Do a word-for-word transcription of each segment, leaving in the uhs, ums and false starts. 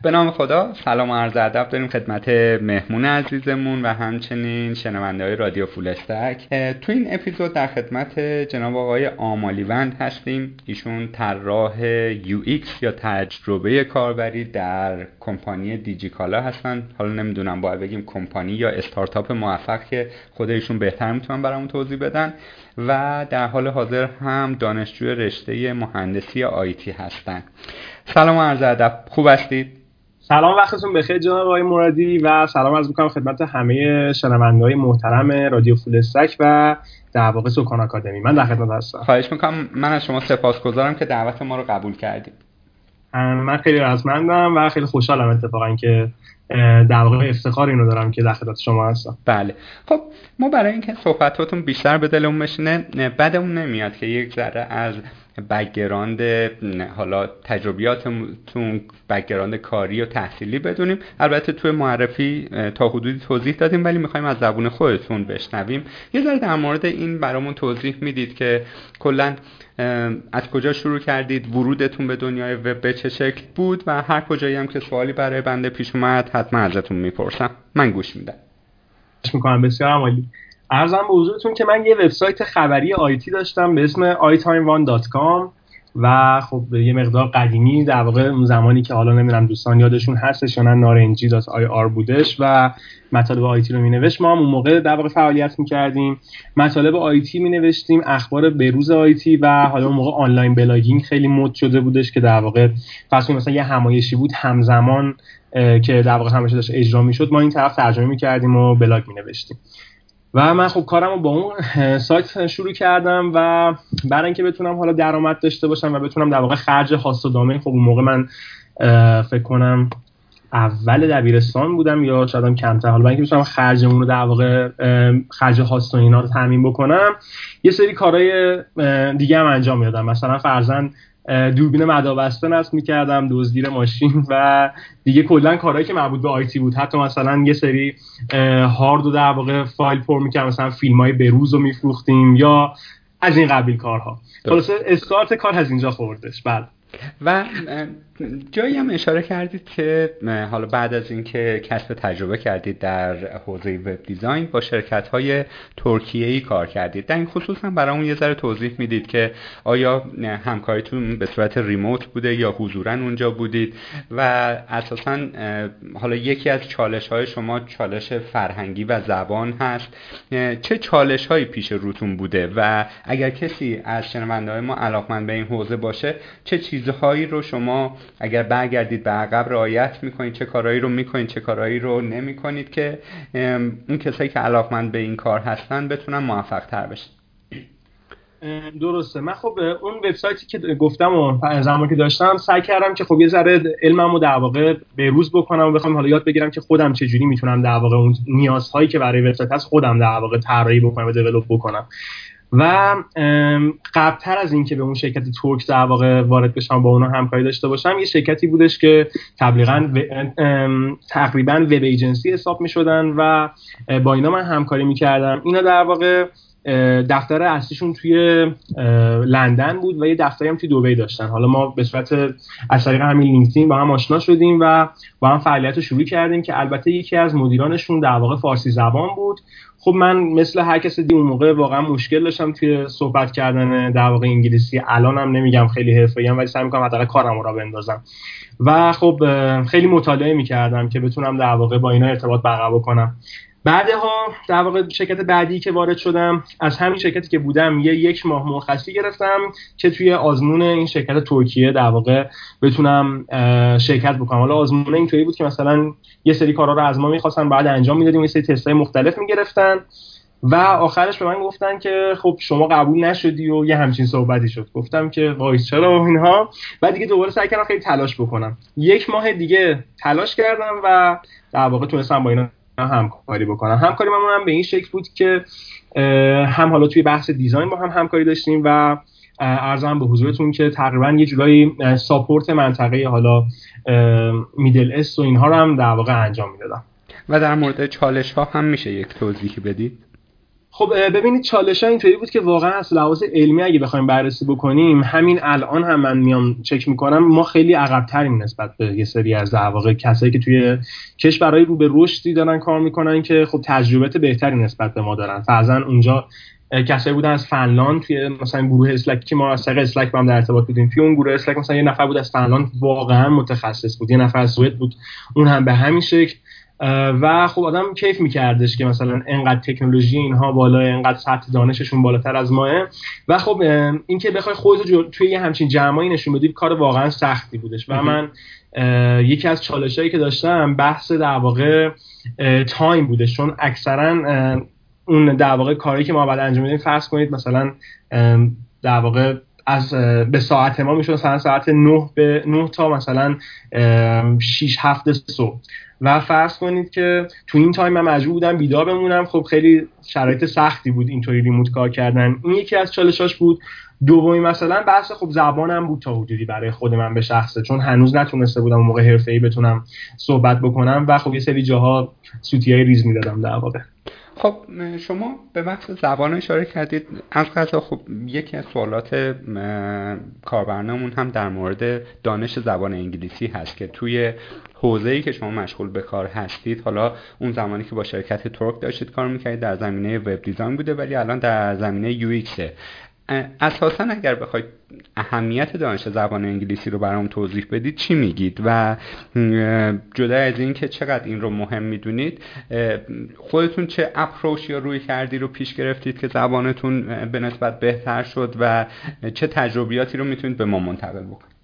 به نام خدا، سلام و عرض ادب داریم خدمت مهمون عزیزمون و همچنین شنونده های رادیو فول استک. تو این اپیزود در خدمت جناب آقای آمالیوند هستیم. ایشون طراح یو ایکس یا تجربه کاربری در کمپانی دیجیکالا هستن. حالا نمیدونم باید بگیم کمپانی یا استارتاپ موفق که خود ایشون بهتر میتونن برامون توضیح بدن و در حال حاضر هم دانشجوی رشته مهندسی آیتی هستن. سلام و عرض ادب، خوب هستید؟ سلام، وقتتون بخیر جناب آقای مرادی و سلام عرض می‌کنم خدمت همه شنونده‌های محترم رادیو فول استک و در واقع سکان آکادمی. من در خدمت هستم. خواهش می‌کنم. من از شما سپاسگزارم که دعوت ما رو قبول کردید. من خیلی رضامندم و خیلی خوشحالم اتفاقا که در واقع افتخار اینو دارم که در خدمت شما هستم. بله، خب ما برای اینکه صحبتاتون بیشتر به دلمون بشینه بعدمون نمیاد که یک ذره از بک‌گراند حالا تجربیاتتون، بک‌گراند کاری و تحصیلی بدونیم. البته توی معرفی تا حدودی توضیح دادیم ولی می‌خوایم از زبون خودتون بشنویم. یه ذره در مورد این برامون توضیح میدید که کلاً از کجا شروع کردید، ورودتون به دنیای وب به چه شکل بود و هر کجایی هم که سوالی برای بنده پیش اومد حتما ازتون میپرسم. من گوش میدم. گوش میکنم. بسیار عالی. عرضم به حضورتون که من یه وبسایت خبری آیتی داشتم به اسم آی تایم وان دات کام و خب یه مقدار قدیمی، در واقع اون زمانی که حالا نمیدونم دوستان یادشون هستش یا نه، نارنجی دات آی آر بودش و مطالب آیتی رو مینوشت. ما هم اون موقع در واقع فعالیت میکردیم، مطالب آیتی مینوشتیم، اخبار بروز آیتی و حالا اون موقع آنلاین بلاگینگ خیلی مد شده بودش که در واقع فرض کنید مثلا یه همایشی بود همزمان که در واقع همایش داشت اجرا میشد، ما این طرف ترجمه میکردیم و بلاگ مینوشتیم. و من خب کارم رو با اون سایت شروع کردم و برای اینکه بتونم حالا درآمد داشته باشم و بتونم در واقع خرج هاست و دامین، خب اون موقع من فکر کنم اول دبیرستان بودم یا شاید هم کمتر، حالا برای اینکه بتونم خرجمون رو در واقع خرج هاست و اینا رو تامین بکنم یه سری کارهای دیگه هم انجام میدادم. مثلا فرضاً دوربین مداربسته نصب می‌کردم، دزدگیر ماشین و دیگه کلا کارهایی که مربوط به آیتی بود. حتی مثلا یه سری هارد رو در واقع فایل پر می‌کردم، مثلا فیلم‌های بروز رو می‌فروختیم یا از این قبیل کارها. خلاصه استارت کار از اینجا خوردش. بله. و جایی هم اشاره کردید که حالا بعد از اینکه کسب تجربه کردید در حوزه وب دیزاین با شرکت‌های ترکیه‌ای کار کردید. در این خصوص هم برامون یه ذره توضیح میدید که آیا همکاریتون به صورت ریموت بوده یا حضوراً اونجا بودید و اساساً حالا یکی از چالش‌های شما چالش فرهنگی و زبان هست. چه چالش‌هایی پیش روتون بوده و اگر کسی از شنونده‌های ما علاقه‌مند به این حوزه باشه چه چیزهایی رو شما اگر برگردید به عقب رعایت میکنید، چه کارهایی رو میکنید، چه کارهایی رو نمیکنید که اون کسایی که علاقمند به این کار هستن بتونن موفق تر بشن؟ درسته. من خب اون وبسایتی که گفتم و زمانی که داشتم سعی کردم که خب یه ذره علممو در واقع بروز بکنم و بخوام حالا یاد بگیرم که خودم چه جوری میتونم در واقع اون نیازهایی که برای وبسایت هست خودم در واقع طراحی بکنم و دیولپ بکنم. و قبلتر از این که به اون شرکت ترک در واقع وارد بشم با اونا همکاری داشته باشم، یه شرکتی بودش که تقریبا تقریبا وب ایجنسی حساب می‌شدن و با اینا من همکاری می‌کردم. اینا در واقع دفتر اصلیشون توی لندن بود و یه دفتری هم توی دبی داشتن. حالا ما به صورت از طریق همین لینکدین با هم آشنا شدیم و با هم فعالیت رو شروع کردیم که البته یکی از مدیرانشون در واقع فارسی زبان بود. خب من مثل هر کس دیگه اون موقع واقعا مشکل داشتم توی صحبت کردن در واقع انگلیسی. الانم نمیگم خیلی حرفه‌ایم ولی سعی می‌کنم حداقل کارم رو بندازم و خب خیلی مطالعه می‌کردم که بتونم در واقع با اینا ارتباط برقرار کنم. بعدها در واقع شرکت بعدی که وارد شدم، از همین شرکتی که بودم یه یک ماه مرخصی گرفتم که توی آزمون این شرکت ترکیه در واقع بتونم شرکت بکنم. حالا آزمون اینطوری بود که مثلا یه سری کارا رو از ما می‌خواستن بعد انجام میدادیم، یه سری تست‌های مختلف می‌گرفتن و آخرش به من گفتن که خب شما قبول نشدی و یه همچین صحبتی شد. گفتم که وای چرا اینها. بعد دیگه دوباره سعی کردم خیلی تلاش بکنم. یک ماه دیگه تلاش کردم و در واقع تونستم با اینا همکاری بکنم. همکاری من هم به این شکل بود که هم حالا توی بحث دیزاین با هم همکاری داشتیم و عرضم به حضورتون که تقریبا یه جورایی ساپورت منطقه حالا میدل است و اینها رو هم در واقع انجام میدادم. و در مورد چالش ها هم میشه یک توضیحی بدید؟ خب ببینید چالش‌ها اینطوری بود که واقعا از لحاظ علمی اگه بخوایم بررسی بکنیم همین الان هم من میام چک میکنم ما خیلی عقب‌تریم نسبت به یه سری از در واقع کسایی که توی کشورهای رو به رشدی دارن کار میکنن که خب تجربه بهتری نسبت به ما دارن. فرضاً اونجا کسایی بودن از فنلاند توی مثلا گروه اسلک که ما از طریق اسلک با هم در ارتباط بودیم، توی اون گروه اسلک مثلا یه نفر بود از فنلاند واقعا متخصص بود، یه نفر از سوئد بود اون هم به همین شکل. و خب آدم کیف میکردش که مثلا انقدر تکنولوژی اینها بالا، انقدر سطح دانششون بالاتر از ماه. و خب این که بخوای خودت توی یه همچین جمعی نشون بدی کار واقعا سختی بودش. و من یکی از چالشایی که داشتم بحث در واقع تایم بودش، چون اکثرا اون در واقع کاری که ما بعد انجام میدیم فرض کنید مثلا در واقع از به ساعت ما میشه مثلا ساعت نه به نه تا مثلا شش هفت صبح و فرض کنید که تو این تایم من مجبور بودم بیدار بمونم. خب خیلی شرایط سختی بود اینطوری ریموت کار کردن. این یکی از چالشاش بود. دومی مثلا بحث خب زبانم بود تا حدودی برای خود من به شخصه، چون هنوز نتونسته بودم اون موقع حرفه‌ای بتونم صحبت بکنم و خب یه سری جاها سوتیای ریز میدادم در واقع. خب شما به بحث زبان اشاره کردید. از قضا خب یکی از سوالات کاربرنامون هم در مورد دانش زبان انگلیسی هست که توی حوزه‌ای که شما مشغول به کار هستید، حالا اون زمانی که با شرکت تورک داشتید کار می‌کردید در زمینه وب دیزاین بوده ولی الان در زمینه یو ایکسه. اساساً اگر بخواید اهمیت دانش زبان انگلیسی رو برام توضیح بدید چی میگید؟ و جدا از این که چقدر این رو مهم میدونید، خودتون چه اپروچ یا روی کردی رو پیش گرفتید که زبانتون به نسبت بهتر شد و چه تجربیاتی رو میتونید به ما منتقل بکنید؟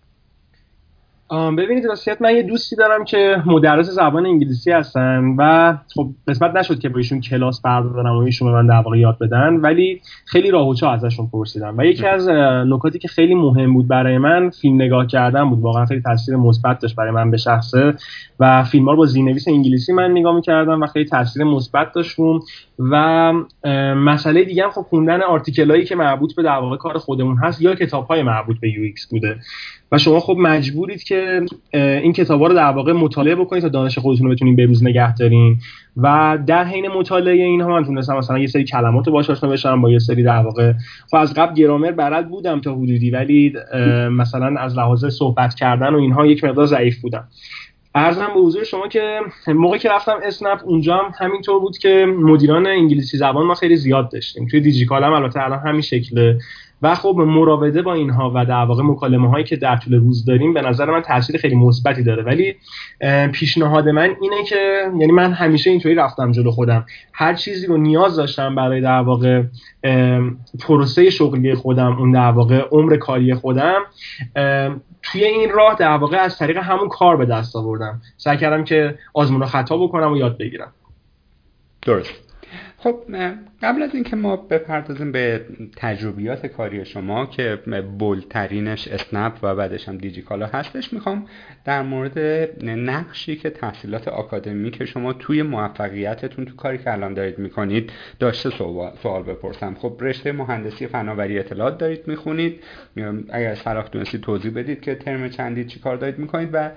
ببینید راستیت من یه دوستی دارم که مدرس زبان انگلیسی هستن و خب قسمت نشد که با ایشون کلاس بردارم و ایشون به من در واقع یاد بدن، ولی خیلی راه و چاه ازشون پرسیدم و یکی از نکاتی که خیلی مهم بود برای من فیلم نگاه کردن بود. واقعا خیلی تاثیر مثبت داشت برای من به شخصه و فیلم‌ها رو با زیرنویس انگلیسی من نگاه می‌کردم و خیلی تاثیر مثبت داشت. و مسئله دیگه هم خب خوندن آرتیکلایی که مربوط به در واقع کار خودمون هست یا کتاب‌های مربوط به یو ایکس بوده و شما خب مجبورید که این کتابا رو در واقع مطالعه بکنید تا دانش خودتون رو بتونید به روز نگه دارین. و در حین مطالعه اینها من تونستم مثلا یه سری کلمات رو باهاش آشنا بشم، با یه سری در واقع خب از قبل گرامر بلد بودم تا حدودی ولی مثلا از لحاظ صحبت کردن و اینها یک مقدار ضعیف بودم. عرضم به حضور شما که موقعی که رفتم اسنپ اونجا هم همینطور بود که مدیران انگلیسی زبان ما خیلی زیاد داشتیم. توی دیجیکال هم البته الان همین شکله و خب مراوده با اینها و در واقع مکالمه هایی که در طول روز داریم به نظر من تاثیر خیلی مثبتی داره. ولی پیشنهاد من اینه که یعنی من همیشه اینطوری رفتم جلو خودم، هر چیزی رو نیاز داشتم برای در واقع پروسه شغلی خودم، اون در واقع عمر کاری خودم، توی این راه در واقع از طریق همون کار به دست آوردم. سعی کردم که آزمون و خطا بکنم و یاد بگیرم. درست. خب قبل از اینکه ما بپردازیم به تجربیات کاری شما که بولترینش اسنپ و بعدش هم دیجیکالا هستش، میخوام در مورد نقشی که تحصیلات آکادمیک شما توی موفقیتتون تو کاری که الان دارید میکنید داشته سوال بپرسم. خب رشته مهندسی فناوری اطلاعات دارید میخونید، اگر صلاح دونستید توضیح بدید که ترم چندی چی کار دارید میکنید و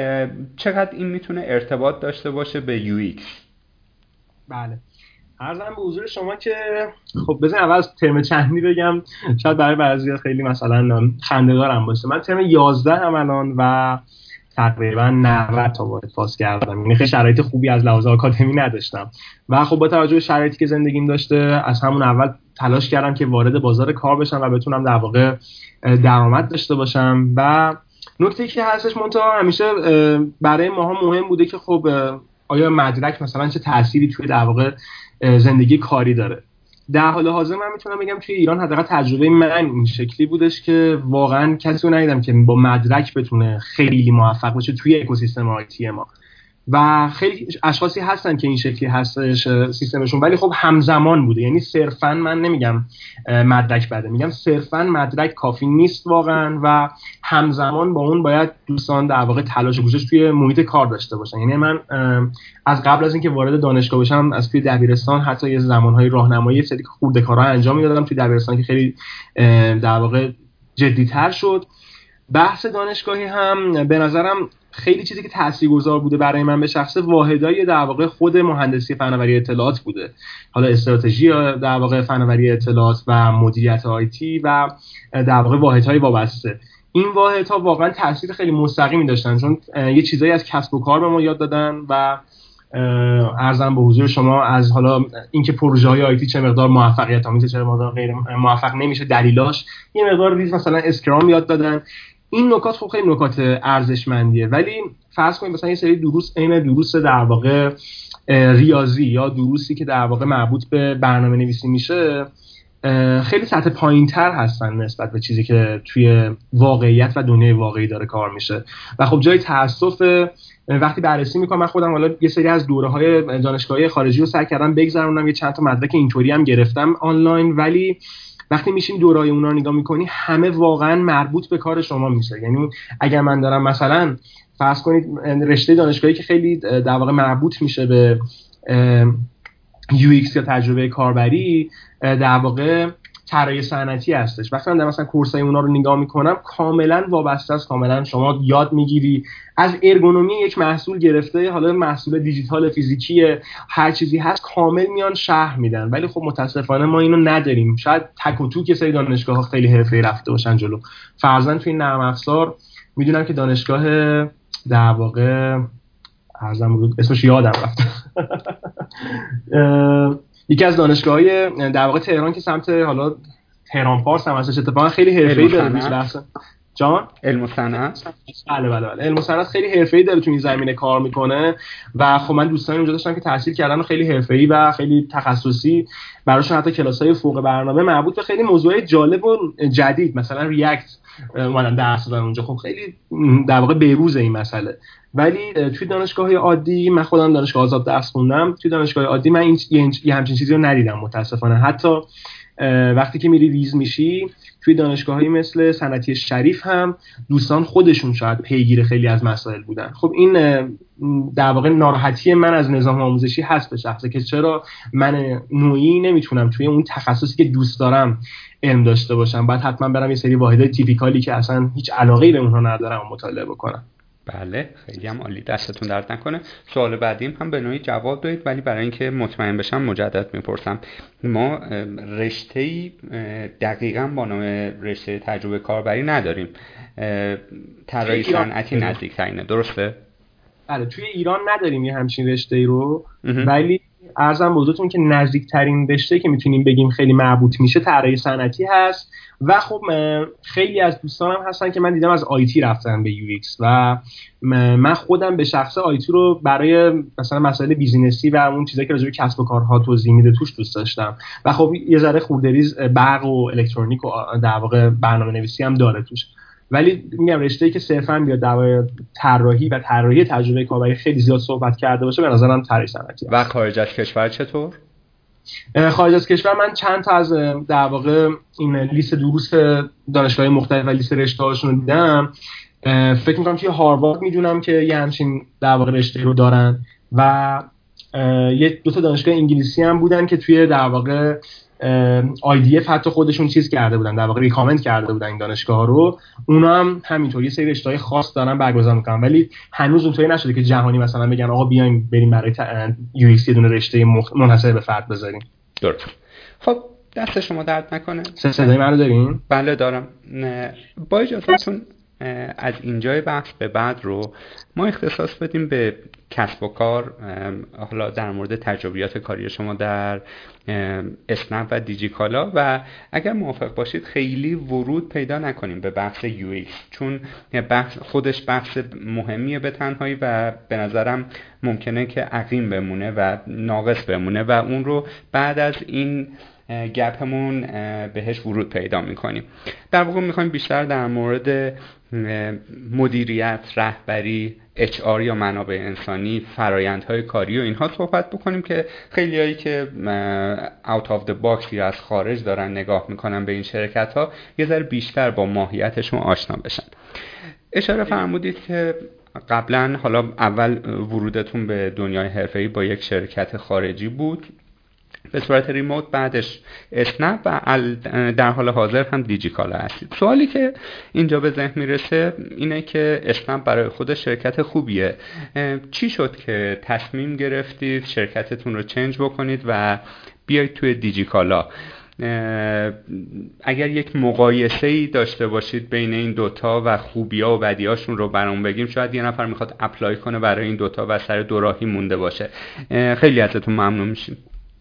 چقدر این میتونه ارتباط داشته باشه به یو ایکس؟ بله، عرضم به حضور شما که خب بزنین اول از ترم چندی بگم، شاید برای بعضیا خیلی مثلا خنده‌دارم باشه. من ترم یازده هم الان و تقریبا نود تا وارد پاس کردم، یعنی خیلی شرایط خوبی از لحاظ آکادمی نداشتم و خب با توجه به شرایطی که زندگیم داشته از همون اول تلاش کردم که وارد بازار کار بشم و بتونم در واقع درآمد داشته باشم. و نکته که هستش منتها همیشه برای ماها مهم بوده که خب آیا مدرک مثلا چه تأثیری توی در واقع زندگی کاری داره. در حال حاضر من میتونم بگم توی ایران حداقل تجربه من این شکلی بودش که واقعا کسی رو ندیدم که با مدرک بتونه خیلی موفق باشه توی اکوسیستم آیتی ما و خیلی اشخاصی هستن که این شکلی هستش سیستمشون، ولی خب همزمان بوده. یعنی صرفا من نمیگم مدرک بده، میگم صرفا مدرک کافی نیست واقعا و همزمان با اون باید دوستان در واقع تلاش و کوشش توی محیط کار داشته باشن. یعنی من از قبل از اینکه وارد دانشگاه بشم از توی دبیرستان حتی یه زمانهای راهنمایی سری خورده کارها انجام میدادم توی دبیرستان که خیلی در واقع جدی‌تر شد. بحث دانشگاهی هم به نظرم خیلی چیزی که تاثیرگذار بوده برای من به شخص واحدای در واقع خود مهندسی فناوری اطلاعات بوده، حالا استراتژی در واقع فناوری اطلاعات و مدیریت آیتی و در واقع واحدهای وابسته. این واحدها واقعا تاثیر خیلی مستقیمی داشتن، چون یه چیزایی از کسب و کار به ما یاد دادن و عرضم به حضور شما از حالا اینکه پروژه های آیتی چه مقدار موفقیت آمیزه چه مقدار غیر موفق نمیشه دلیلاش، یه مقدار ریز مثلا اسکرام یاد دادن. این نکات خب خیلی نکات ارزشمندیه، ولی فرض کنید مثلا یه سری دروس عین دروس در واقع ریاضی یا دروسی که در واقع مربوط به برنامه نویسی میشه خیلی سطح پایین‌تر هستن نسبت به چیزی که توی واقعیت و دنیای واقعی داره کار میشه و خب جای تأسف وقتی بررسی میکنم. من خودم حالا یه سری از دوره‌های دانشگاهی خارجی رو سعی کردم بگذرونم، یه چند تا مدرک اینطوری هم گرفتم آنلاین، ولی وقتی میشین دوره‌های اونا رو نگاه میکنی همه واقعا مربوط به کار شما میشه. یعنی اگر من دارم مثلا فرض کنید رشته دانشگاهی که خیلی در واقع مربوط میشه به یو ایکس یا تجربه کاربری، در واقع طراحی صنعتی هستش. وقتی من مثلا کورسای اونا رو نگاه میکنم کاملا وابسته است، کاملا شما یاد میگیری از ارگونومی یک محصول گرفته حالا محصول دیجیتال فیزیکی هر چیزی هست کامل میان شرح میدن، ولی خب متاسفانه ما اینو نداریم. شاید تک و توک یه سری دانشگاه‌ها خیلی حرفه‌ای رفته باشن جلو. فرضاً توی نرم افزار میدونم که دانشگاه در واقع ارزم بود اسمش یادم رفت یکی از دانشگاه‌های در واقع تهران که سمت حالا تهران پارس هم هستش، اتفاقا خیلی حرفه‌ای داره بحث جان علم و صنعت. بله بله بله علم و صنعت خیلی حرفه‌ای داره تو این زمینه کار میکنه و خب من دوستانی اونجا داشتم که تحصیل کردن خیلی حرفه‌ای و خیلی تخصصی، براشون حتی کلاس‌های فوق برنامه مربوط به خیلی موضوعات جالب و جدید مثلا ریاکت اومدن درس دادن اونجا. خب خیلی در واقع به‌روز این مسئله. ولی توی دانشگاه‌های عادی، من خودم دانشگاه آزاد درس خوندم، توی دانشگاه عادی من این یه همچین چیزی رو ندیدم متاسفانه. حتی وقتی که میری ریز میشی توی دانشگاه‌هایی مثل صنعتی شریف هم دوستان خودشون شاید پیگیر خیلی از مسائل بودن. خب این در واقع ناراحتی من از نظام آموزشی هست به شخصه که چرا من نوعی نمیتونم توی اون تخصصی که دوست دارم علم داشته باشم، بعد حتما برم یه سری واحدهای تیپیکالی که اصلا هیچ علاقه‌ای به اونها ندارم مطالعه بکنم. بله خیلی هم عالی، دستتون درد نکنه. سوال بعدیم هم به نوعی جواب دادید، ولی برای اینکه مطمئن بشم مجدد میپرسم. ما رشته‌ای دقیقاً با نام رشته تجربه کاربری نداریم، طراحی صنعتی نزدیک‌ترینه، درسته؟ بله توی ایران نداریم یه همچین رشته‌ای رو، ولی عرضم به حضورتون که نزدیکترین رشته که میتونیم بگیم خیلی مربوط میشه طراحی صنعتی هست و خب خیلی از دوستانم هستن که من دیدم از آیتی رفتن به یو ایکس و من خودم به شخص آیتی رو برای مثلا مسائل بیزینسی و اون چیزایی که راجع به کسب و کارها توضیح میده توش دوست داشتم و خب یه ذره خورده‌ریز برق و الکترونیک و در واقع برنامه‌نویسی هم داره توش. ولی میگم رشته‌ای که صرفاً بیاد در طراحی و طراحی تجربه کاربری خیلی زیاد صحبت کرده باشه به نظرم طراحی صنعتی. و خارج از کشور چطور؟ خارج از کشور من چند تا از در واقع این لیست دروس دانشگاه مختلف و لیست رشته‌هاشون رو دیدم. فکر می‌کنم توی هاروارد میدونم که یه همچین در واقع رشته رو دارن و یه دو تا دانشگاه انگلیسی هم بودن که توی در واقع آی دی اف حتی خودشون چیز کرده بودن، در واقع ریکامند کرده بودن این دانشگاه رو. اونا هم همینطوری یه سری رشته‌های خاص دارن برگزار می‌کنن، ولی هنوز اونطوری نشده که جهانی مثلا بگن آقا بیایم بریم برای یو ایکس یه دونه رشته منحصر به فرد بذاریم. درست. خب دست شما درد نکنه. صدای منو دارین؟ بله دارم. با اجازهتون از اینجای بحث به بعد رو ما اختصاص بدیم به کسب و کار، حالا در مورد تجربیات کاری شما در اسنپ و دیجیکالا، و اگر موافق باشید خیلی ورود پیدا نکنیم به بحث یو ایکس، چون بحث خودش بحث مهمیه به تنهایی و به نظرم ممکنه که عقیم بمونه و ناقص بمونه و اون رو بعد از این گپمون بهش ورود پیدا میکنیم. در واقع میخوایم بیشتر در مورد مدیریت، رهبری، اچ آر یا منابع انسانی، فرایندهای کاری و اینها صحبت بکنیم که خیلیایی که out of the box یا از خارج دارن نگاه میکنن به این شرکت ها یه ذره بیشتر با ماهیتشون آشنا بشن. اشاره فرمودید که قبلا حالا اول ورودتون به دنیای حرفه‌ای با یک شرکت خارجی بود به صورت ریموت، بعدش اسنپ و در حال حاضر هم دیجیکالا هستید. سوالی که اینجا به ذهن میرسه اینه که اسنپ برای خود شرکت خوبیه، چی شد که تصمیم گرفتید شرکتتون رو چنج بکنید و بیایید توی دیجیکالا؟ اگر یک مقایسه‌ای داشته باشید بین این دوتا و خوبی‌ها و بدی‌هاشون رو برام بگیم، شاید یه نفر میخواد اپلای کنه برای این دوتا و سر دوراهی مونده باشه. خیلی ازتون ممنون میشیم.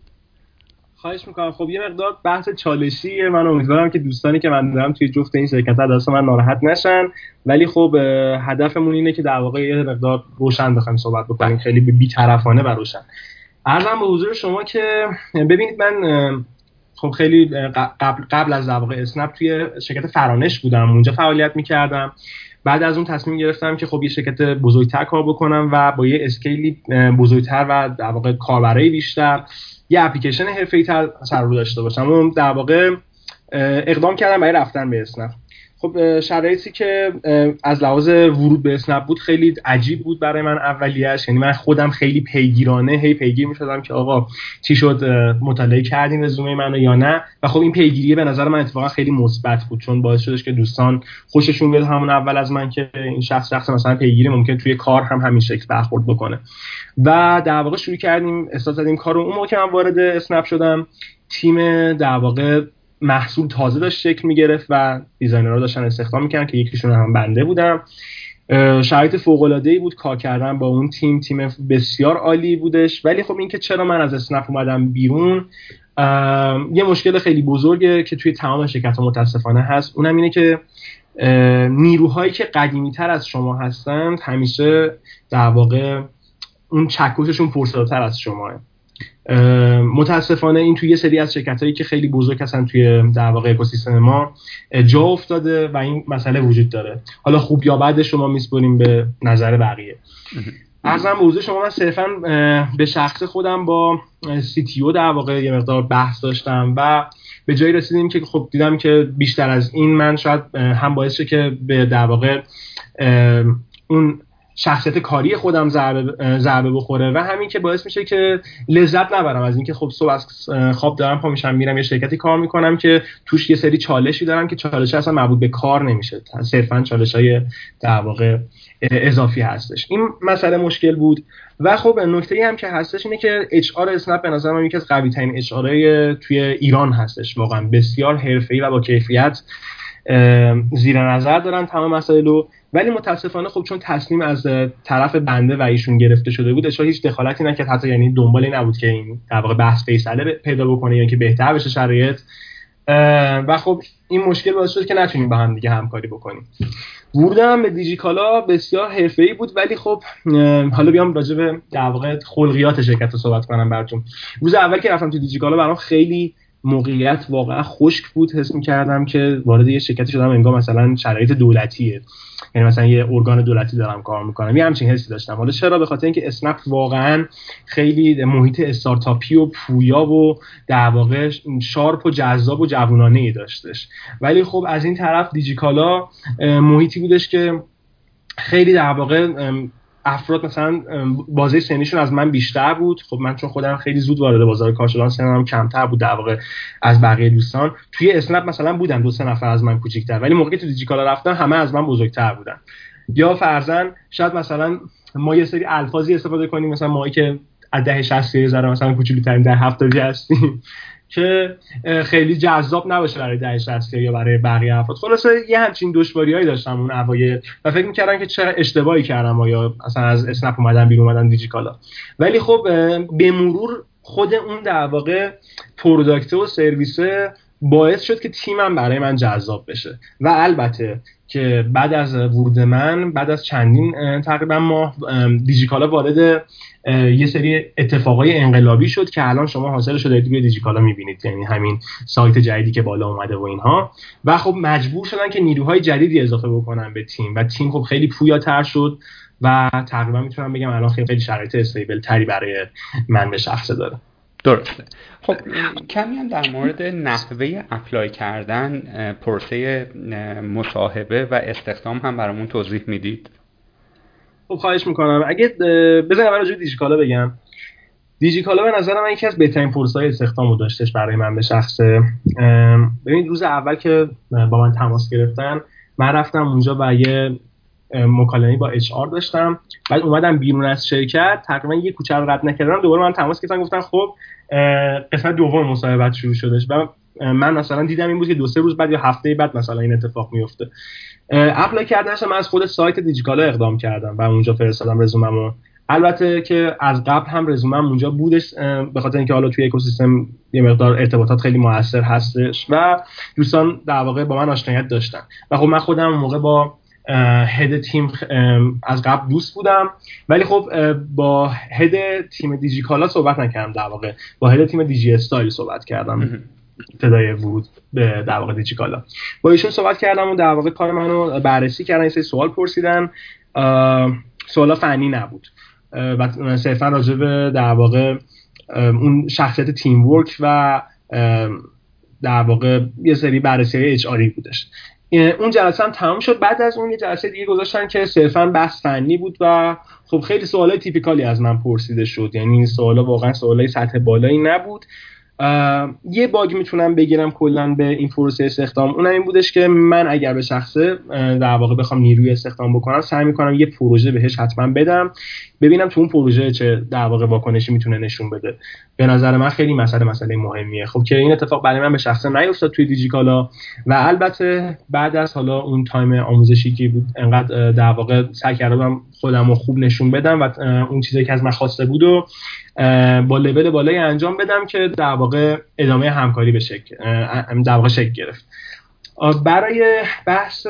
خواهش میکنم. خب یه مقدار بحث چالشیه، من امیدوارم که دوستانی که من دارم توی جفت این شرکت‌ها دست من ناراحت نشن، ولی خب هدفمون اینه که در واقع یه مقدار روشن بخوایم صحبت بکنیم، خیلی بی‌طرفانه و روشن. عرضم به حضور شما که ببینید من خب خیلی قبل قبل از در واقع اسنپ توی شرکت فرانش بودم، اونجا فعالیت می‌کردم. بعد از اون تصمیم گرفتم که خب یه شرکت بزرگتر کار بکنم و با یه اسکیلی بزرگتر و در واقع کاربرای بیشتر یه اپلیکیشن حرفه‌ای‌تر سر رو داشته باشم. اون در واقع اقدام کردم برای رفتن به اسنپ. خب شرایطی که از لحاظ ورود به اسنپ بود خیلی عجیب بود برای من اولیه‌اش، یعنی من خودم خیلی پیگیرانه هی پیگیر می‌شدم که آقا چی شد، مطالعه کردین رزومه منو یا نه. و خب این پیگیری به نظر من اتفاقا خیلی مثبت بود، چون باعث شدش که دوستان خوششون بیاد همون اول از من که این شخص شخص مثلا پیگیری ممکن توی کار هم همین شکل برخورد بکنه. و در واقع شروع کردیم استارت زدیم کارو. اون موقع که من وارد اسنپ شدم تیم در واقع محصول تازه داشت شکل میگرفت و دیزاینرها داشتن استخدام میکردن که یکیشون هم بنده بودم. شرایط فوق العاده ای بود کار کردن با اون تیم، تیم بسیار عالی بودش. ولی خب این که چرا من از اسنپ اومدم بیرون، یه مشکل خیلی بزرگه که توی تمام شرکت‌ها متاسفانه هست، اونم اینه که نیروهایی که قدیمی‌تر از شما هستند همیشه در واقع اون چکششون پرصداتر از شماه. متاسفانه این توی یه سری از شرکتایی که خیلی بزرگ هستن توی در واقع اکوسیستم ما جا افتاده و این مسئله وجود داره. حالا خوب یا بد شما میسپریم به نظر بقیه. عرضم به حضور شما من صرفا به شخص خودم با سی تی او در واقع یه مقدار بحث داشتم و به جایی رسیدیم که خب دیدم که بیشتر از این من شاید هم باعث شه که به در واقع اون شخصیت کاری خودم ضربه ضربه بخوره و همین که باعث میشه که لذت نبرم از اینکه خب صبح از خواب دارم پا میشم میرم یه شرکتی کار میکنم که توش یه سری چالشی دارم که چالش اصلا مربوط به کار نمیشه، صرفا چالش‌های در واقع اضافی هستش. این مسئله مشکل بود. و خب نکته‌ای هم که هستش اینه که اچ آر اسنپ به نظر من یکی از قوی‌ترین اچ آرهای توی ایران هستش، واقعا بسیار حرفه‌ای و با کیفیت زیر نظر دارن تمام مسائلو. ولی متاسفانه خب چون تصمیم از طرف بنده و ایشون گرفته شده بود، اشاره هیچ دخالتی نکرد، حتی یعنی دنبالی نبود که این در واقع بحث فیصله پیدا بکنه یا که بهتر بشه شرایط. و خب این مشکل باعث شد که نتونیم با هم دیگه همکاری بکنیم. ورودم به دیجیکالا بسیار حرفه‌ای بود، ولی خب حالا بیام راجع به در واقع خلقیات شرکت رو صحبت کنم براتون. روز اول که رفتم تو دیجیکالا برام خیلی موقعیت واقعا خشک بود، حس می‌کردم که وارد یه شرکتی شدم انگار مثلا شرایط دولتیه، یعنی مثلا یه ارگان دولتی دارم کار میکنم، یه همچین حسی داشتم. حالا چرا؟ به خاطر اینکه اسنپ واقعا خیلی محیط استارتاپی و پویا و در واقع شارپ و جذاب و جوونانه‌ای داشتش. ولی خب از این طرف دیجیکالا محیطی بودش که خیلی در واقع افراد مثلا بازه سنیشون از من بیشتر بود. خب من چون خودم خیلی زود وارد بازار کار شدم، سنم کمتر بود در واقع از بقیه دوستان. توی اسنپ مثلا بودن دو سه نفر از من کوچیک‌تر، ولی موقعی تو دیجیکالا رفتم همه از من بزرگتر بودن. یا فرضاً شاید مثلا ما یه سری الفاظی استفاده کنیم، مثلا ما که از دهه شصت یه ذره مثلا کوچولوترین ده هفتادی هستیم که خیلی جذاب نباشه برای دهه شصت یا برای بقیه افراد. خلاصه یه همچین دشواریایی داشتم اون اوایل و فکر می‌کردم که چرا اشتباهی کردم یا مثلا از اسنپ اومدم بیرون اومدم دیجیکالا. ولی خب به مرور خود اون در واقع پروداکت و سرویس باعث شد که تیمم برای من جذاب بشه. و البته که بعد از ورود من، بعد از چندین تقریبا ماه، دیجیکالا وارد یه سری اتفاقای انقلابی شد که الان شما حاصلش رو دارید روی دیجیکالا می‌بینید، یعنی همین سایت جدیدی که بالا اومده و اینها. و خب مجبور شدن که نیروهای جدیدی اضافه بکنن به تیم و تیم خب خیلی پویاتر شد و تقریبا میتونم بگم الان خیلی خیلی شرایط استیبل تری برای من به شخصه داره. درسته. خب کمی هم در مورد نحوه اپلای کردن، پروسه مصاحبه و استخدام هم برامون توضیح میدید؟ خب خواهش میکنم. اگه بزنم برای دیجیکالا بگم، دیجیکالا به نظر من یکی از بهترین فرصت‌های استخدامو داشتش برای من به شخصه. ببین روز اول که با من تماس گرفتن من رفتم اونجا و یه مکالمه با اچ آر داشتم، بعد اومدم بیرون از شرکت تقریبا یه کوچه رو رد نکردم دوباره من تماس گرفتن گفتن خب قسمت دوم مصاحبت شروع شدش و من مثلا دیدم این بود که دو سه روز بعد یا هفته بعد مثلا این اتفاق میفته. اپلای کردنش من از خود سایت دیجیکالا اقدام کردم و اونجا فرستادم رزوممو. البته که از قبل هم رزومم اونجا بودش به خاطر اینکه حالا توی اکوسیستم یه مقدار ارتباطات خیلی موثر هستش و دوستان در واقع با من آشنایت داشتن و خب من خودم اون موقع با هد تیم از قبل دوست بودم، ولی خب با هد تیم دیجیکالا صحبت نکردم، در واقع با هد تیم دیجی استایل صحبت کردم ابتدای ورود به در واقع دیجیکالا. با ایشون صحبت کردم و در واقع کار منو بررسی کردن، یه سری سوال پرسیدن، سوالا فنی نبود و صرفا راجع به در واقع اون شخصیت تیم ورک و در واقع یه سری بررسی اچ آری بودش. اون جلسه هم تمام شد. بعد از اون یه جلسه دیگه گذاشتن که صرفا بحث فنی بود و خب خیلی سوالای تیپیکالی از من پرسیده شد، یعنی این سوالا واقعا سوالای سطح بالایی نبود. یه باگ میتونم بگیرم کلا به این پروسه استخدام، اونم این بودش که من اگر به شخصه در واقع بخوام نیروی استخدام بکنم سعی میکنم یه پروژه بهش حتما بدم ببینم تو اون پروژه چه در واقع واکنشی میتونه نشون بده. به نظر من خیلی مسئله مسئله مهمیه. خب که این اتفاق برای من به شخصه نیفتاد توی دیجیکالا و البته بعد از حالا اون تایم آموزشی که بود انقدر در واقع سعی کردم خودمو خوب نشون بدم و اون چیزی که از من خواسته بود و با لول بالایی انجام بدم که در واقع ادامه همکاری به شکل در واقع شکل گرفت. برای بحث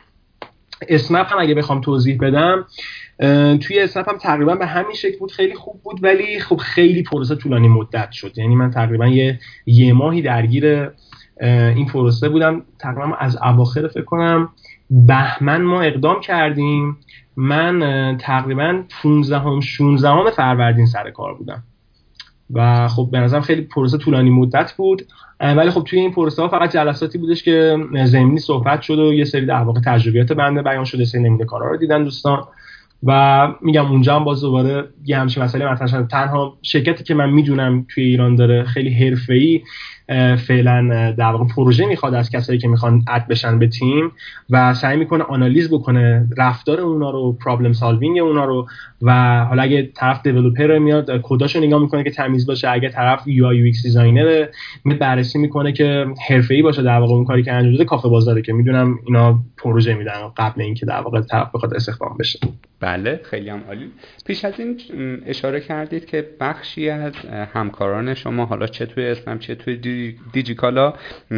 اسنپ هم اگه بخوام توضیح بدم، توی اسنپ هم تقریبا به همین شکل بود، خیلی خوب بود ولی خب خیلی پروسه طولانی مدت شد، یعنی من تقریبا یه یه ماهی درگیر این پروسه بودم. تقریبا از اواخر فکر کنم بهمن ما اقدام کردیم، من تقریبا پانزدهم شانزدهم فروردین سر کار بودم و خب به نظرم خیلی پروسه طولانی مدت بود، ولی خب توی این پروسه ها فقط جلساتی بودش که ضمنی صحبت شد و یه سری در واقع تجربیات بنده بیان شده، سری نمونه کارا رو دیدن دوستان و میگم اونجا هم باز دوباره یه همچین مسئله مطرح شد. تنها شرکتی که من میدونم توی ایران داره خیلی حرفه‌ای فعلا در واقع پروژه میخواد از کسایی که میخوان اد بشن به تیم و سعی میکنه آنالیز بکنه رفتار اونا رو، پرابلم سالوینگ اونا رو و حالا اگه طرف دیولپر میاد کداشو نگاه میکنه که تمیز باشه، اگه طرف یو آی یو ایکس دیزاینر میاد بررسی میکنه که حرفه‌ای باشه در واقع اون کاری که انجام داده. کافه بازاره که میدونم اینا پروژه میدن قبل اینکه در واقع طرف بخواد استخدام بشه. بله خیلی هم عالی. پیش از این اشاره کردید که بخشی از همکاران شما حالا چه توی اسنپ چه توی دی دیجیکالا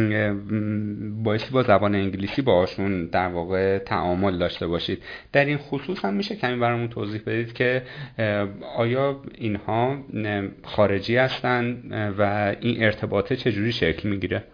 بایستی با زبان انگلیسی باهاشون در واقع تعامل داشته باشید. در این خصوص هم میشه کمی برامون توضیح بدید که آیا اینها خارجی هستن و این ارتباطه چجوری شکل میگیره؟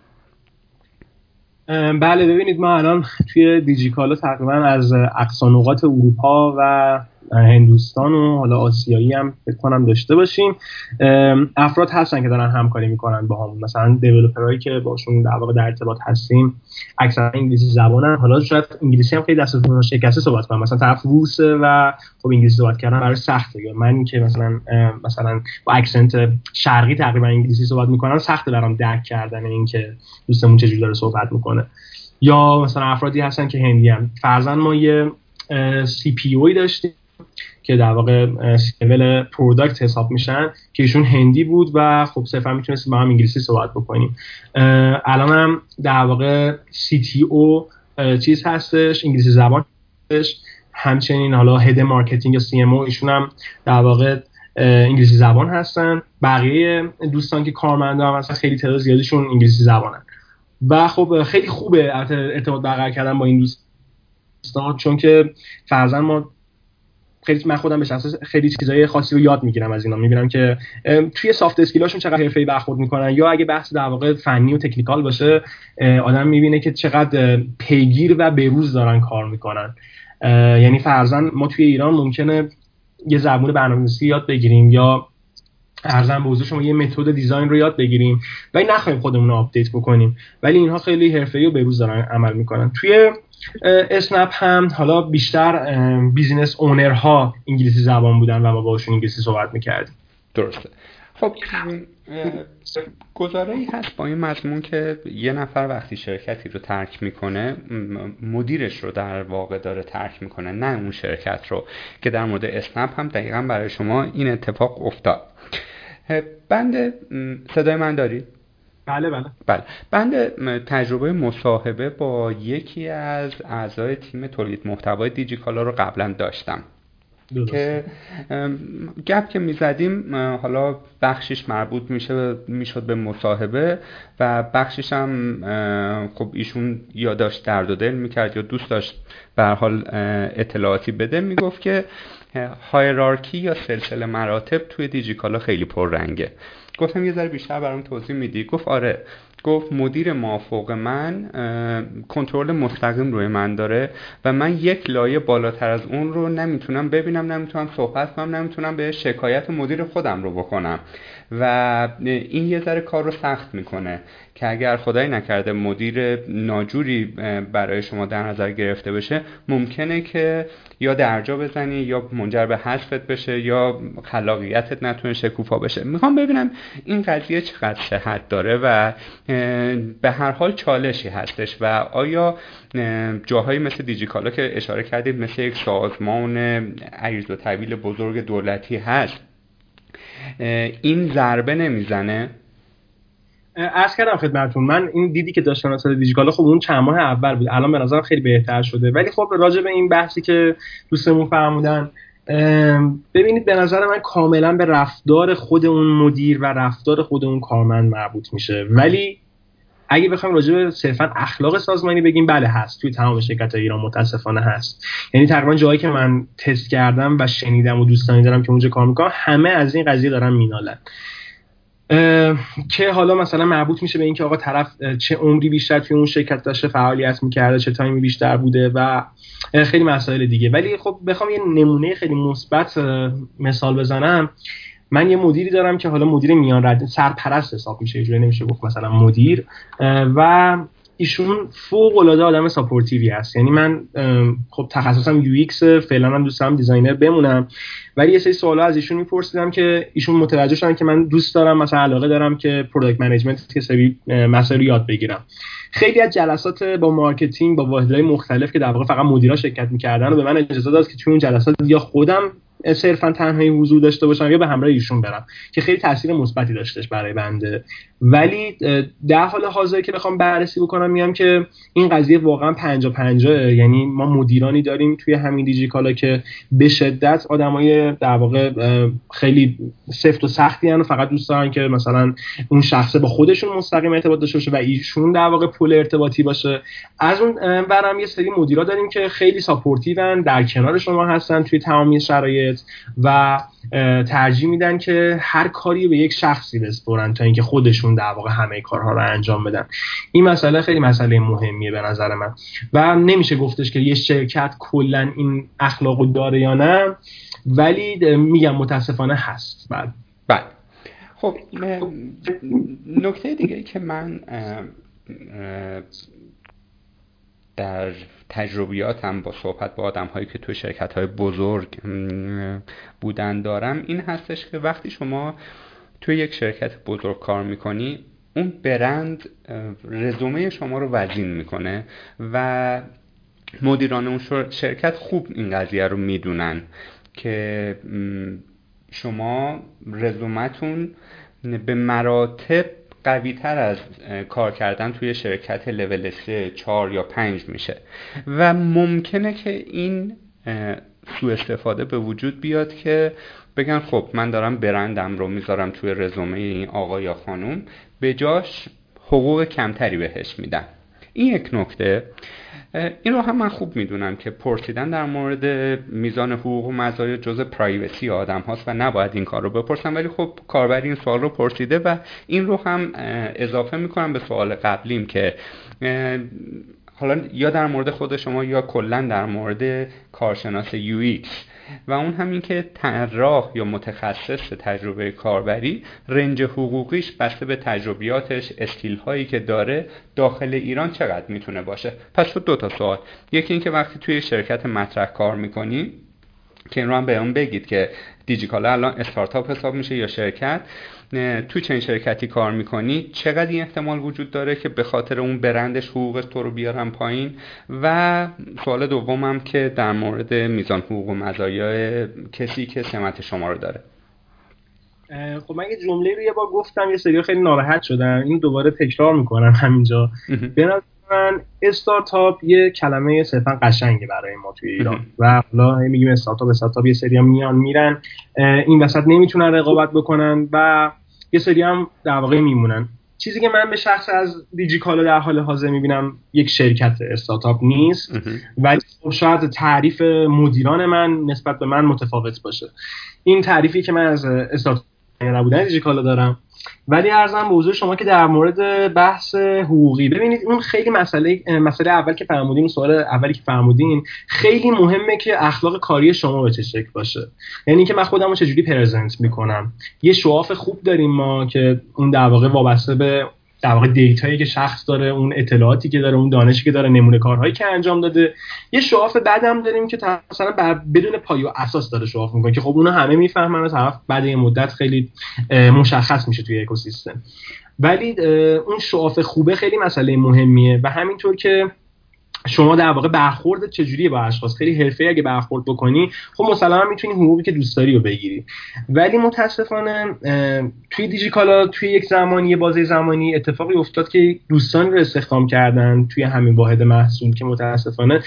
بله ببینید ما الان توی دیجیکالا تقریبا از اقصا نقاط اروپا و هندوستان و حالا آسیایی هم فکر کنم داشته باشیم افراد هستن که دارن همکاری میکنن با هم، مثلا دیولپرایی که باشون در واقع در ارتباط هستیم اکثرا انگلیسی زبانن. حالا شاید انگلیسی هم خیلی دستتون شکسته صحبت کنم، مثلا طرف روسه و خب انگلیسی صحبت کردن برای سخته، یا من که مثلا مثلا با اکسنت شرقی تقریبا انگلیسی صحبت میکنم سخته برام درک کردن این که دوستمون چجوری داره صحبت میکنه. یا مثلا افرادی هستن که هندی هم. فرضاً ما یه سی پی اوی داشتیم که در واقع لیول پروداکت حساب میشن که ایشون هندی بود و خب صرفا میتونستیم با هم انگلیسی صحبت بکنیم. الان هم در واقع سی تی او چیز هستش، انگلیسی زبان هستش، همچنین حالا هد مارکتینگ یا سی ام او ایشون هم در واقع انگلیسی زبان هستن. بقیه دوستان که کارمندا هم هستن خیلی تعداد زیادیشون انگلیسی زبانن و خب خیلی خوبه ارتباط برقرار کردن با این دوستان، چون که فرضاً ما خیلی من خودم به شخص خیلی چیزای خاصی رو یاد میگیرم از اینا، میبینم که توی سافت اسکیلاشون چقدر حرفه‌ای برخورد میکنن، یا اگه بحث در واقع فنی و تکنیکال باشه آدم میبینه که چقدر پیگیر و بروز دارن کار میکنن. یعنی فرضاً ما توی ایران ممکنه یه زبان برنامه‌نویسی یاد بگیریم یا ارزم به حضور شما یه متد دیزاین رو یاد بگیریم ولی نخوایم خودمون رو آپدیت بکنیم، ولی اینها خیلی حرفه‌ای و بروز دارن عمل میکنن. توی اسنپ هم حالا بیشتر بیزینس اونرها انگلیسی زبان بودن و ما باشون انگلیسی صحبت میکردیم. درسته. خب گزاره‌ای هست با این مضمون که یه نفر وقتی شرکتی رو ترک میکنه مدیرش رو در واقع داره ترک میکنه، نه اون شرکت رو، که در مورد اسنپ هم دقیقاً برای شما این اتفاق افتاد. بند صدای من دارید؟ بله بله بله. بند تجربه مصاحبه با یکی از اعضای تیم تولید محتوای دیجیکالا رو قبلا داشتم درست. که گپ که میزدیم حالا بخشش مربوط میشه میشد به مصاحبه و بخشش هم خب ایشون یا داشت درد و دل میکرد یا دوست داشت به هر حال اطلاعاتی بده. میگفت که هایرارکی یا سلسله مراتب توی دیجیکالا خیلی پررنگه. گفتم یه ذره بیشتر برام توضیح میدی؟ گفت آره. گفت مدیر ما فوق من کنترل مستقیم روی من داره و من یک لایه بالاتر از اون رو نمیتونم ببینم، نمیتونم صحبت کنم، نمیتونم به شکایت مدیر خودم رو بکنم و این یه ذره کار رو سخت میکنه که اگر خدای نکرده مدیر ناجوری برای شما در نظر گرفته بشه ممکنه که یا درجا بزنی یا منجر به حذفت بشه یا خلاقیتت نتونه شکوفا بشه. میخوام ببینم این قضیه چقدر صحت داره و به هر حال چالشی هستش و آیا جاهایی مثل دیجیکالا که اشاره کردید مثل یک سازمان عریض الطویل بزرگ دولتی هست این ضربه نمیزنه؟ عرض کردم خدمتتون من این دیدی که داشتم مثلا دیجیکالا خب اون چند ماه اول بود، الان به نظرم خیلی بهتر شده. ولی خب راجع به این بحثی که دوستمون فرمودن، ببینید به نظر من کاملا به رفتار خود اون مدیر و رفتار خود اون کارمند مربوط میشه. ولی اگه بخوایم راجع به صرفا اخلاق سازمانی بگیم، بله هست، توی تمام شرکت‌های ایران متاسفانه هست. یعنی تقریبا جایی که من تست کردم و شنیدم و دوستانی دارم که اونجا کار میکنن همه از این قضیه دارن مینالن که حالا مثلا مربوط میشه به اینکه آقا طرف چه عمری بیشتر توی اون شرکت داشته فعالیت میکرده، چه تایمی بیشتر بوده و خیلی مسائل دیگه. ولی خب بخوام یه نمونه خیلی مثبت مثال بزنم، من یه مدیری دارم که حالا مدیر میان رد سرپرست حساب میشه، اینجوری نمیشه گفت مثلا مدیر، و ایشون فوق العاده آدم ساپورتیوی هست. یعنی من خب تخصصم یو ایکس، فعلا هم دوست دارم دیزاینر بمونم، ولی یه سری سوالا از ایشون میپرسیدم که ایشون متوجه شدن که من دوست دارم مثلا علاقه دارم که پروداکت منیجمنت که سری مسائل یاد بگیرم. خیلی از جلسات با مارکتینگ با واحدهای مختلف که در واقع فقط مدیرا شرکت می‌کردن و به من اجازه داد که توی اون جلسات یا خودم صرفا تنهایی حضور داشته باشم یا به همراه ایشون برم که خیلی تاثیر مثبتی داشتش برای بنده. ولی در حال حاضر که بخوام بررسی بکنم میگم که این قضیه واقعا پنجاه پنجاه. یعنی ما مدیرانی داریم توی همین دیجیکالا که به شدت آدمای در واقع خیلی سفت و سختی ان و فقط دوست دارن که مثلا اون شخص با خودشون مستقیم ارتباط داشته باشه و ایشون در واقع پول ارتباطی باشه. از اون برام یه سری مدیرا داریم که خیلی ساپورتیون، در کنار شما هستن توی تمامی شرایط و ترجیح میدن که هر کاری به یک شخصی بسپرن تا اینکه خودشون در واقع همه کارها رو انجام بدن. این مسئله خیلی مسئله مهمیه به نظر من و نمیشه گفتش که یه شرکت کلا این اخلاقو داره یا نه، ولی میگم متاسفانه هست. بله بله. خب نکته دیگه که من در تجربیاتم با صحبت با آدم هایی که تو شرکت های بزرگ بودن دارم این هستش که وقتی شما توی یک شرکت بزرگ کار میکنی اون برند رزومه شما رو وزین میکنه و مدیران اون شرکت خوب این قضیه رو میدونن که شما رزومتون به مراتب قوی تر از کار کردن توی شرکت لول سه، چهار یا پنج میشه و ممکنه که این سوء استفاده به وجود بیاد که بگن خب من دارم برندم رو میذارم توی رزومه این آقا یا خانوم، به جاش حقوق کمتری بهش میدن. این یک نکته. این رو هم من خوب میدونم که پرسیدن در مورد میزان حقوق و مزایا جزء پرایوسی آدم هاست و نباید این کار رو بپرسن، ولی خب کاربر این سوال رو پرسیده و این رو هم اضافه میکنم به سوال قبلیم که حالا یا در مورد خود شما یا کلا در مورد کارشناس یو ایکس و اون همین که طراح یا متخصص تجربه کاربری رنج حقوقیش بسته به تجربیاتش، اسکیل هایی که داره داخل ایران چقدر میتونه باشه. پس شد دو تا سوال. یکی این که وقتی توی شرکت مطرح کار میکنی که این رو هم به اون بگید که دیجیکالا الان استارتاپ حساب میشه یا شرکت، تو چه شرکتی کار میکنی، چقدر این احتمال وجود داره که به خاطر اون برندش حقوق تو رو بیارن پایین، و سوال دومم که در مورد میزان حقوق و مزایای کسی که سمت شما رو داره. خب من یه جمله رو یه بار گفتم، یه سری خیلی ناراحت شدن، این دوباره تکرار میکنم همینجا. به نظر من استارتاپ یه کلمه صرفا قشنگه برای ما توی ایران و حالا میگیم استارتاپ استارتاپ یه سری هم میان میرن این وسط نمیتونن رقابت بکنن و یه سری هم در واقع میمونن. چیزی که من به شخص از دیجیکالا در حال حاضر میبینم یک شرکت استارتاپ نیست، ولی شاید تعریف مدیران من نسبت به من متفاوت باشه. این تعریفی که من از استارتاپ نبودن دیجیکالا دارم. ولی عرضم به حضور شما که در مورد بحث حقوقی، ببینید اون خیلی مسئله مسئله اول که فرمودین، سوال اولی که فرمودین خیلی مهمه که اخلاق کاری شما به چه شکل باشه. یعنی که من خودمو چجوری پرزنت میکنم. یه شواف خوب داریم ما که اون در واقع وابسته به در واقع دیتایی که شخص داره، اون اطلاعاتی که داره، اون دانشی که داره، نمونه کارهایی که انجام داده. یه شواف بعدم داریم که مثلا بدون پایه و اساس داره شواف میکنه که خب اونها همه میفهمن و طرف بعد یه مدت خیلی مشخص میشه توی اکوسیستم. ولی اون شواف خوبه خیلی مسئله مهمیه و همینطور که شما در واقع برخورد چجوریه با اشخاص. خیلی حرفه‌ای اگه برخورد بکنی خب مسلما میتونی حقوقی که دوست داری رو بگیری. ولی متاسفانه توی دیجیکالا توی یک زمانی، بازه زمانی اتفاقی افتاد که دوستانی رو استخدام کردن توی همین واحد محصول که متاسفانه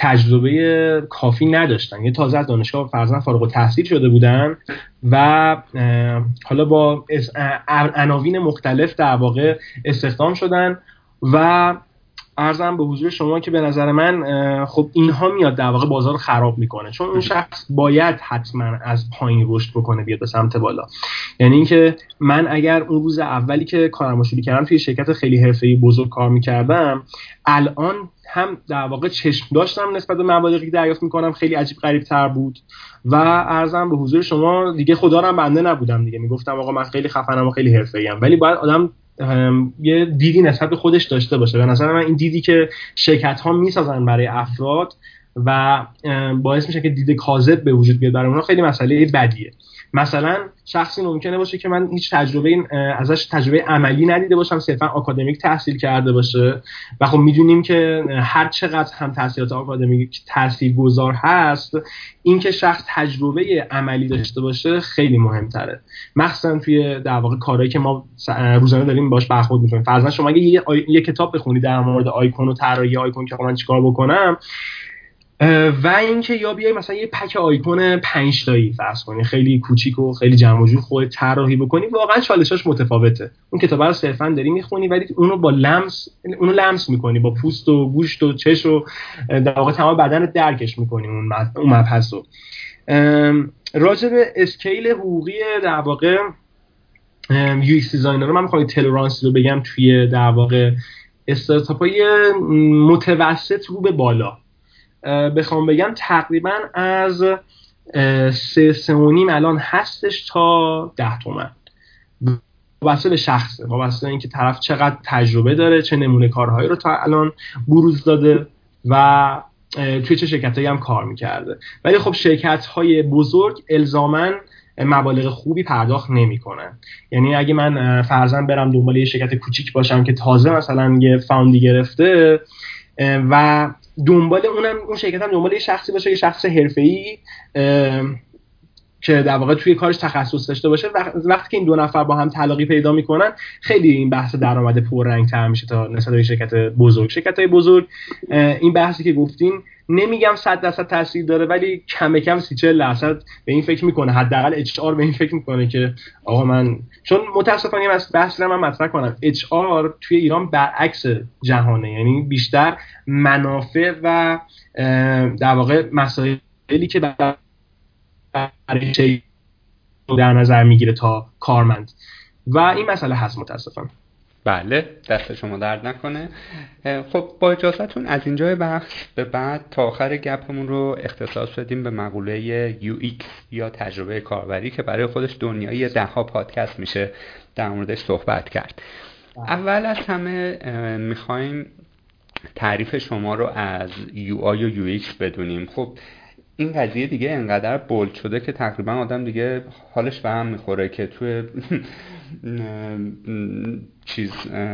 تجربه کافی نداشتن. یه تازه از دانشگاه فرضاً فارغ التحصیل شده بودن و حالا با عناوین مختلف در واقع استخدام شدن و عرضم به حضور شما که به نظر من خب اینها میاد در واقع بازار رو خراب میکنه، چون اون شخص باید حتما از پایین رشد بکنه بیاد به سمت بالا. یعنی اینکه من اگر اون روز اولی که کارم رو شروع کردم توی شرکت خیلی حرفه‌ای بزرگ کار میکردم، الان هم در واقع چشم داشتم نسبت به مبالغی که دریافت میکنم خیلی عجیب غریب تر بود و عرضم به حضور شما دیگه خدا رو بنده نبودم دیگه، میگفتم آقا من خیلی خفنم و خیلی حرفه‌ای ام. ولی باید آدم یه دیدی نسبت به خودش داشته باشه. به نظر من این دیدی که شرکت ها میسازن برای افراد و باعث میشه که دید کاذب به وجود بیاد برای اونها خیلی مسئله بدیه. مثلا شخصی ممکنه باشه که من هیچ تجربه ازش تجربه عملی ندیده باشم، صرفا آکادمیک تحصیل کرده باشه و خب میدونیم که هر چقدر هم تحصیلات آکادمیک تاثیرگذار هست، این که شخص تجربه عملی داشته باشه خیلی مهمتره، مخصوصا توی در واقع کارهایی که ما روزانه داریم باش برخورد میکنیم. فرضاً شما اگه یه, آی... یه کتاب بخونی در مورد آیکون و طراحی آیکون که من چیکار بکنم و اینکه یا بیای مثلا یه پک آیکون پنج تایی فرض کنی خیلی کوچیک و خیلی جمع و جور خودت طراحی بکنی، واقعا چالشاش متفاوته. اون کتاب رو صرفا داری میخونی ولی اونو با لمس اونو لمس میکنی، با پوست و گوشت و چش و در واقع تمام بدنت درکش میکنی اون اون مبحث رو. راجع به اسکیل حقوقی در واقع یو ایکس دیزاینر رو من میخوام تولرانسی رو بگم توی در واقع استارتاپ‌های متوسط رو به بالا بخوام بگم تقریبا از سه سه و نیم الان هستش تا ده تومن، وابسته به شخصه، وابسته به اینکه طرف چقدر تجربه داره، چه نمونه کارهایی رو تا الان بروز داده و توی چه شرکتایی هم کار میکرده. ولی خب شرکت‌های بزرگ الزاماً مبالغ خوبی پرداخت نمی‌کنن. یعنی اگه من فرضاً برم دنبال یه شرکت کوچیک باشم که تازه مثلا یه فاوندی گرفته و دنبال اونم اون شرکت هم دنبال یه شخصی باشه، یه شخص حرفه‌ای که در واقع توی کارش تخصص داشته باشه، وقتی که این دو نفر با هم تلاقی پیدا میکنن خیلی این بحث درآمد پررنگ‌تر میشه تا نسبت به شرکت بزرگ. شرکت‌های بزرگ این بحثی که گفتین نمیگم صد درصد تاثیر داره ولی کم کم سی چهل درصد به این فکر میکنه، حداقل اچ آر به این فکر میکنه که آقا من، چون متاسفانه این بحث رو من مطرح کنم، اچ آر توی ایران برعکس جهانه، یعنی بیشتر منافع و در واقع مسائلی که برای چه در نظر میگیره تا کارمند و این مسئله هست متاسفانه. بله، دست شما درد نکنه. خب با اجازهتون از اینجای بحث به بعد تا آخر گپمون رو اختصاص بدیم به مقوله یو ایکس یا تجربه کاربری که برای خودش دنیای ده ها پادکست میشه در موردش صحبت کرد. اول از همه میخوایم تعریف شما رو از یو آی و یو ایکس بدونیم. خب این قضیه دیگه انقدر بولد شده که تقریبا آدم دیگه حالش به هم میخوره که توی چیز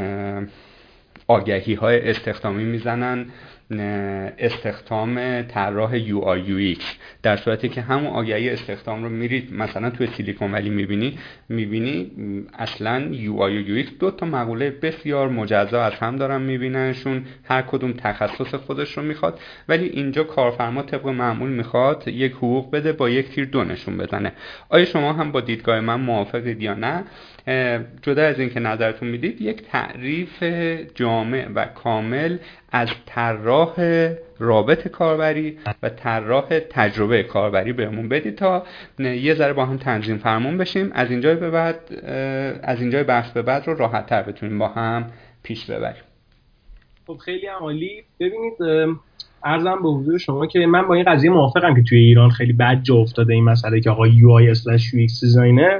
آگهی های استخدامی میزنن استخدام طراح یو آی یو ایکس، در صورتی که همون آگهی استخدام رو میرید مثلا توی سیلیکون ولی میبینی میبینی اصلا یو آی یو ایکس دو تا مقوله بسیار مجزا از هم دارن میبیننشون، هر کدوم تخصص خودش رو میخواد، ولی اینجا کارفرما طبق معمول میخواد یک حقوق بده با یک تیر دو نشون بزنه. آیا شما هم با دیدگاه من موافقید یا نه؟ جدا از این که نظرتون میدید، یک تعریف جامع و کامل از طراح رابط کاربری و طراح تجربه کاربری بهمون بدید تا یه ذره با هم تنظیم فرمون بشیم، از اینجای به بعد از اینجای بحث به بعد رو راحت تر بتونیم با هم پیش ببریم. خب خیلی عالی. ببینید عرضم به حضور شما که من با این قضیه موافقم که توی ایران خیلی بد جا افتاده این مسئله که آقا یو آی اسلش یو ایکس دیزاینر.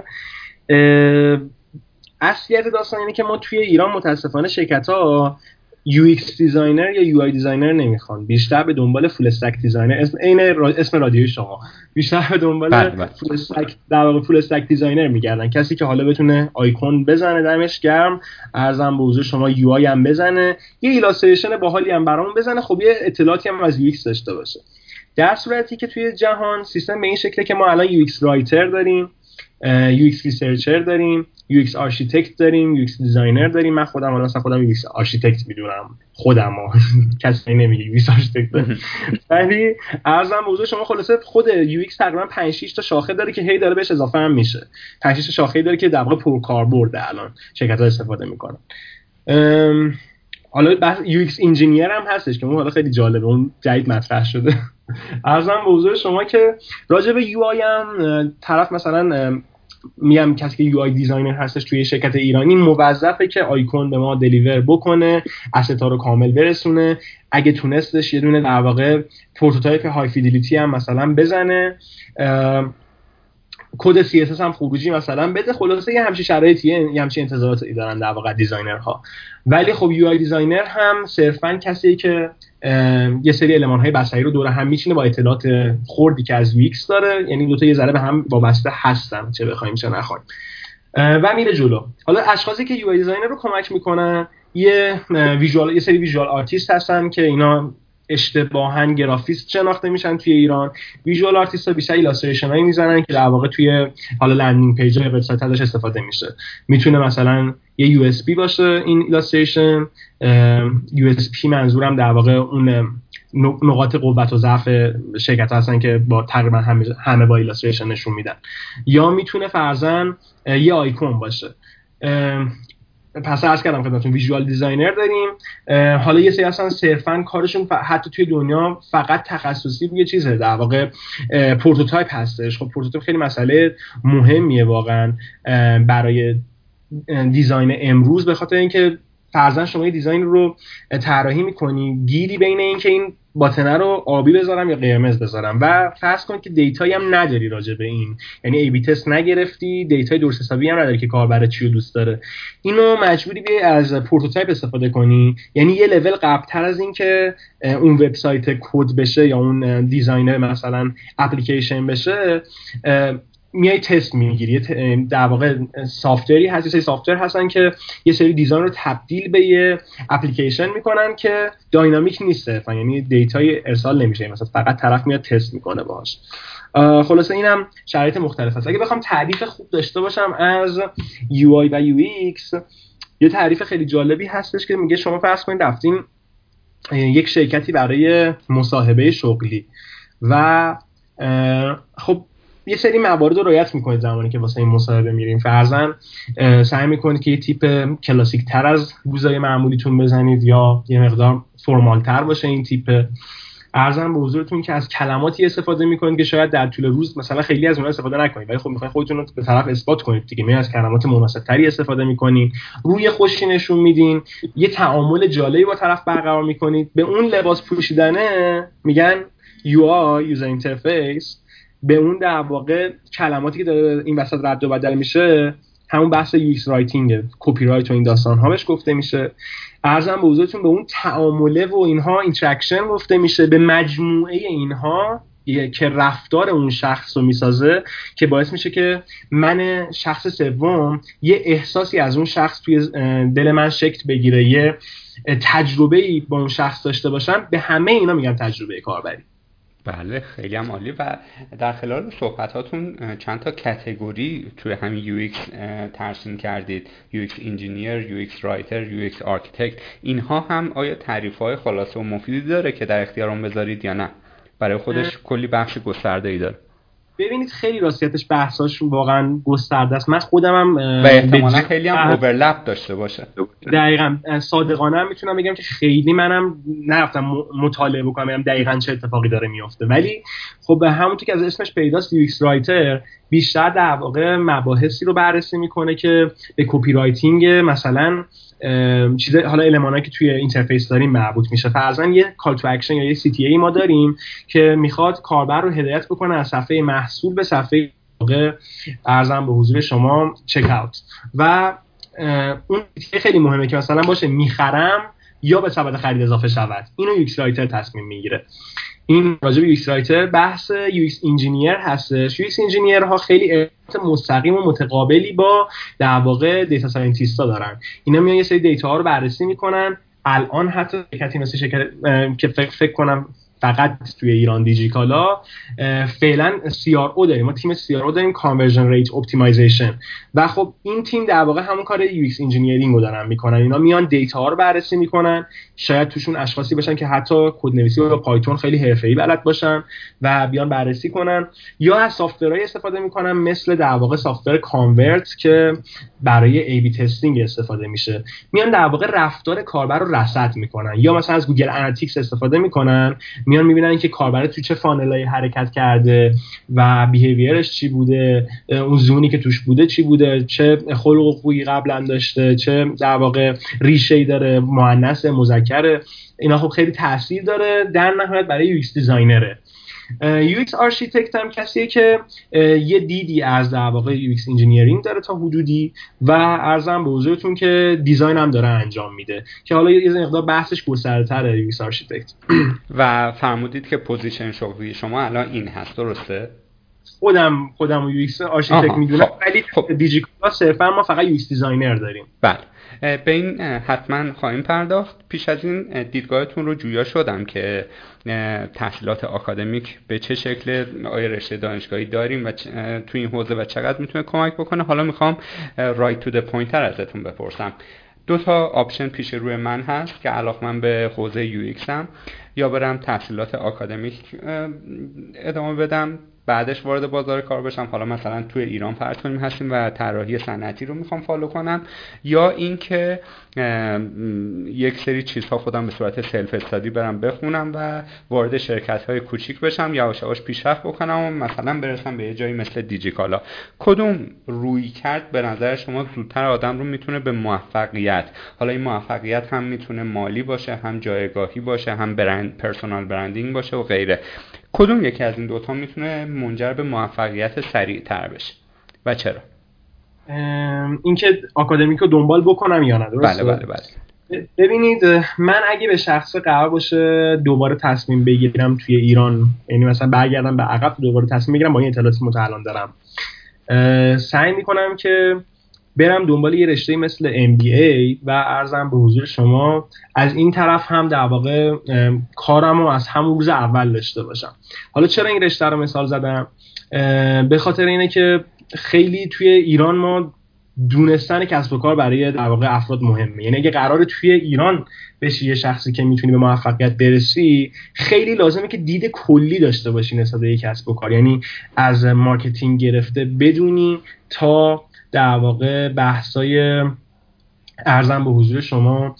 اصلیت داستان اینه که ما توی ایران متاسفانه شرکت‌ها یو ایکس دیزاینر یا یو آی دیزاینر نمیخوان، بیشتر به دنبال فول استک دیزاینر، اسم عین اسم رادیوی شما، بیشتر به دنبال فول استک در واقع فول استک دیزاینر میگردن، کسی که حالا بتونه آیکون بزنه دمش گرم، ارزم به حضور شما یو آی هم بزنه، یه ایلاستریشن باحالی هم برامون بزنه، خب یه اطلاعاتی هم از یو ایکس داشته باشه. در صورتی که توی جهان سیستم به این شکله که ما الان یو ایکس رایتر داریم، یو ایکس ریسرچر داریم، یو ایکس آرشیتکت داریم، یو ایکس دیزاینر داریم. من خودم الان اصلا خودم یو ایکس آرشیتکت میدونم خودم، کسی نمیگه یو ایکس آرشیتکت. ولی ارزم به حضور شما خلاصه خود یو ایکس تقریبا پنج شش تا شاخه داره که هی داره بهش اضافه هم میشه. پنج شش تا شاخه داره که در واقع پر کاربرد الان شرکت‌ها استفاده میکنن. حالا بحث یو ایکس انجینیر هم هستش که اون حالا خیلی جالبه، اون جدید مطرح شده. ارزم به حضور شما که راجع به یو آی هم طرف مثلا میگم کسی که یو آی دیزاینر هستش توی شرکت ایرانی موظفه که آیکون به ما دلیور بکنه، استا رو کامل برسونه، اگه تونستش یه دونه در واقع پروتوتایپ های فیدلیتی هم مثلا بزنه، کد سی اس اس هم خروجی مثلا بده. خلاصه یه همچین شرایطیه، یه همچین انتظاراتی دارن در واقع دیزاینرها. ولی خب یو آی دیزاینر هم صرفاً کسیه که یه سری المان‌های بصری رو دور هم میچینه با اطلاعات خوردی که از یو ایکس داره، یعنی دو تا یه ذره به هم وابسته هستن، چه بخوایم چه نخوایم، و میره جلو. حالا اشخاصی که یو آی دیزاینر رو کمک میکنن یه ویژوال یه سری ویژوال آرتیست هستن که اینا اشتباهاً گرافیست شناخته میشن توی ایران. ویژوال آرتیست ها بیشتر ایلاستریشن هایی میزنن که در واقع توی حالا لندینگ پیج های وبسایت ازش استفاده میشه. میتونه مثلا یه یو اس پی باشه این ایلاستریشن. یو اس پی منظورم در واقع اون نقاط قوت و ضعف شرکت هستن که با تقریبا همه, همه با ایلاستریشن نشون میدن. یا میتونه فرضاً یه آیکون باشه. پس عرض کردم خدمتتون ویژوال دیزاینر داریم. حالا یه سری اصلا صرفاً کارشون حتی توی دنیا فقط تخصصی روی چیزه، در واقع پروتوتایپ هستش. خب پروتوتایپ خیلی مسئله مهمیه واقعا برای دیزاین امروز، به خاطر اینکه فرضاً شما یه دیزاین رو طراحی می‌کنی، گیری بین این که این باتنه رو آبی بذارم یا قرمز بذارم و فرض کن که دیتایی هم نداری راجع به این، یعنی ای بی تست نگرفتی، دیتای درست حسابی هم نداری که کاربر چی رو دوست داره، اینو مجبوری بیای از پروتوتایپ استفاده کنی، یعنی یه لول قبل‌تر از این که اون وبسایت کد بشه یا اون دیزاینر مثلا اپلیکیشن بشه میای تست میگیری. در واقع سافتوری هست، یه سری سافتور هستن که یه سری دیزاین رو تبدیل به یه اپلیکیشن میکنن که داینامیک نیست، یعنی دیتای ارسال نمیشه، مثلا فقط طرف میاد تست میکنه باهاش. خلاصه اینم شرایط مختلف هست. اگه بخوام تعریف خوب داشته باشم از یو آی و یو ایکس، یه تعریف خیلی جالبی هستش که میگه شما فرض کنید رفتین یک شرکتی برای مصاحبه شغلی و خب یه سری موارد رو رعایت میکنید زمانی که واسه این مصاحبه میرین. فرضاً سعی میکنید که یه تیپ کلاسیک تر از گوزای معمولیتون بزنید یا یه مقدار فرمال تر باشه این تیپ. عرضم به حضورتون که از کلماتی استفاده میکنید که شاید در طول روز مثلا خیلی از اونها استفاده نکنید، ولی خب میخواید خودتون رو به طرف اثبات کنید دیگه، می از کلمات مناسب تری استفاده میکنید، روی خوشی نشون میدین، یه تعامل جالبی با طرف برقرار میکنید. به اون لباس پوشیدنه میگن یو آی یوزر اینترفیس. به اون در واقع کلماتی که داره این وسط رد و بدل میشه همون بحث یو ایکس رایتینگ، کپی رایت و این داستان ها بهش گفته میشه. عرضم به حضورتون به اون تعامله و اینها اینتراکشن گفته میشه. به مجموعه اینها که رفتار اون شخص رو میسازه که باعث میشه که من شخص سوم یه احساسی از اون شخص توی دل من شکل بگیره، یه تجربه‌ای با اون شخص داشته باشم. به همه اینا میگم تجربه کاربری. بله خیلی هم عالی. و در خلال صحبتاتون چند تا کاتگوری توی همین یو ایکس ترسیم کردید، یو ایکس انجینیر، یو ایکس رایتر، یو ایکس آرکیتکت. اینها هم آیا تعریف‌های خلاصه و مفیدی داره که در اختیارم بذارید یا نه؟ برای خودش کلی بخش گسترده‌ای داره. ببینید خیلی راستیتش بحثاش واقعا گسترده است. من خودم هم و احتمالاً خیلی هم اوورلپ داشته باشه. دقیقاً صادقانه هم میتونم بگم که خیلی منم نرفتم مطالعه بکنم ببینم دقیقاً چه اتفاقی داره میفته، ولی خب همونطور که از اسمش پیداست یو ایکس رایتر بیشتر در واقع مباحثی رو بررسی میکنه که به کپی رایتینگ مثلا چیز حالا المانایی که توی اینترفیس داریم مربوط میشه. فرضاً یه کال تو اکشن یا یه سی تی ای ما داریم که میخواد کاربر رو هدایت بکنه از صفحه محصول به صفحه واقع ارزم به حضور شما چک اوت، و اون خیلی مهمه که مثلا باشه میخرم یا به سبد خرید اضافه شود. اینو یو ایکس رایتر تصمیم میگیره. این راجع به یو ایکس رایتر بحث یو ایکس انجینیر هستش. یو ایکس انجینیرها خیلی ارتباط مستقیم و متقابلی با در واقع دیتا ساینتیستا دارن. اینا میان یه سری دیتا ها رو بررسی میکنن. الان حتی شرکتی مثل شرکت که فکر فکر کنم فقط توی ایران دیجیکالا فعلا سی آر او داریم، ما تیم سی آر او داریم، کانورژن ریت اپتیمایزیشن، و خب این تیم در واقع همون کار یو ایکس انجینیرینگ رو دارن میکنن. اینا میان دیتا ها رو بررسی میکنن، شاید توشون اشخاصی باشن که حتی کدنویسی و پایتون خیلی حرفه‌ای بلد باشن و بیان بررسی کنن، یا از سافتورهای استفاده میکنن مثل در واقع سافتور کانورت که برای ای بی تستینگ استفاده میشه. میان در واقع رفتار کاربر رو رصد میکنن، یا مثلا از گوگل آنالیتیکس استفاده میکنن، میان میبینن که کاربر تو چه فانلای حرکت کرده و بیهیویرش چی بوده، اون زونی که توش بوده چی بوده، چه خلق و خویی قبلا داشته، چه در واقع ریشه‌ای داره، مؤنث مذکر. اینا خب خیلی تاثیر داره در نهایت برای یو ایکس دیزاینره. یو ایکس آرکیتکت هم کسیه که یه دیدی از در واقع یو ایکس انجینیرینگ داره تا حدودی، و عرضم به حضورتون که دیزاین هم داره انجام میده که حالا یه مقدار بحثش گسترده‌تره یو ایکس آرکیتکت. و فرمودید که پوزیشن شغلی شما الان این هست، درسته؟ خودم خودم یو ایکس آرکیتکت میدونم، ولی خب. دیجیکالا صرفا ما فقط یو ایکس دیزاینر داریم. بله به این حتما خواهیم پرداخت. پیش از این دیدگاهتون رو جویا شدم که تحصیلات آکادمیک به چه شکل، آیا رشته دانشگاهی داریم و تو این حوزه و چقدر میتونه کمک بکنه. حالا میخوام رایت تو د پوینتر ازتون بپرسم. دو تا آپشن پیش روی من هست که علاقه‌مند به حوزه یو ایکس ام، یا برم تحصیلات آکادمیک ادامه بدم بعدش وارد بازار کار بشم، حالا مثلا توی ایران فرض کنیم هستیم و طراحی صنعتی رو میخوام فالو کنم، یا اینکه یک سری چیزها خودم به صورت سلف استادی برم بخونم و وارد شرکت‌های کوچیک بشم، یواش یواش پیشرفت بکنم و مثلا برسم به یه جایی مثل دیجیکالا. کدوم روی کرد به نظر شما زودتر آدم رو میتونه به موفقیت، حالا این موفقیت هم میتونه مالی باشه، هم جایگاهی باشه، هم برند پرسونال برندینگ باشه و غیره، کدوم یکی از این دوتا میتونه منجر به موفقیت سریع‌تر بشه و چرا؟ اینکه آکادمیک رو دنبال بکنم یا نه، درسته؟ بله بله بله. ببینید من اگه به شخص قرار باشه دوباره تصمیم بگیرم توی ایران، یعنی مثلا برگردم به عقب دوباره تصمیم بگیرم با این اطلاعاتی که الان دارم، سعی میکنم که برم دنبال یه رشته مثل ام بی ای و عرضم به حضور شما از این طرف هم در واقع کارمو از همون روز اول داشته باشم. حالا چرا این رشته رو مثال زدم؟ به خاطر اینه که خیلی توی ایران ما دونستن کسب و کار برای در واقع افراد مهمه. یعنی اگه قراره توی ایران بشی یه شخصی که میتونی به موفقیت برسی، خیلی لازمه که دید کلی داشته باشی نسبت به کسب و کار، یعنی از مارکتینگ گرفته بدونی تا در واقع بحثای ارزم به حضور شما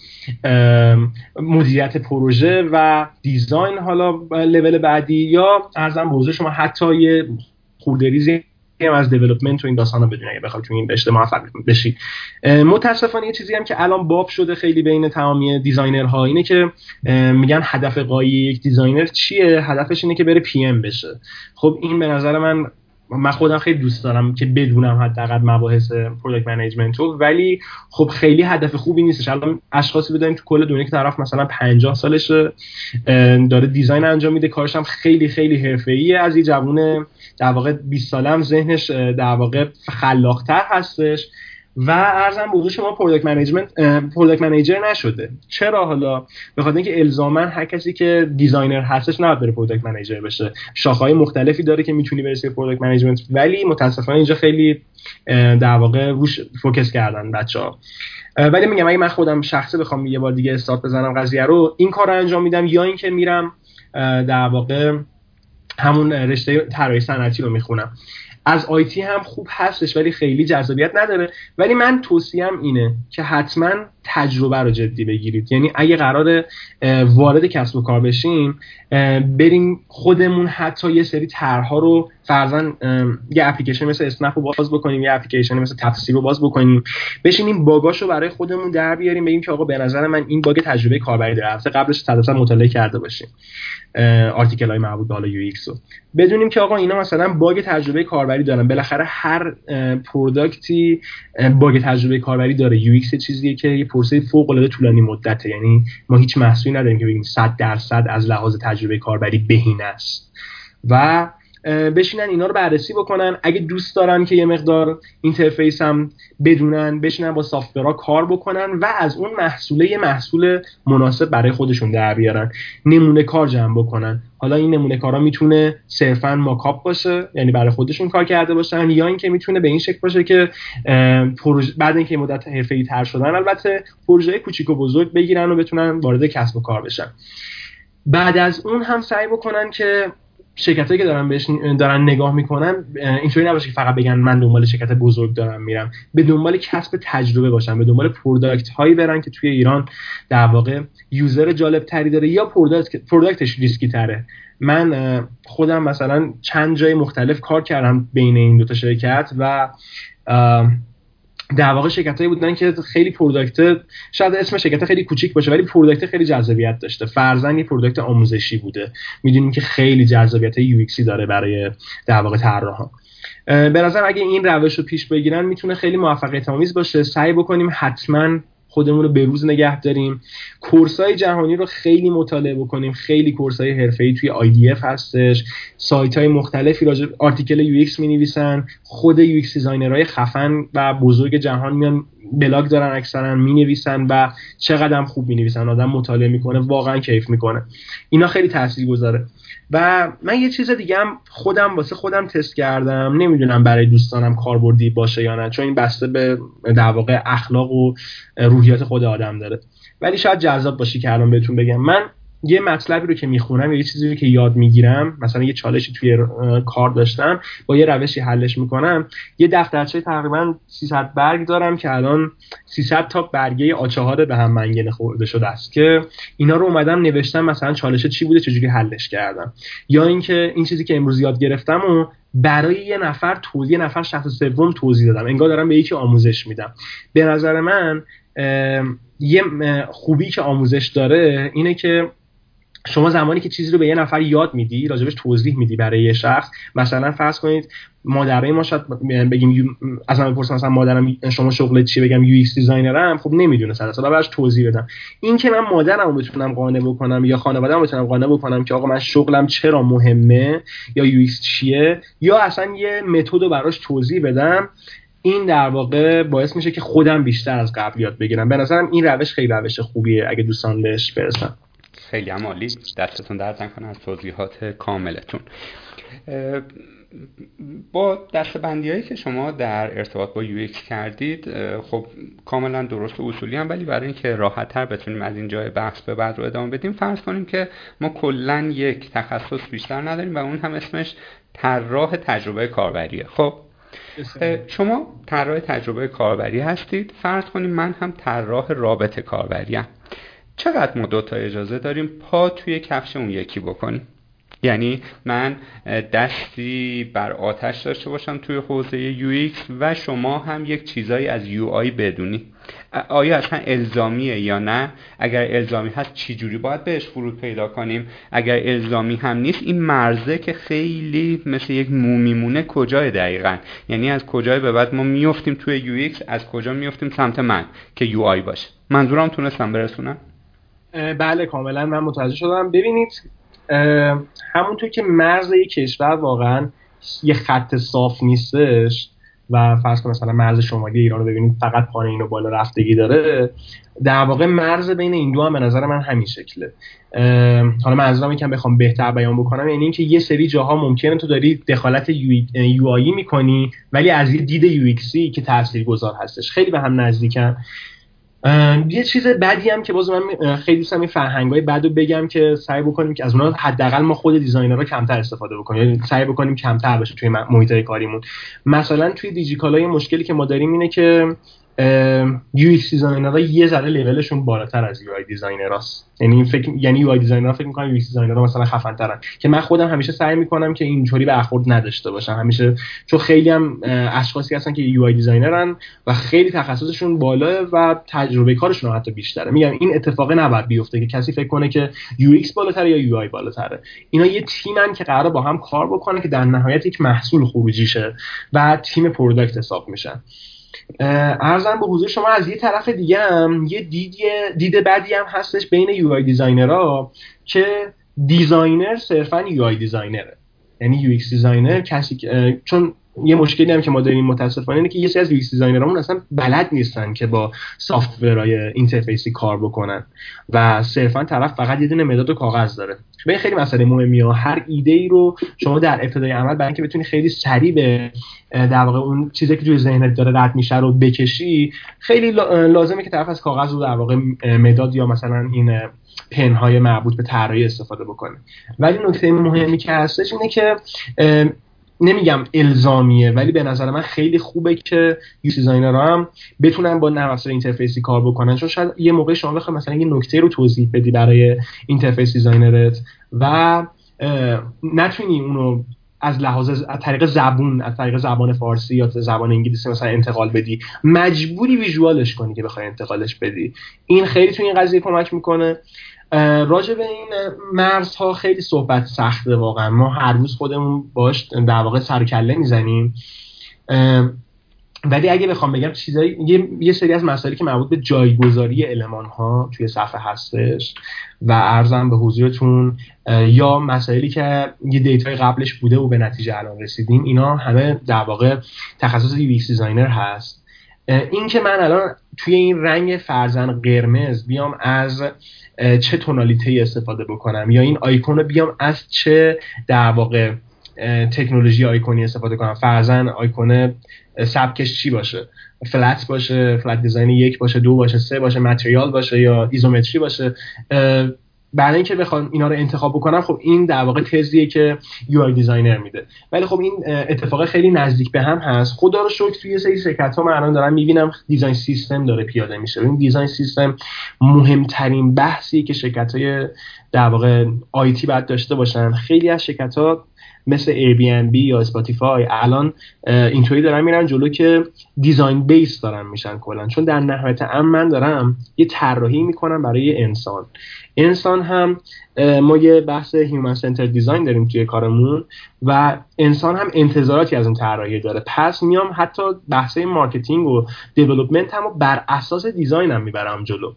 مدیریت پروژه و دیزاین، حالا لول بعدی، یا ارزم به حضور شما حتی یه خورده‌ریزی از دیولپمنت و این داستانا بدون اگه بخوای تو این رشته موفق بشی. متاسفانه یه چیزی هم که الان باب شده خیلی بین تمامی دیزاینرها اینه که میگن هدف قایی یک دیزاینر چیه؟ هدفش اینه که بره پی ام بشه. خب این به نظر من من خودم خیلی دوست دارم که بدونم حداقل مباحث پروداکت منیجمنت رو، ولی خب خیلی هدف خوبی نیستش. الان اشخاصی بدونیم تو کل دنیا که طرف مثلا پنجاه سالشه داره دیزاین انجام میده، کارش هم خیلی خیلی حرفه‌ایه، از یه جوون در واقع بیست ساله هم ذهنش در واقع خلاق‌تر هستش و ارزم به حضور شما پروداکت منیجمنت پروداکت منیجر نشده. چرا؟ حالا به خاطر اینکه الزاما هر کسی که دیزاینر هستش نباید بره پروداکت منیجر بشه. شاخه‌های مختلفی داره که میتونی برسی به پروداکت منیجمنت، ولی متاسفانه اینجا خیلی در واقع روش فوکس کردن بچه‌ها. ولی میگم اگه من خودم شخصی بخوام یه بار دیگه استارت بزنم قضیه رو، این کار رو انجام میدم، یا اینکه میرم در واقع همون رشته طراحی صنعتی رو میخونم. از آیتی هم خوب هستش ولی خیلی جذابیت نداره. ولی من توصیهم اینه که حتما تجربه رو جدی بگیرید. یعنی اگه قراره وارد کسب و کار بشیم، بریم خودمون حتی یه سری طرح‌ها رو فرضاً یه اپلیکیشن مثل اسنپ رو باز بکنیم، یه اپلیکیشن مثل تفسیر رو باز بکنیم، بشینیم باگاشو برای خودمون در بیاریم، بگیم که آقا به نظر من این باگ تجربه کاربری داره. البته قبلش صد مطالعه کرده باشیم آرتیکل های مربوط به حالا یو ایکس رو، بدونیم که آقا اینا مثلا باگ تجربه کاربری دارن. بالاخره هر پروداکتی باگ تجربه کاربری داره. یو ایکس چیزیه که یه پروسه فوق العاده طولانی مدته، یعنی ما هیچ محصولی نداریم که بگیم صد درصد از لحاظ تجربه کاربری بهینه است. و بشینن اینا رو بررسی بکنن. اگه دوست دارن که یه مقدار اینترفیس هم بدونن، بشینن با سافتورها کار بکنن و از اون محصوله یه محصول مناسب برای خودشون در بیارن، نمونه کار جمع بکنن. حالا این نمونه کارا میتونه صرفاً ماکاپ باشه، یعنی برای خودشون کار کرده باشن، یا اینکه میتونه به این شکل باشه که پروژه بعد اینکه مدت حرفه‌ای تر شدن البته پروژه کوچیک و بزرگ بگیرن و بتونن وارد کسب و کار بشن. بعد از اون هم سعی بکنن که شرکتایی که دارن بهش دارن نگاه میکنن اینطوری نباشه که فقط بگن من دنبال شرکت بزرگ دارم میرم، به دنبال کسب تجربه باشن، به دنبال پروداکت هایی برن که توی ایران در واقع یوزر جالب تری داره یا پروداکت پروداکتش ریسکی تره. من خودم مثلا چند جای مختلف کار کردم بین این دو تا شرکت و در واقع شرکتایی بودن که خیلی پروداکت، شاید اسم شرکت خیلی کوچیک باشه ولی پروداکت خیلی جذابیت داشته. فرضاً یه پروداکت آموزشی بوده، میدونیم که خیلی جذابیت یو ایکسی داره برای در واقع طراحا. به نظرم اگه این روش رو پیش بگیرن میتونه خیلی موفقیت آمیز باشه. سعی بکنیم حتماً خودمون رو به روز نگه داریم، کورسای جهانی رو خیلی مطالعه بکنیم. خیلی کورسای حرفه‌ای توی آی دی اف هستش، سایت‌های مختلفی راجع به آرتیکل یو ایکس می‌نویسن، خود یو ایکس دیزاینرهای خفن و بزرگ جهان میان بلاگ دارن اکثرا می‌نویسن و چقدر خوب می‌نویسن، آدم مطالعه میکنه واقعا کیف میکنه. اینا خیلی تاثیرگذاره. و من یه چیز دیگه هم خودم واسه خودم تست کردم، نمیدونم برای دوستانم کاربردی باشه یا نه، چون این بسته به در واقع اخلاق و روحیات خود آدم داره، ولی شاید جذاب باشه که الان بهتون بگم. من یه مطلبی رو که میخونم یا یه چیزی رو که یاد میگیرم، مثلا یه چالشی توی کار داشتم با یه روشی حلش میکنم، یه دفترچه تقریبا سیصد برگ دارم که الان سیصد تا برگه آچهار به هم منگنه خورده شده است که اینا رو اومدم نوشتم، مثلا چالش چی بوده چجوری حلش کردم، یا اینکه این چیزی که امروز یاد گرفتم و برای یه نفر توضیح، یه نفر شخص سوم توضیح دادم، انگار دارم به یکی آموزش میدم. به نظر من یه خوبی که آموزش داره اینه که شما زمانی که چیزی رو به یه نفر یاد میدی، راجبش توضیح میدی برای یه شخص، مثلا فرض کنید مادرای ما شاید بگیم یو... از من بپرسن مثلا مادرم شما شغلت چیه، بگم یو ایکس دیزاینرم، خب نمیدونه سر اصلا براش توضیح بدم. این که من مادرمو بتونم قانع بکنم یا خانواده‌مو بتونم قانع بکنم که آقا من شغلم چرا مهمه یا یو ایکس چیه، یا اصلا یه متدو براش توضیح بدم، این در واقع باعث میشه که خودم بیشتر از قبل یاد بگیرم. به نظرم این روش خیلی روش خوبیه اگه دوستان بهش برسن. خیلی هم عالی، دستتون درد نکنه از توضیحات کاملتون. با دسته‌بندی هایی که شما در ارتباط با یو ایکس کردید خب کاملا درست و اصولی هم، ولی برای اینکه راحت تر بتونیم از این جای بحث به بعد رو ادامه بدیم، فرض کنیم که ما کلا یک تخصص بیشتر نداریم و اون هم اسمش طراح تجربه کاربریه. خب شما طراح تجربه کاربری هستید، فرض کنیم من هم طراح رابط کاربری ام. چقدر ما دوتا اجازه داریم پا توی کفش اون یکی بکنیم؟ یعنی من دستی بر آتش داشته باشم توی حوزه یو ایکس و شما هم یک چیزایی از یو آی بدونی. آیا اصلا الزامیه یا نه؟ اگر الزامی هست چی جوری باید بهش ورود پیدا کنیم؟ اگر الزامی هم نیست این مرزه که خیلی مثل یک مو میمونه کجای دقیقاً؟ یعنی از کجای به بعد ما میافتیم توی یو ایکس، از کجا میافتیم سمت من که یو آی باشه؟ منظورم تونستم برسونم؟ بله کاملا من متوجه شدم. ببینید همونطور که مرز یک کشور واقعا یه خط صاف نیستش و فرض کن مثلا مرز شمالی ایران رو ببینید فقط پایین و بالا رفتگی داره، در واقع مرز بین این دو هم به نظر من همین شکله. حالا منظورم اینکه بخوام بهتر بیان بکنم یعنی اینکه یه سری جاها ممکنه تو داری دخالت یو آی میکنی ولی از یه دید یو ایکسی که تاثیرگذار هستش خیلی به هم نزدیکن. یه چیز بدی هم که باز من خیلی دوست دارم این فرهنگای بدو بگم که سعی بکنیم که از اونها حداقل ما خود دیزاینرها کمتر استفاده بکنیم، یعنی سعی بکنیم کمتر بشه توی محیطای کاریمون. مثلا توی دیجیکالا یه مشکلی که ما داریم اینه که یو ایکس دیزاینرها یه ذره لولشون بالاتر از یو آی دیزاینراست. یعنی فکر یعنی یو آی دیزاینرها فکر می‌کنن یو ایکس دیزاینرها مثلا خفن ترن، که من خودم همیشه سعی می‌کنم که اینطوری برخورد نداشته باشم همیشه، چون خیلی هم اشخاصی هستن که یو آی دیزاینرن و خیلی تخصصشون بالاه و تجربه کارشون حتی بیشتره. میگم این اتفاق نباید بیفته که کسی فکر کنه که یو ایکس بالاتره یا یو آی بالاتره. اینا یه تیمن که قراره با هم کار بکنن که در نهایت یک محصول خروجی شه و تیم پروداکت حساب میشن. عرضم به حضور شما از یه طرف دیگه هم یه دید دید بعدی هم هستش بین یو آی دیزاینرها که دیزاینر صرفا یو آی دیزاینره، یعنی یو ایکس دیزاینر کسی چون یه مشکلی هم که ما داریم متاسفانه اینه که یه سری از یو ایکس دیزاینرامون اصلا بلد نیستن که با سافت‌ورهای اینترفیسی کار بکنن و صرفا طرف فقط یه دونه مداد و کاغذ داره. ببین خیلی مسئله مهمیه، هر ایده ای رو شما در ابتدای عمل برای اینکه بتونی خیلی سریع به در واقع اون چیزی که توی ذهنت داره رد میشه رو بکشی، خیلی لازمه که طرف از کاغذ رو در واقع مداد یا مثلا این پن‌های مربوط به طراحی استفاده بکنه. ولی نکته مهمی که هستش اینه که نمیگم الزامیه ولی به نظر من خیلی خوبه که یو دیزاینرها هم بتونن با نرم افزار اینترفیسی کار بکنن، چون شاید یه موقع شما بخوای مثلا یه نکته رو توضیح بدی برای اینترفیس دیزاینرت و نتونی اونو از لحاظ از طریق زبون از طریق زبان فارسی یا زبان انگلیسی مثلا انتقال بدی، مجبوری ویژوالش کنی که بخوای انتقالش بدی. این خیلی تو این قضیه کمک میکنه. راجع به این مرزها خیلی صحبت سخته واقعا، ما هر روز خودمون باش در واقع سر و کله میزنیم، ولی اگه بخوام بگم چیزایی یه, یه سری از مسائلی که مربوط به جایگذاری المان‌ها توی صفحه هستش و عرضم به حضورتون یا مسائلی که یه دیتای قبلش بوده و به نتیجه الان رسیدیم، اینا همه در واقع تخصص یو ایکس دیزاینر هست. این که من الان توی این رنگ فرزن قرمز بیام از چه تونالیتی استفاده بکنم یا این آیکون رو بیام از چه در واقع تکنولوژی آیکونی استفاده کنم، فرزن آیکون سبکش چی باشه، فلت باشه، فلت دیزاین یک باشه، دو باشه، سه باشه، متریال باشه یا ایزومتری باشه. برای اینکه بخوام اینا رو انتخاب بکنم خب این در واقع تزیه که یو آی دیزاینر میده، ولی خب این اتفاق خیلی نزدیک به هم هست. خدا رو شکر توی سری شرکت‌ها من الان دارم میبینم دیزاین سیستم داره پیاده میشه. این دیزاین سیستم مهمترین بحثی که شرکت‌های در واقع آیتی باید داشته باشن. خیلی از شرکت‌ها مثل ایر بی ام بی یا اسپاتیفای الان اینطوری دارن میرن جلو که دیزاین بیس دارن میشن کلا، چون در نهایت امر من دارم یه طراحی میکنم برای انسان. انسان هم ما یه بحث هیومن سنتر دیزاین داریم توی کارمون و انسان هم انتظاراتی از اون طراحی داره، پس میام حتی بحث مارکتینگ و دیولپمنت هم بر اساس دیزاین هم میبرم جلو.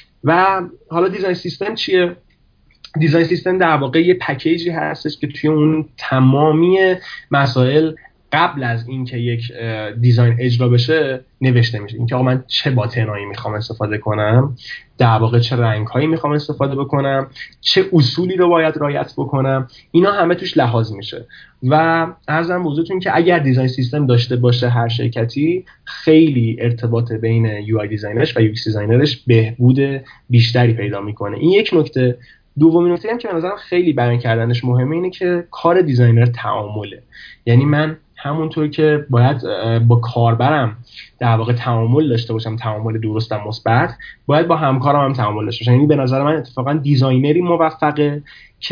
و حالا دیزاین سیستم چیه؟ دیزاین سیستم در واقع یه پکیجی هستش که توی اون تمامی مسائل قبل از اینکه یک دیزاین اجرا بشه نوشته میشه. اینکه آقا من چه باتنایی میخوام استفاده کنم، در واقع چه رنگ‌هایی میخوام استفاده بکنم، چه اصولی رو باید رعایت بکنم، اینا همه توش لحاظ میشه. و عرضم بزرگتون که اگر دیزاین سیستم داشته باشه هر شرکتی، خیلی ارتباط بین یو آی دیزاینرش و یو ایکس دیزاینرش بهبود بیشتری پیدا میکنه. این یک نکته. دومین نکته هم که به نظرم خیلی بیان کردنش مهمه اینه که کار دیزاینر تعامله. یعنی من همونطور که باید با کاربرم در واقع تعامل داشته باشم، تعامل درست و مثبت، باید با همکارم هم تعامل داشته باشم. یعنی به نظر من اتفاقا دیزاینری موفقه که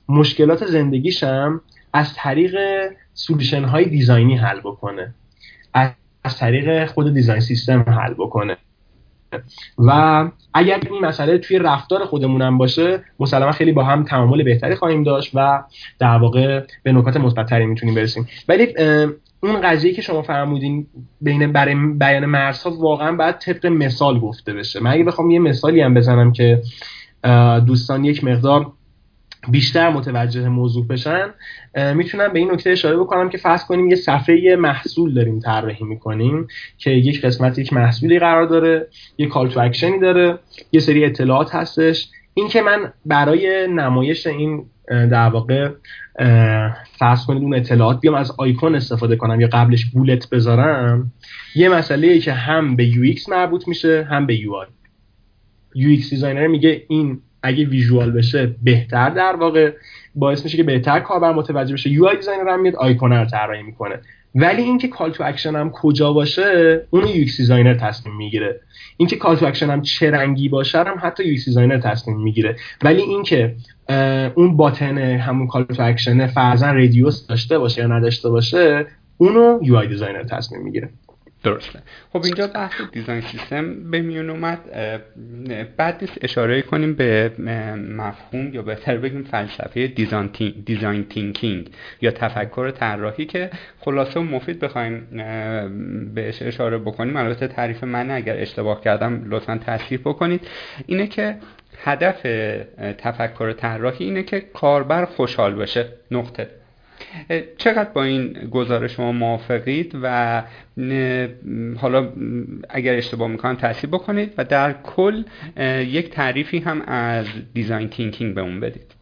مشکلات زندگیشم از طریق سولوشن های دیزاینی حل بکنه، از طریق خود دیزاین سیستم حل بکنه. و اگر این مسئله توی رفتار خودمونم باشه مسلما خیلی با هم تعامل بهتری خواهیم داشت و در واقع به نکات مثبت‌تری میتونیم برسیم. ولی اون قضیه که شما فرمودین بین برای بیان مرزها واقعا باید طبق مثال گفته بشه. من اگه بخوام یه مثالی هم بزنم که دوستان یک مقدار بیشتر متوجه موضوع بشن، میتونم به این نکته اشاره بکنم که فرض کنیم یه صفحه محصول داریم طراحی میکنیم که یک قسمت یک محصولی قرار داره، یه کال تو اکشنی داره، یه سری اطلاعات هستش. این که من برای نمایش این در واقع فرض کنید اون اطلاعات بیام از آیکون استفاده کنم یا قبلش بولت بذارم، یه مسئله که هم به یو ایکس مربوط میشه هم به یو آی. یو ایکس دیزاینر میگه این اگه ویژوال بشه بهتر، در واقع باعث میشه که بهتر کاربر متوجه بشه. یو آی دیزاینر هم میاد آیکون رو طراحی میکنه. ولی اینکه کال تو اکشن هم کجا باشه اون یو ایکس دیزاینر تصمیم میگیره. اینکه کال تو اکشن هم چه رنگی باشه هم حتی یو ایکس دیزاینر تصمیم میگیره. ولی اینکه اون باتن همون کال تو اکشن فرضاً رادیوس داشته باشه یا نداشته باشه اونو یو آی دیزاینر تصمیم میگیره. درسته. خب اینجا بحث دیزاین سیستم به میون اومد. بعد نیست اشاره کنیم به مفهوم یا بهتر بگیم فلسفه دیزاین دیزاین تینکینگ یا تفکر طراحی که خلاصه و مفید بخوایم بهش اشاره بکنیم. البته تعریف من اگر اشتباه کردم لطفاً تصحیح بکنید. اینه که هدف تفکر طراحی اینه که کاربر خوشحال بشه. نقطه. چقدر با این گزارش شما موافقید و حالا اگر اشتباه میکنم تصحیح بکنید و در کل یک تعریفی هم از دیزاین تینکینگ به اون بدید؟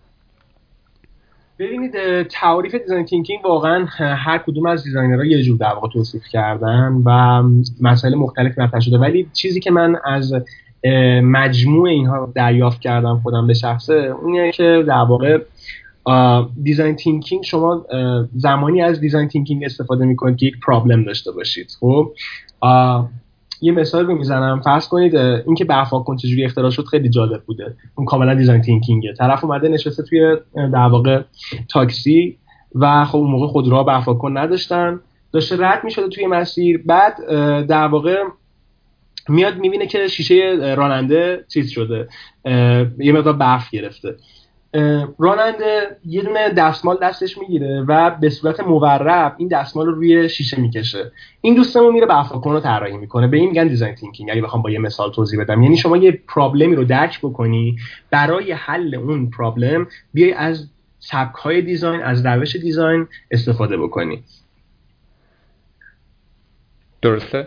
ببینید تعریف دیزاین تینکینگ واقعا هر کدوم از دیزاینرها یه جور در واقع توصیف کردن و مسائل مختلف مطرح شده، ولی چیزی که من از مجموع اینها دریافت کردم خودم به شخصه اونه که در واقع دیزاین تینکینگ شما زمانی از دیزاین تینکینگ استفاده میکنید که یک پرابلم داشته باشید. خب یه مثال رو میزنم. فرض کنید اینکه برفاک کن چجوری اختراع شد خیلی جالب بوده. اون کاملا دیزاین تینکینگه. طرف اومده نشسته توی در واقع تاکسی و خب اون موقع خودروها برفاک کن نداشتن، داشته رد میشده توی مسیر، بعد در واقع میاد میبینه که شیشه راننده چیز شده، یه مقدار برف گرفته. راننده یه دونه دستمال دستش میگیره و به صورت مورب این دستمال رو روی شیشه میکشه. این دوستمون میره برفاکن رو طراحی میکنه. به این میگن دیزاین تینکینگ. اگه بخوام با یه مثال توضیح بدم، یعنی شما یه پرابلمی رو درک بکنی، برای حل اون پرابلم بیای از سبک‌های دیزاین، از روش دیزاین استفاده بکنی. درسته؟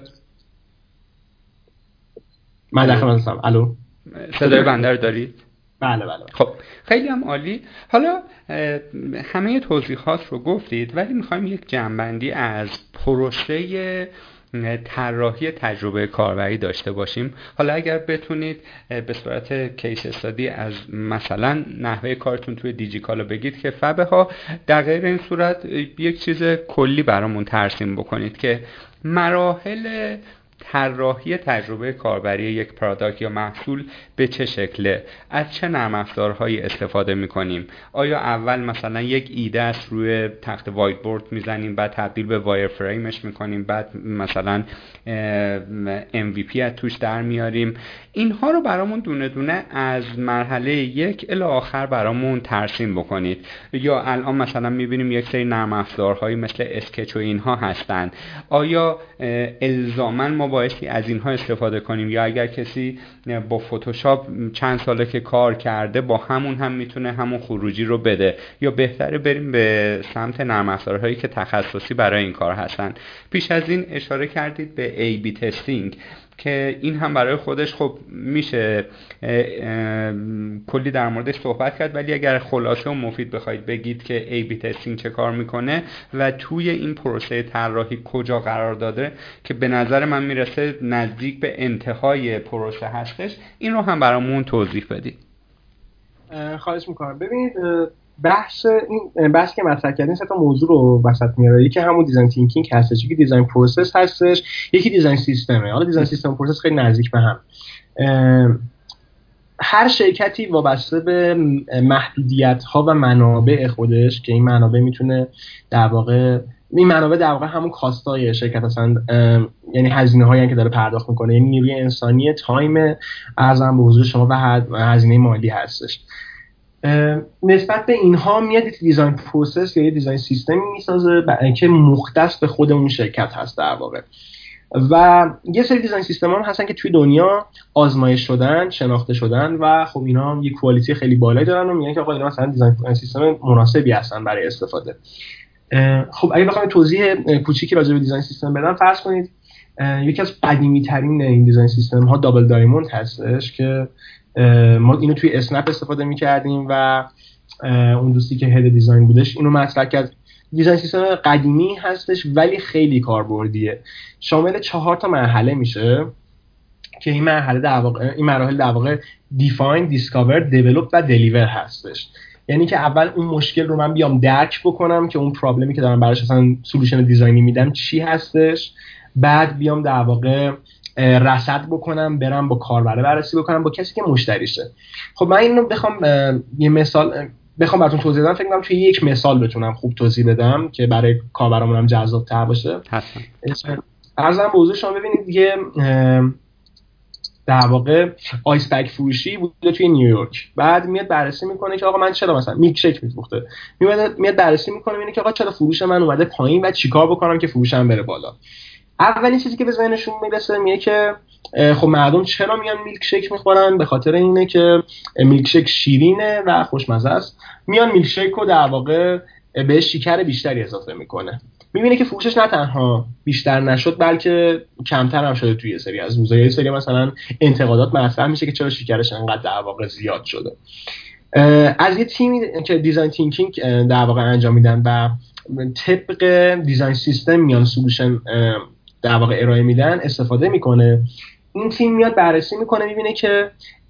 من داخل هستم. الو، صدای بنده رو دارید؟ بله بله. خب خیلی هم عالی. حالا همه توضیحات رو گفتید ولی میخوایم یک جنبندی از پروسه طراحی تجربه کاربری داشته باشیم. حالا اگر بتونید به صورت کیس استادی از مثلا نحوه کارتون توی دیجیکالا بگید که فبه ها، در غیر این صورت یک چیز کلی برامون ترسیم بکنید که مراحل طراحی تجربه کاربری یک پروداکت یا محصول به چه شکله، از چه نرم افزارهایی استفاده میکنیم. آیا اول مثلا یک ایده است روی تخت وایت بورد میزنیم، بعد تبدیل به وایر فریمش میکنیم، بعد مثلا ام وی پی از توش در میاریم. اینها رو برامون دونه دونه از مرحله یک الی آخر برامون ترسیم بکنید. یا الان مثلا میبینیم یک سری نرم افزارهایی مثل اسکچ و اینها هستن، آیا الزاماً ما بایستی از اینها استفاده کنیم یا اگر کسی با فتوشاپ چند ساله که کار کرده با همون هم میتونه همون خروجی رو بده، یا بهتره بریم به سمت نرم افزارهایی که تخصصی برای این کار هستن؟ پیش از این اشاره کردید به ای بی تستینگ که این هم برای خودش خب میشه کلی در موردش صحبت کرد، ولی اگر خلاصه و مفید بخواید بگید که ای بی تستینگ چه کار میکنه و توی این پروسه طراحی کجا قرار داده که به نظر من میرسه نزدیک به انتهای پروسه هستش، این رو هم برامون توضیح بدید. خواهش میکنم. ببینید بحث این بحث که مطرح کردین سه تا موضوع رو وسط میاره. یکی همون دیزاین تینکینگ هستش، یکی دیزاین پروسس هستش، یکی دیزاین سیستمه. حالا دیزاین سیستم و پروسس خیلی نزدیک به هم. هر شرکتی وابسته به محدودیت‌ها و منابع خودش که این منابع میتونه در واقع این منابع در واقع همون کاستای شرکت هستند، یعنی هزینه‌هایی که داره پرداخت میکنه، یعنی نیروی انسانی، تایم، ارزم به حضور شما و هزینه مالی هستش. نسبت به اینها میاد دیزاین پروسس یا دیزاین سیستمی میسازه که مختص به خود اون شرکت هست در واقع. و یه سری دیزاین سیستم هم هستن که توی دنیا آزمایش شدن، شناخته شدن و خب اینا یه کوالیتی خیلی بالایی دارن و میگن که آقا اینا مثلا دیزاین سیستم مناسبی هستن برای استفاده. خب اگه بخوام توضیح کوچیکی راجع به دیزاین سیستم بدم، فرض کنید یکی از قدیمی ترین این دیزاین سیستم ها دابل دایموند هستش که ما اینو توی اسنپ استفاده می‌کردیم و اون دوستی که هد دیزاین بودش اینو مطرح کرد. دیزاین سیستم قدیمی هستش ولی خیلی کاربردیه. شامل چهار تا مرحله میشه که این مرحله در واقع این مراحل در واقع دیفاین، دیسکاور، دیولپ و دلیور هستش. یعنی که اول اون مشکل رو من بیام درک بکنم که اون پرابلمی که دارم براش اصلا سولوشن دیزاینی میدم چی هستش، بعد بیام در واقع رصد بکنم، برم با کاربر بررسی بکنم، با کسی که مشتریشه. خب من اینو بخوام یه مثال بخوام براتون توضیح بدم، فکر کنم توی یک مثال بتونم خوب توضیح بدم که برای کاربرامون هم جذاب‌تر باشه. حتما. عرضم به حضور شما ببینید یه در واقع آیس پک فروشی بوده توی نیویورک، بعد میاد بررسی میکنه که آقا من چرا مثلا میلک شیک میفروخته، میاد میاد بررسی میکنه میبینه که آقا چرا فروش من اومده پایین و چیکار بکنم که فروشم بره بالا. اولین چیزی که به ذهنشون میرسه میگه که خب مردم چرا میان میلک شیک میخورن؟ به خاطر اینه که میلک شیک شیرینه و خوشمزه است. میان میلک شیک رو در واقع به شکر بیشتری اضافه میکنه. میبینه که فروشش نه تنها بیشتر نشد بلکه کمتر هم شده. توی سری از روزهای سری مثلا انتقادات مطرح میشه که چرا شکرش انقدر در واقع زیاد شده. از یه تیمی که دیزاین تینکینگ در واقع انجام میدن و طبق دیزاین سیستم میان سولوشن در واقع ارائه میدن استفاده میکنه. این تیم میاد بررسی میکنه، میبینه که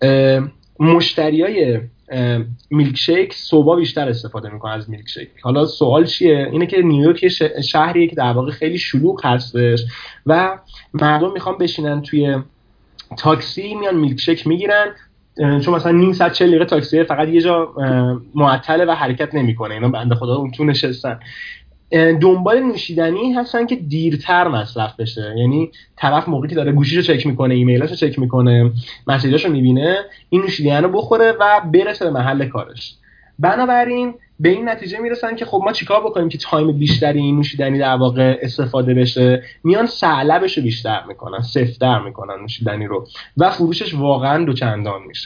مشتریای میلک شیک صبح بیشتر استفاده میکنه از میلک شیک. حالا سوال چیه؟ اینه که نیویورک شهریه که در واقع خیلی شلوغ هستش و مردم میخوان بشینن توی تاکسی، میان میلک شیک میگیرن چون مثلا نیم ساعت چهل دقیقه تاکسی فقط یه جا معطله و حرکت نمیکنه. اینا بنده خدا اون تو نشستن دنبال نوشیدنی هستن که دیرتر مصرف بشه. یعنی طرف موقعی که داره گوشیشو چک میکنه، ایمیلاشو چک میکنه، مسیجاشو میبینه، این نوشیدنی رو بخوره و برسه به محل کارش. بنابراین به این نتیجه میرسن که خب ما چیکار بکنیم که تایم بیشتری این نوشیدنی در واقع استفاده بشه. میان ثعلبشو بیشتر میکنن، سفت‌تر میکنن نوشیدنی رو و فروشش واقعا دوچندان میشه.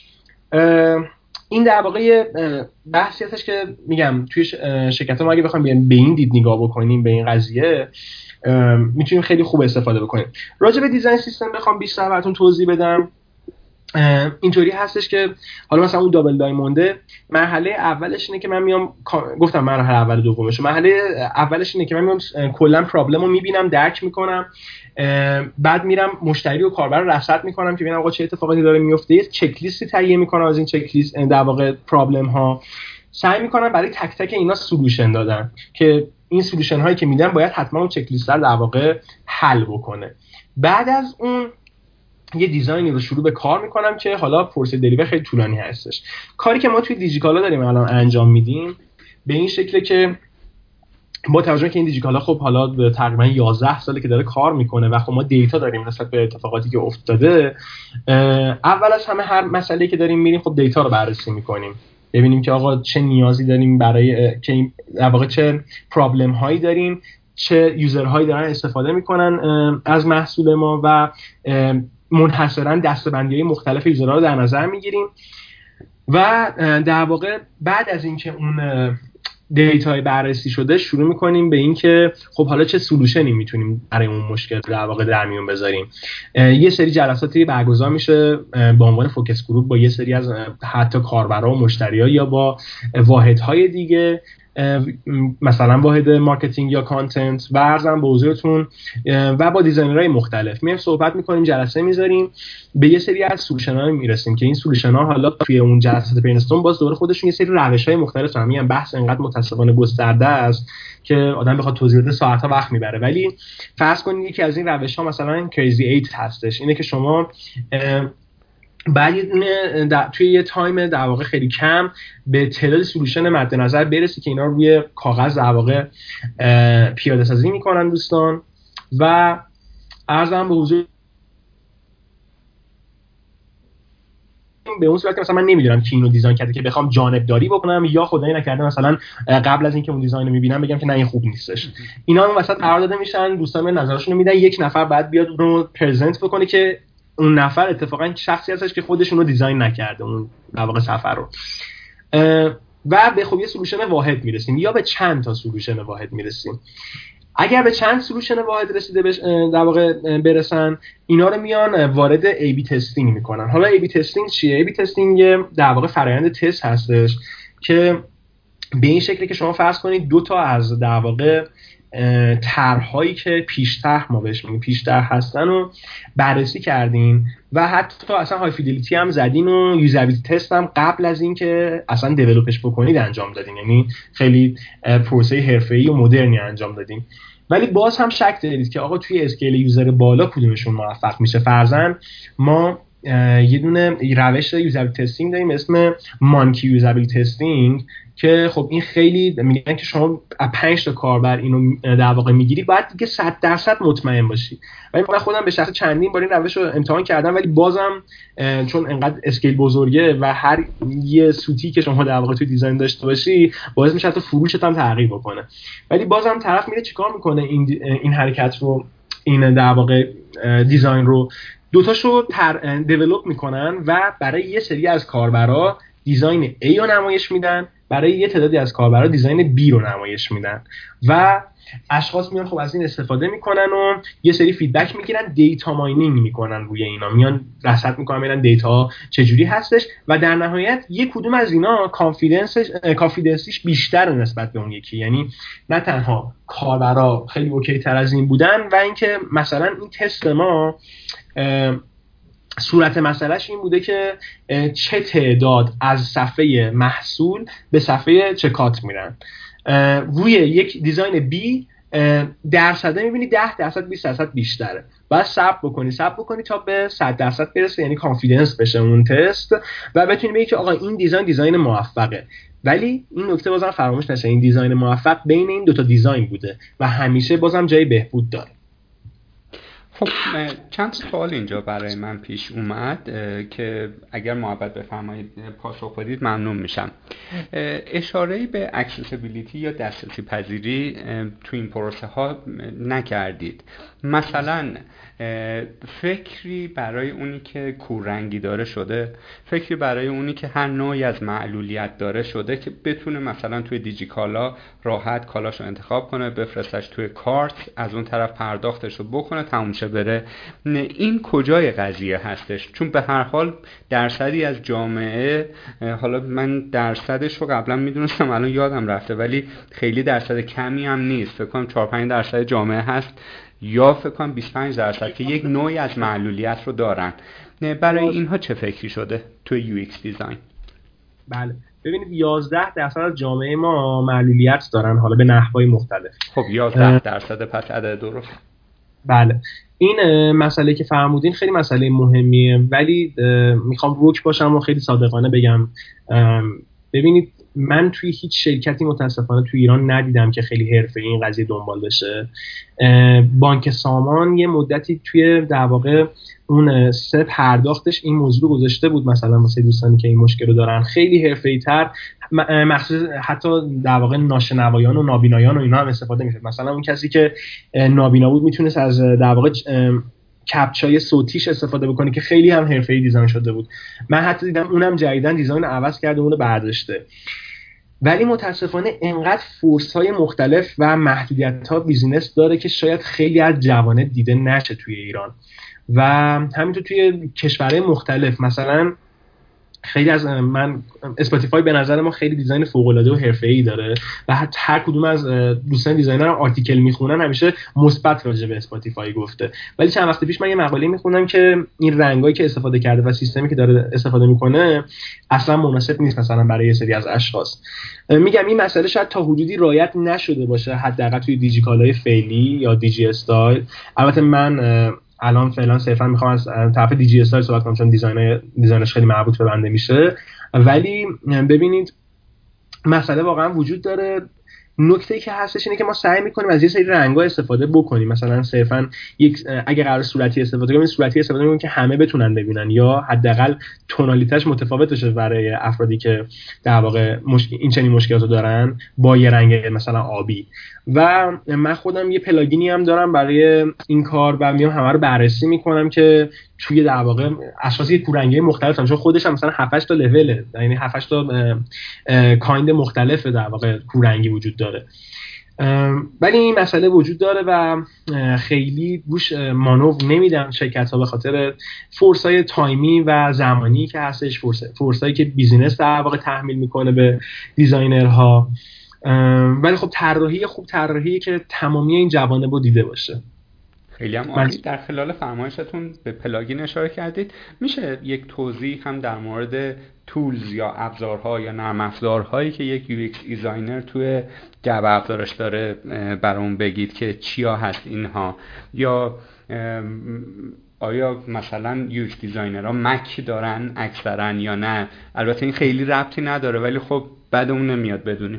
این در واقع بحثی هستش که میگم توی شرکت‌ها ما اگه بخوایم به این دید نگاه بکنیم به این قضیه میتونیم خیلی خوب استفاده بکنیم. راجع به دیزاین سیستم بخوام بیشتر براتون توضیح بدم، اینطوری هستش که حالا مثلا اون دابل دایمونده مرحله اولش اینه که من میام، گفتم مرحله اول دومش، مرحله اولش اینه که من میام کلا پرابلم رو میبینم، درک میکنم، بعد میرم مشتری و کاربر رو رصد میکنم که ببینم آقا چه اتفاقاتی داره میفته. یه چک لیستی تهیه میکنم از این چک لیست در واقع پرابلم ها، سعی میکنم برای تک تک اینا سولوشن دادن که این سولوشن هایی که میدم باید حتما اون چک لیست رو در واقع حل بکنه. بعد از اون یه دیزاینی رو شروع به کار میکنم که حالا پروسه دلیور خیلی طولانی هستش. کاری که ما توی دیجیکالا داریم الان انجام میدیم به این شکله که با توجه که این دیجیکالا خب حالا تقریبا یازده ساله که داره کار میکنه و خب ما دیتا داریم نسبت به اتفاقاتی که افتاده، اول از همه هر مسئله‌ای که داریم میریم خب دیتا رو بررسی میکنیم، ببینیم که آقا چه نیازی داریم برای که این در واقع چه پرابلم هایی داریم، چه یوزرهایی دارن استفاده میکنن از محصول ما و منحصرا دسته‌بندی‌های مختلف یوزرها رو در نظر میگیریم و در واقع بعد از اینکه اون دیتای بررسی شده شروع میکنیم به این که خب حالا چه سولوشنی میتونیم برای اون مشکل در واقع در میون بذاریم. یه سری جلساتی برگزار میشه با عنوان فوکس گروپ با یه سری از حتی کاربرا و مشتری‌ها یا با واحدهای دیگه، مثلا واحد مارکتینگ یا کانتنت و ارزم به حضورتون و با دیزاینرهای مختلف میایم صحبت میکنیم، جلسه میذاریم، به یه سری از سولوشن‌ها میرسیم که این سولوشن‌ها حالا توی اون جلسات برینستورم باز دوره خودشون یه سری روش‌های مختلف دارن. میگم بحث انقدر متأسفانه گسترده است که آدم بخواد توضیح بده ساعت‌ها وقت میبره، ولی فرض کنید یکی از این روش‌ها مثلا کریزی ایت هستش. اینه که شما بعد توی یه تایم در واقع خیلی کم به تعداد سولوشن مد نظر برسی که اینا رو روی کاغذ در واقع پیاده سازی میکنن دوستان. و عرضم به حضور به اون صورت که مثلا من نمیدونم کی اینو دیزاین کرده که بخوام جانبداری بکنم، یا خدای نکرده مثلا قبل از اینکه اون دیزاین رو میبینم بگم که نه این خوب نیستش. اینا هم وسط قرار داده میشن، دوستان نظرشون رو میدن، یک نفر بعد بیاد اون رو پرزنت بکنه که اون نفر اتفاقا شخصی هستش که خودشون رو دیزاین نکرده اون در واقع سفر رو. و به خب یه سولوشن واحد میرسیم یا به چند تا سولوشن واحد میرسیم. اگر به چند سولوشن واحد رسیده بش در واقع برسن، اینا رو میان وارد ای بی تستینگ میکنن. حالا ای بی تستینگ چیه؟ ای بی تستینگ در واقع فرآیند تست هستش که به این شکلی که شما فرض کنید دو تا از در واقع طرح‌هایی که پیش‌طرح ما بهش میگیم پیش‌طرح هستن رو بررسی کردین و حتی اصلا های فیدلیتی هم زدین و یوزابیلیتی تست هم قبل از این که اصلا دیولپش بکنید انجام دادین. یعنی خیلی پروسه حرفه‌ای و مدرنی انجام دادین، ولی باز هم شک دارید که آقا توی اسکیل یوزر بالا کدومشون موفق میشه. فرضاً ما یه دونه روش یوزابیلیتی تستینگ داریم اسم مانکی یوزابیلیتی تستینگ که خب این خیلی میگن که شما از پنج تا کاربر اینو در واقع میگیری باید دیگه صد درصد مطمئن باشی. ولی من خودم به شخص چندین بار این روش رو امتحان کردم، ولی بازم چون انقدر اسکیل بزرگه و هر یه سوتی که شما در واقع توی دیزاین داشته باشی باعث میشه حتی فروشت هم تغییر بکنه. ولی بازم طرف میره چیکار میکنه این این حرکت رو، این در واقع دیزاین رو دوتاشو تر دیولپ میکنن و برای یه سری از کاربرا دیزاین A رو نمایش میدن، برای یه تعدادی از کاربرا دیزاین B رو نمایش میدن و اشخاص میان خب از این استفاده میکنن و یه سری فیدبک میگیرن، دیتا ماینینگ میکنن روی اینا، میان رصد میکنن ببینن دیتا چجوری هستش و در نهایت یک کدوم از اینا کانفیدنسش کانفیدنسیش بیشتر نسبت به اون یکی. یعنی نه تنها کاربرا خیلی اوکی تر از این بودن و اینکه مثلا این تست ما صورت مسئلهش این بوده که چه تعداد از صفحه محصول به صفحه چکات میرن. روی یک دیزاین B درصده میبینی ده درصد بیست درصد بیشتره، باید صبر بکنی صبر بکنی تا به صد درصد برسه، یعنی کانفیدنس بشه اون تست و بتونی بگی که آقا این دیزاین دیزاین موفقه. ولی این نکته بازم فراموش نشه، این دیزاین موفق بین این دوتا دیزاین بوده و همیشه بازم جای بهبود داره. خب چند سوال اینجا برای من پیش اومد که اگر محبت بفرمایید پاسخ بدید ممنون میشم. اشاره‌ای به اکسسیبیلیتی یا دسترسی پذیری تو این پروسه ها نکردید. مثلا فکری برای اونی که کوررنگی داره شده، فکری برای اونی که هر نوعی از معلولیت داره شده که بتونه مثلا توی دیجیکالا راحت کالاشو انتخاب کنه، بفرستش توی کارت، از اون طرف پرداختش رو بکنه، تموم شه بره. این کجای قضیه هستش؟ چون به هر حال درصدی از جامعه، حالا من درصدش رو قبلا میدونستم الان یادم رفته، ولی خیلی درصد کمی هم نیست، فکر کنم چهار پنج درصد جامعه هست یا فکر کنم بیست و پنج درصد که یک نوعی از معلولیت رو دارن. برای اینها چه فکری شده توی یو ایکس دیزاین؟ بله ببینید یازده درصد از جامعه ما معلولیت دارن، حالا به نحوهای مختلف. خب یازده درصد پس عدد درست. بله این مسئله که فرمودین خیلی مسئله مهمیه، ولی میخوام روک باشم و خیلی صادقانه بگم. ببینید من توی هیچ شرکتی متاسفانه توی ایران ندیدم که خیلی حرفه‌ای این قضیه دنبال بشه. بانک سامان یه مدتی توی در واقع اون سه پرداختش این موضوع رو گذاشته بود، مثلا واسه دوستانی که این مشکل رو دارن خیلی حرفه‌ای‌تر، مخصوص حتی در واقع ناشنوایان و نابینایان و اینا هم استفاده می‌شد. مثلا اون کسی که نابینا بود میتونست از در واقع کپچای صوتیش استفاده بکنه که خیلی هم حرفه‌ای دیزاین شده بود. من حتی دیدم اونم جدیدن دیزاین عوض کرده اون رو برداشته. ولی متاسفانه انقدر فورس‌های مختلف و محدودیت‌ها بیزینس داره که شاید خیلی از جوانه دیده نشه توی ایران و همینطور توی کشورهای مختلف. مثلا خیلی از من اسپاتیفای به نظر ما خیلی دیزاین فوق‌العاده و حرفه‌ای داره و حتی هر کدوم از دوستان دیزاینر آرتیکل میخونن همیشه مثبت راجع به اسپاتیفای گفته. ولی چند وقت پیش من یه مقاله میخونم که این رنگایی که استفاده کرده و سیستمی که داره استفاده میکنه اصلا مناسب نیست مثلا برای یه سری از اشخاص. میگم این مسئله شاید تا حدودی رعایت نشده باشه، حداقل توی دیجیکالای فعلی یا دیجی استایل. البته من الان فعلا صرفا میخوام از طرف دی جی اس آی صحبت کنم چون دیزاین دیزاینش خیلی مربوط به بنده میشه. ولی ببینید مسئله واقعا وجود داره. نکته‌ای که هستش اینه که ما سعی می‌کنیم از یه سری رنگ‌ها استفاده بکنیم، مثلا صرفاً یک اگه قرار صورتی استفاده کنیم صورتی استفاده کنیم که همه بتونن ببینن یا حداقل تونالیتش متفاوت بشه برای افرادی که در واقع مشکل این چنین مشکلاتو دارن با یه رنگ مثلا آبی. و من خودم یه پلاگینی هم دارم برای این کار و میام همه رو بررسی می‌کنم که توی در واقع اشخاص که کورنگی مختلفن، چون خودش هم مثلا هفت هشت تا لول، یعنی هفت هشت تا کایند مختلف در واقع کورنگی وجود داره. ولی این مسئله وجود داره و خیلی گوش مانور نمیدن شرکت‌ها به خاطر فورسای تایمی و زمانی که هستش، فورسایی که بیزینس در واقع تحمیل میکنه به دیزاینرها. ولی خب طراحی خوب طراحی که تمامی این جوانب رو دیده باشه. خیلی هم عالی. در خلال فرمایشتون به پلاگین اشاره کردید، میشه یک توضیح هم در مورد تولز یا ابزارها یا نرم افزارهایی که یک یو ایکس دیزاینر توی جعبه ابزارش داره برامون بگید که چیا هست اینها؟ یا آیا مثلا یو ایکس دیزاینرها مک دارن اکثرا یا نه؟ البته این خیلی ربطی نداره ولی خب بعدمون نمیاد بدونیم.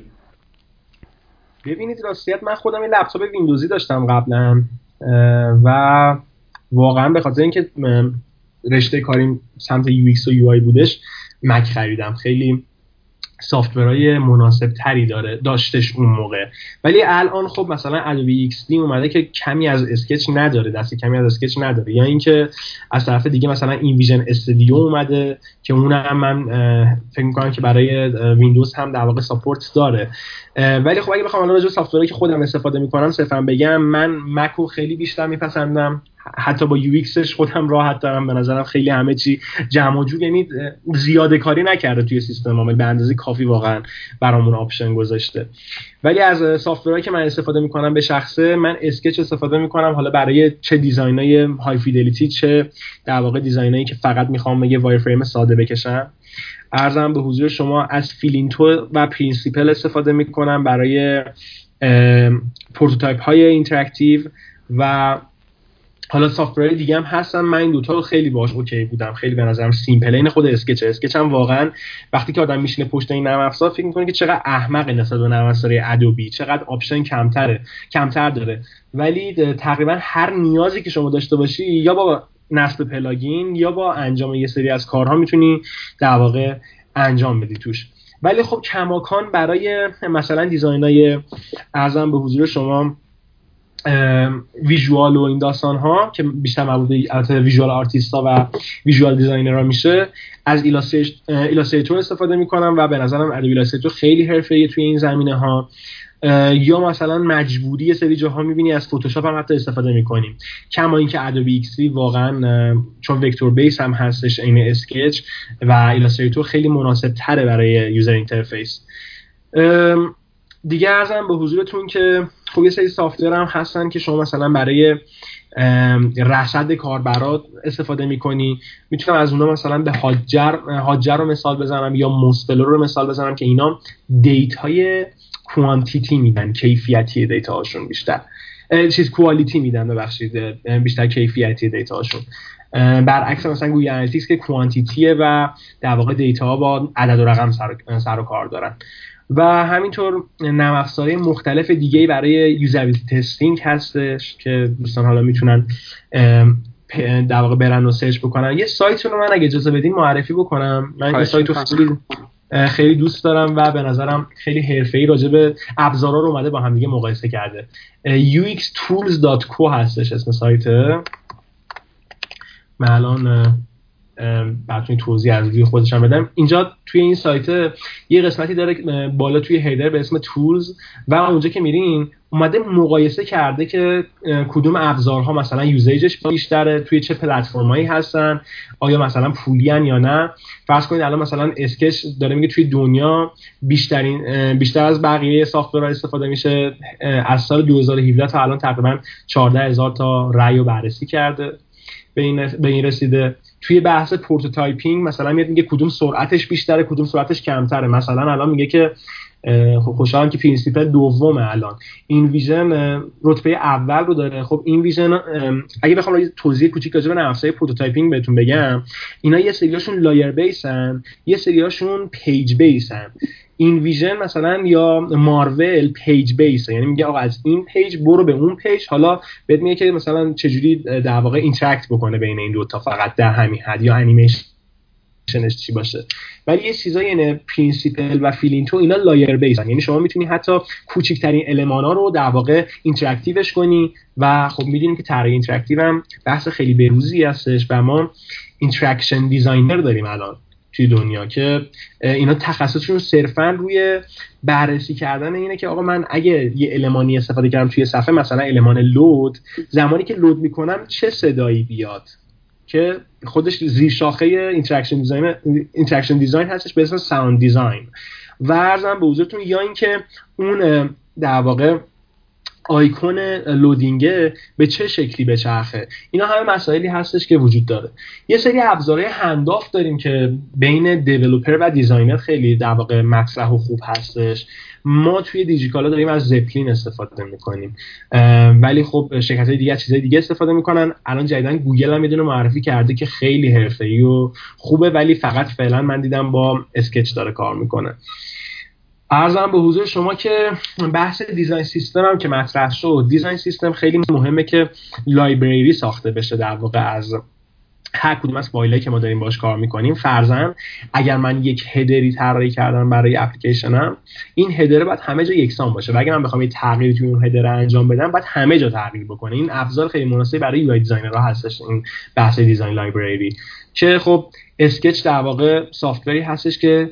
ببینید راستیت من خودم یه لپتاپ ویندوزی داشتم قبلا و واقعا به خاطر اینکه رشته کاریم سمت یو ایکس و یو آی بودش مک خریدم. خیلی سافتورهای مناسب تری داره داشتش اون موقع. ولی الان خب مثلا ادوبی ایکس دی اومده که کمی از اسکچ نداره، دست کمی از اسکچ نداره، یا اینکه از طرف دیگه مثلا این ویژن استودیو اومده که اونم من فکر می‌کنم که برای ویندوز هم در واقع ساپورت داره. ولی خب اگه بخوام الان راجع به سافتورهایی که خودم استفاده می‌کنم صرفا بگم، من مکو خیلی بیشتر میپسندم. حتی با یو ایکسش خودم راحت دارم، به نظرم خیلی همه چی جمع و جور، یعنی زیاده کاری نکرده توی سیستم عامل، به اندازه کافی واقعا برامون آپشن گذاشته. ولی از سافتورهایی که من استفاده میکنم به شخصه، من اسکچ استفاده میکنم، حالا برای چه دیزاینای های فیدلیتی چه در واقع دیزاینایی که فقط میخوام یه وایر فریم ساده بکشم. عرضم به حضور شما از فیلینتو و پرینسیپل استفاده میکنم برای پروتوتایپ های اینتراکتیو و حالا سافتورهای دیگه هم هستن. من این دوتا رو خیلی باهاش اوکی بودم، خیلی به نظرم سیمپل. این خود اسکچ اسکچ هم واقعا وقتی که آدم میشینه پشت این نرم افزار فکر میکنه که چقدر احمق نسبت به نرم افزارهای ادوبی، چقدر آپشن کمتره کمتر داره. ولی تقریبا هر نیازی که شما داشته باشی یا با نصب پلاگین یا با انجام یه سری از کارها میتونی در واقع انجام بدی توش. ولی خب کماکان برای مثلا دیزاینای ارزم به حضور شما ویژوال و این داستان ها که بیشتر مربوط به ویژوال آرتیست ها و ویژوال دیزاینر ها میشه، از ایلاستریتور استفاده میکنم و به نظرم ادوبی ایلاستریتور خیلی حرفه‌ایه توی این زمینه ها. یا مثلا مجبوری سری جاها میبینی از فتوشاپ هم حتی استفاده میکنیم، کما اینکه ادوبی ایکس دی واقعا چون وکتور بیس هم هستش این اسکچ و ایلاستریتور خیلی مناسب تره برای یوزر اینترفیس. دیگه ارزم به حضورتون که خب یه سری سافتور هم هستن که شما مثلا برای رصد کاربرات استفاده میکنی. میتونم از اونها مثلا به هاجر هاجر رو مثال بزنم یا موسپلو رو مثال بزنم که اینا دیتای کوانتیتی میدن، کیفیتی دیتا هاشون بیشتر چیز کوالیتی میدن ببخشید بیشتر کیفیتی دیتا هاشون، برعکس مثلا گوگل آنالیتیکس که کوانتیتیه و در واقع دیتا ها با عدد و رقم سر, سر و کار دارن. و همینطور نرم افزارهای مختلف دیگه برای یوزابیلیتی تستینگ هستش که دوستان حالا میتونن در واقع برن و سرچ بکنن. یه سایت رو من اگه اجازه بدین معرفی بکنم. من این سایت رو خیلی خیلی دوست دارم و به نظرم خیلی حرفه‌ای راجع به ابزارها رو اومده با هم دیگه مقایسه کرده. یو ایکس تولز دات کو هستش اسم سایت. من الان براتون توضیح از روی خودش هم بدم. اینجا توی این سایت یه قسمتی داره بالا توی هیدر به اسم تولز و اونجا که میرین اومده مقایسه کرده که کدوم ابزارها مثلا یوزیجش بیشتره، توی چه پلتفرمایی هستن، آیا مثلا پولیان یا نه. فرض کنید الان مثلا اسکچ داره میگه توی دنیا بیشترین بیشتر از بقیه سافتورها استفاده میشه. از سال دو هزار و هفده تا الان تقریبا چهارده هزار تا رأی رو بررسی کرده، به این به این رسیده. توی بحث پروتوتایپینگ مثلا میاد میگه کدوم سرعتش بیشتره کدوم سرعتش کمتره. مثلا الان میگه که خب خوشحالم که پرینسیپل دومه الان. این ویژن رتبه اول رو داره. خب این ویژن اگه بخوام یه توضیح کوچیک راجع به نرم افزار پروتوتایپینگ بهتون بگم، اینا یه سریاشون لایر بیسن، یه سریاشون پیج بیسن. این ویژن مثلا یا مارول پیج بیسه، یعنی میگه آقا از این پیج برو به اون پیج، حالا بهت میگه که مثلا چجوری در واقع اینتراکت بکنه بین این دو تا فقط در همین حد، یا انیمیشنش چی باشه. ولی یه چیزای یعنی پرینسیپل و فیلینتو اینا لایر بیسن، یعنی شما میتونی حتی کوچکترین المانا رو در واقع اینتراکتیوش کنی و خب میدونیم که طراحی اینتراکتیو هم بحث خیلی بروزی هستش و ما اینتراکشن دیزاینر داریم الان توی دنیا که اینا تخصصشون صرفا روی بررسی کردن اینه که آقا من اگه یه المانی استفاده کردم توی صفحه، مثلا المان لود، زمانی که لود میکنم چه صدایی بیاد، که خودش زیر شاخه اینتراکشن دیزاین اینتراکشن دیزاین هستش به اسم ساوند دیزاین. و عرضم به حضورتون یا اینکه اون در واقع آیکون لودینگ به چه شکلی بچرخه. اینا همه مسائلی هستش که وجود داره. یه سری ابزارهای هندآف داریم که بین دیولپر و دیزاینر خیلی در واقع مطرح و خوب هستش. ما توی دیجیکالا داریم از زپلین استفاده میکنیم، ولی خب شرکت‌های دیگه چیزای دیگه استفاده میکنن. الان جدیداً گوگل هم میدونه معرفی کرده که خیلی حرفه‌ای و خوبه، ولی فقط فعلا من دیدم با اسکچ داره کار میکنه. عرضم به حضور شما که بحث دیزاین سیستم هم که مطرح شد، دیزاین سیستم خیلی مهمه که لایبرری ساخته بشه در واقع از هر کدوم از فایلایی که ما داریم باش کار میکنیم. فرضاً اگر من یک هدری طراحی کردم برای اپلیکیشنم، این هدر باید همه جا یکسان باشه و اگر من بخوام یه تغییری توی اون هدر انجام بدم باید همه جا تغییر بکنه. این ابزار خیلی مناسبی برای یو آی دیزاینرها هستش، این بحث دیزاین لایبرری که خب اسکچ در واقع سافتوری هستش که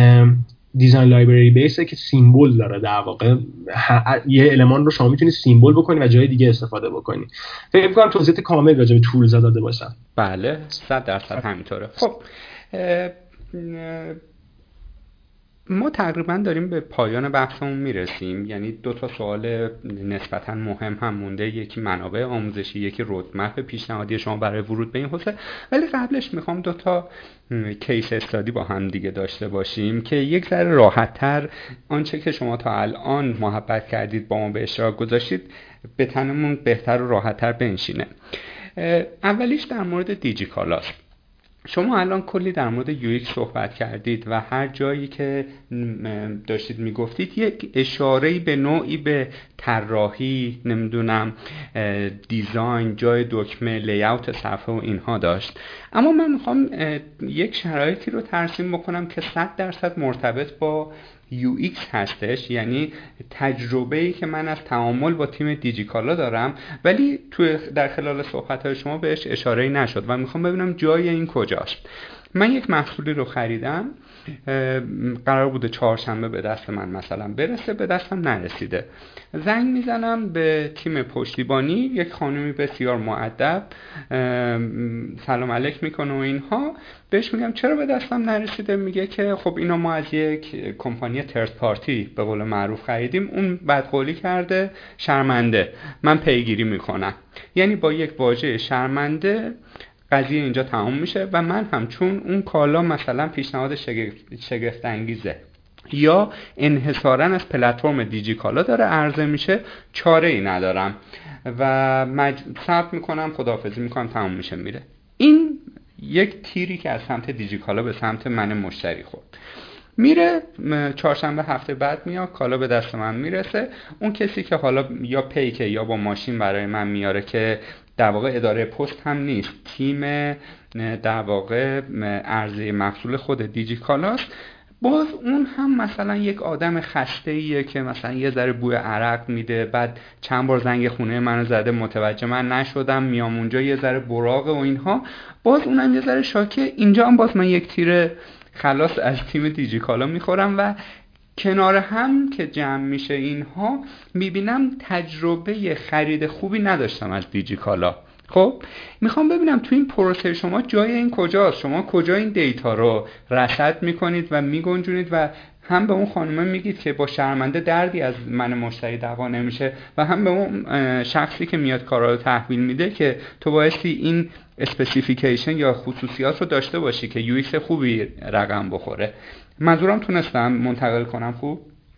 دیزاین لایبرری بیسه که سیمبل داره، در واقع یه المان رو شما میتونی سیمبل بکنی و جای دیگه استفاده بکنی. فکر می‌کنم توضیحات کامل راجع به تولز داده باشم. بله صد درصد همینطوره. خب اه اه ما تقریبا داریم به پایان بحثمون میرسیم، یعنی دو تا سوال نسبتا مهم هم مونده، یکی منابع آموزشی، یکی رودمپ پیشنهادی شما برای ورود به این حوزه. ولی قبلش میخوام دو تا کیس استادی با هم دیگه داشته باشیم که یک ذره راحت‌تر آنچه که شما تا الان محبت کردید با ما به اشتراک گذاشتید به تنمون بهتر و راحت‌تر بنشینه. اولیش در مورد دیجیکالاست. شما الان کلی در مورد یو ایکس صحبت کردید و هر جایی که داشتید میگفتید یک اشاره‌ای به نوعی به طراحی، نمیدونم دیزاین، جای دکمه، لیاوت صفحه و اینها داشت. اما من میخوام یک شرایطی رو ترسیم بکنم که صد درصد مرتبط با یو ایکس هستش، یعنی تجربه‌ای که من از تعامل با تیم دیجیکالا دارم ولی توی در خلال صحبت‌های شما بهش اشاره‌ای نشد و میخوام ببینم جای این کجاست. من یک محصولی رو خریدم، قرار بوده چهارشنبه به دست من مثلا برسه، به دستم نرسیده. زنگ میزنم به تیم پشتیبانی، یک خانمی بسیار مؤدب سلام علیک میکنه و اینها. بهش میگم چرا به دستم نرسیده؟ میگه که خب اینا ما از یک کمپانی ترد پارتی به قول معروف خریدیم، اون بدقولی کرده، شرمنده، من پیگیری میکنم. یعنی با یک واژه شرمنده قضیه اینجا تمام میشه و من هم چون اون کالا مثلا پیشنهاد شگفت انگیزه یا انحصاراً از پلتفرم دیجیکالا داره عرضه میشه، چاره ای ندارم و مج... ثبت میکنم، خداحافظی میکنم، تمام میشه میره. این یک تیری که از سمت دیجیکالا به سمت من مشتری خورد. میره چهارشنبه هفته بعد میاد، کالا به دست من میرسه. اون کسی که حالا یا پیکه یا با ماشین برای من میاره که در واقع اداره پست هم نیست، تیم در واقع عرضه محصول خود دیجیکالاست، باز اون هم مثلا یک آدم خسته‌ایه که مثلا یه ذره بوی عرق میده، بعد چند بار زنگ خونه منو زده متوجه من نشدم، میام اونجا یه ذره براقه و اینها، باز اونم یه ذره شاکه. اینجا هم باز من یک تیر خلاص از تیم دیجیکالا میخورم و کنار هم که جمع میشه اینها میبینم تجربه خرید خوبی نداشتم از دیجیکالا. خب میخوام ببینم تو این پروسه شما جای این کجاست، شما کجا این دیتا رو رصد میکنید و میگنجونید و هم به اون خانومه میگید که با شرمنده دردی از من مشتری دعوا نمیشه و هم به اون شخصی که میاد کارا رو تحویل میده که تو بایستی این اسپسیفیکیشن یا خصوصیات رو داشته باشی که یو ایکس خوبی رقم بخوره. منظورم تونستم منتقل کنم خوب؟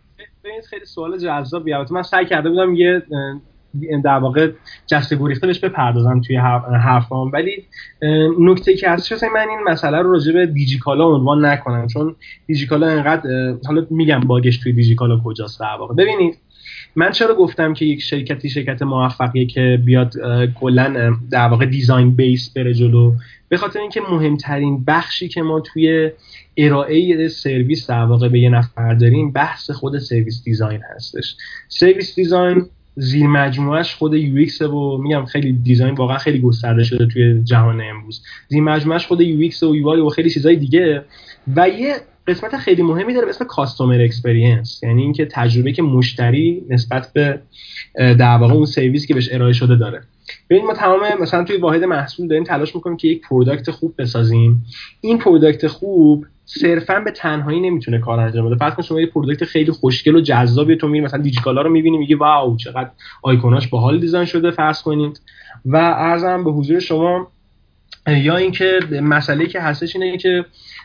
ببینید خیلی سوال جذابی. البته من سعی کرده بودم یه در واقع جسته گریخته بهش بپردازم توی حرفام، ولی نکته که هستش واسه من این مسئله رو راجع به دیجیکالا عنوان نکنم، چون دیجیکالا انقدر، حالا میگم باگش توی دیجیکالا کجاست در واقع. ببینید من چرا گفتم که یک شرکتی شرکت موفقیه که بیاد کلا در واقع دیزاین بیس بره جلو؟ به خاطر اینکه مهمترین بخشی که ما توی ارائه سرویس در واقع به یه نفر داریم بحث خود سرویس دیزاین هستش. سرویس دیزاین زیر مجموعهش خود یو ایکس و میگم خیلی دیزاین واقعا خیلی گسترده شده توی جهان امروز. زیر مجموعهش خود یو ایکس و یو آی و خیلی چیزای دیگه، و یه قسمت خیلی مهمی داره به اسم کاستومر اکسپریانس، یعنی اینکه تجربه که مشتری نسبت به در واقع اون سرویس که بهش ارائه شده داره. ببین ما تمام مثلا توی واحد محصول داریم تلاش میکنیم که یک پروداکت خوب بسازیم. این پروداکت خوب صرفا به تنهایی نمیتونه کار انجام بده. فرض کن شما یه پروداکت خیلی خوشگل و جذابی تو میری مثلا دیجیکالا رو میبینی میگی واو چقدر آیکوناش باحال دیزاین شده فرض کنید، و عرضم به حضور شما یا اینکه مسئله که هستش اینه که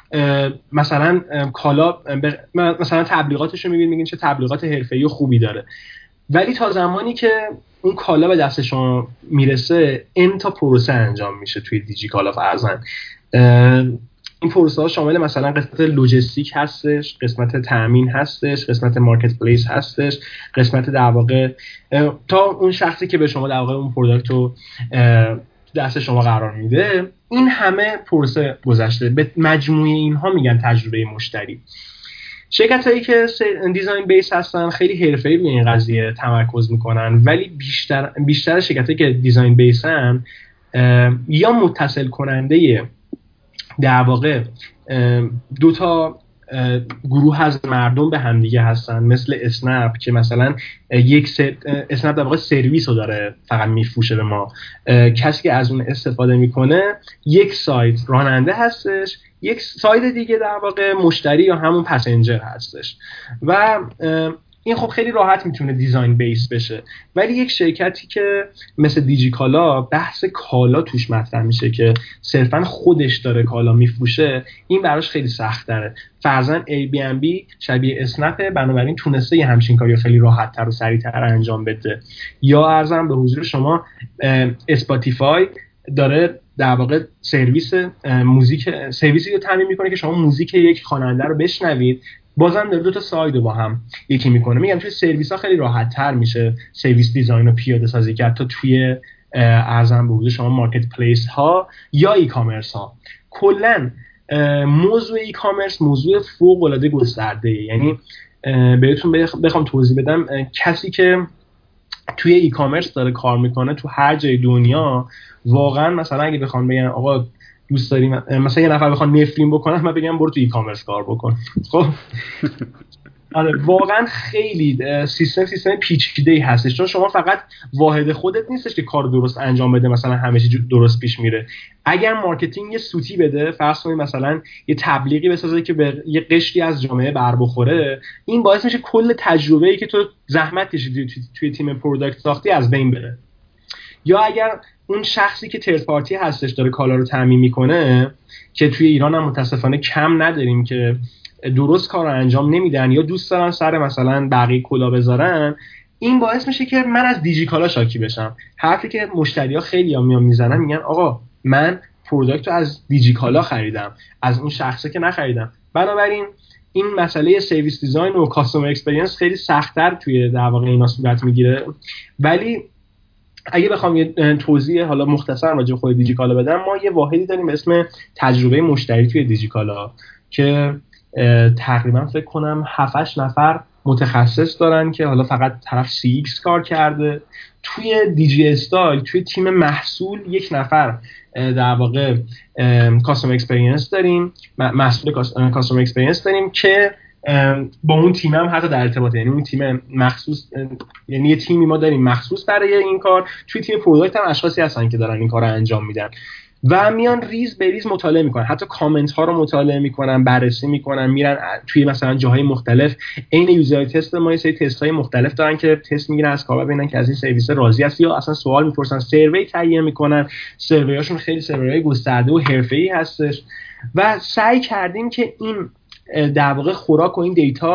مثلا کالا مثلا تبلیغاتش رو میبینید میگین چه تبلیغات حرفه‌ای و خوبی داره، ولی تا زمانی که اون کالا به دست شما میرسه این تا پروسه انجام میشه توی دیجیکالا. فرضاً این پروسه ها شامل مثلا قسمت لوجستیک هستش، قسمت تامین هستش، قسمت مارکت پلیس هستش، قسمت در واقع تا اون شخصی که به شما در واقع اون پروداکت رو دست شما قرار میده. این همه پروسه گذشته، به مجموعه اینها میگن تجربه مشتری. شرکت هایی که دیزاین بیس هستن خیلی حرفه‌ای روی این قضیه تمرکز میکنن، ولی بیشتر بیشتر شرکت هایی که دیزاین بیس هستن یا متصل کننده در واقع دو تا گروه از مردم به همدیگه هستن، مثل اسنپ که مثلا یک سر... اسنپ در واقع سرویس رو داره فقط میفروشه به ما. کسی که از اون استفاده میکنه یک سایت راننده هستش، یک سایت دیگه در واقع مشتری یا همون پسنجر هستش، و این خب خیلی راحت میتونه دیزاین بیس بشه. ولی یک شرکتی که مثل دیجیکالا بحث کالا توش مطرح میشه که صرفا خودش داره کالا میفروشه، این براش خیلی سخت تره. فرضاً ای بی ام بی شبیه اسنپه، بنابراین تونسته یه همچین کاری خیلی راحت تر و سریع تر انجام بده. یا عرضم به حضور شما اسپاتیفای داره در واقع سرویس موزیک سرویسی رو تامین میکنه که شما موزیک یک خواننده رو بشنوید، بازم داره دو تا ساید رو با هم یکی میکنه. میگم توی سرویس ها خیلی راحت تر میشه سرویس دیزاین رو پیاده سازی کرد تا توی ارزم به حضور شما مارکت پلیس ها یا ای کامرس ها. کلا موضوع ای کامرس موضوع فوق العاده گسترده ای. یعنی بهتون بخوام توضیح بدم، کسی که توی ای کامرس داره کار میکنه تو هر جای دنیا، واقعا مثلا اگه بخوام بگن آقا دوست داریم مثلا یه نفر بخواد نفرین بکنه، من بگم برو تو ای کامرس کار بکن. خب آره واقعا خیلی سیستم سیستم پیچیده‌ای هستش، چون شما فقط واحد خودت نیستش که کار درست انجام بده مثلا همه چی درست پیش میره. اگر مارکتینگ یه سوتی بده، فرض کنید مثلا یه تبلیغی بسازه که به یه قشری از جامعه بر بخوره، این باعث میشه کل تجربه‌ای که تو زحمت کشیدی توی, توی تیم پروداکت ساختی از بین بره. یا اگر اون شخصی که ترد پارتی هستش داره کالا رو تامین میکنه، که توی ایران هم متاسفانه کم نداریم که درست کار رو انجام نمیدن یا دوست دارن سر مثلا بقیه کلا بذارن، این باعث میشه که من از دیجیکالا شاکی بشم. حرفی که مشتری‌ها خیلی هم میان میزنن، میگن آقا من پروداکت رو از دیجیکالا خریدم، از اون شخصه که نخریدم. بنابراین این مسئله سرویس دیزاین و کاستومر اکسپریانس خیلی سخت‌تر توی در واقع اینا صورت میگیره. ولی اگه بخوام یه توضیح حالا مختصر راجع به خود دیجیکالا بدم، ما یه واحدی داریم به اسم تجربه مشتری توی دیجیکالا که تقریبا فکر کنم هفت هشت نفر متخصص دارن که حالا فقط طرف سی ایکس کار کرده. توی دیجی استایل توی تیم محصول یک نفر در واقع کاستومر اکسپریانس داریم، مسئول کاستومر اکسپریانس داریم که با اون تیم هم حتی در ارتباطه. یعنی اون تیم مخصوص، یعنی یه تیمی ما داریم مخصوص برای این کار. توی تیم پروداکت هم اشخاصی هستن که دارن این کار رو انجام میدن و میان ریز به ریز مطالعه میکنن، حتی کامنت ها رو مطالعه میکنن، بررسی میکنن، میرن توی مثلا جاهای مختلف عین یوزر تست ما یه سری تست های مختلف دارن که تست میگیرن از کاربر ببینن که از این سرویس راضی است یا اصلا سوال میپرسن، سروی تهیه میکنن. سرویاشون خیلی سرویای گسترده و حرفه‌ای هستش و سعی کردیم که این در واقع خوراک و این دیتا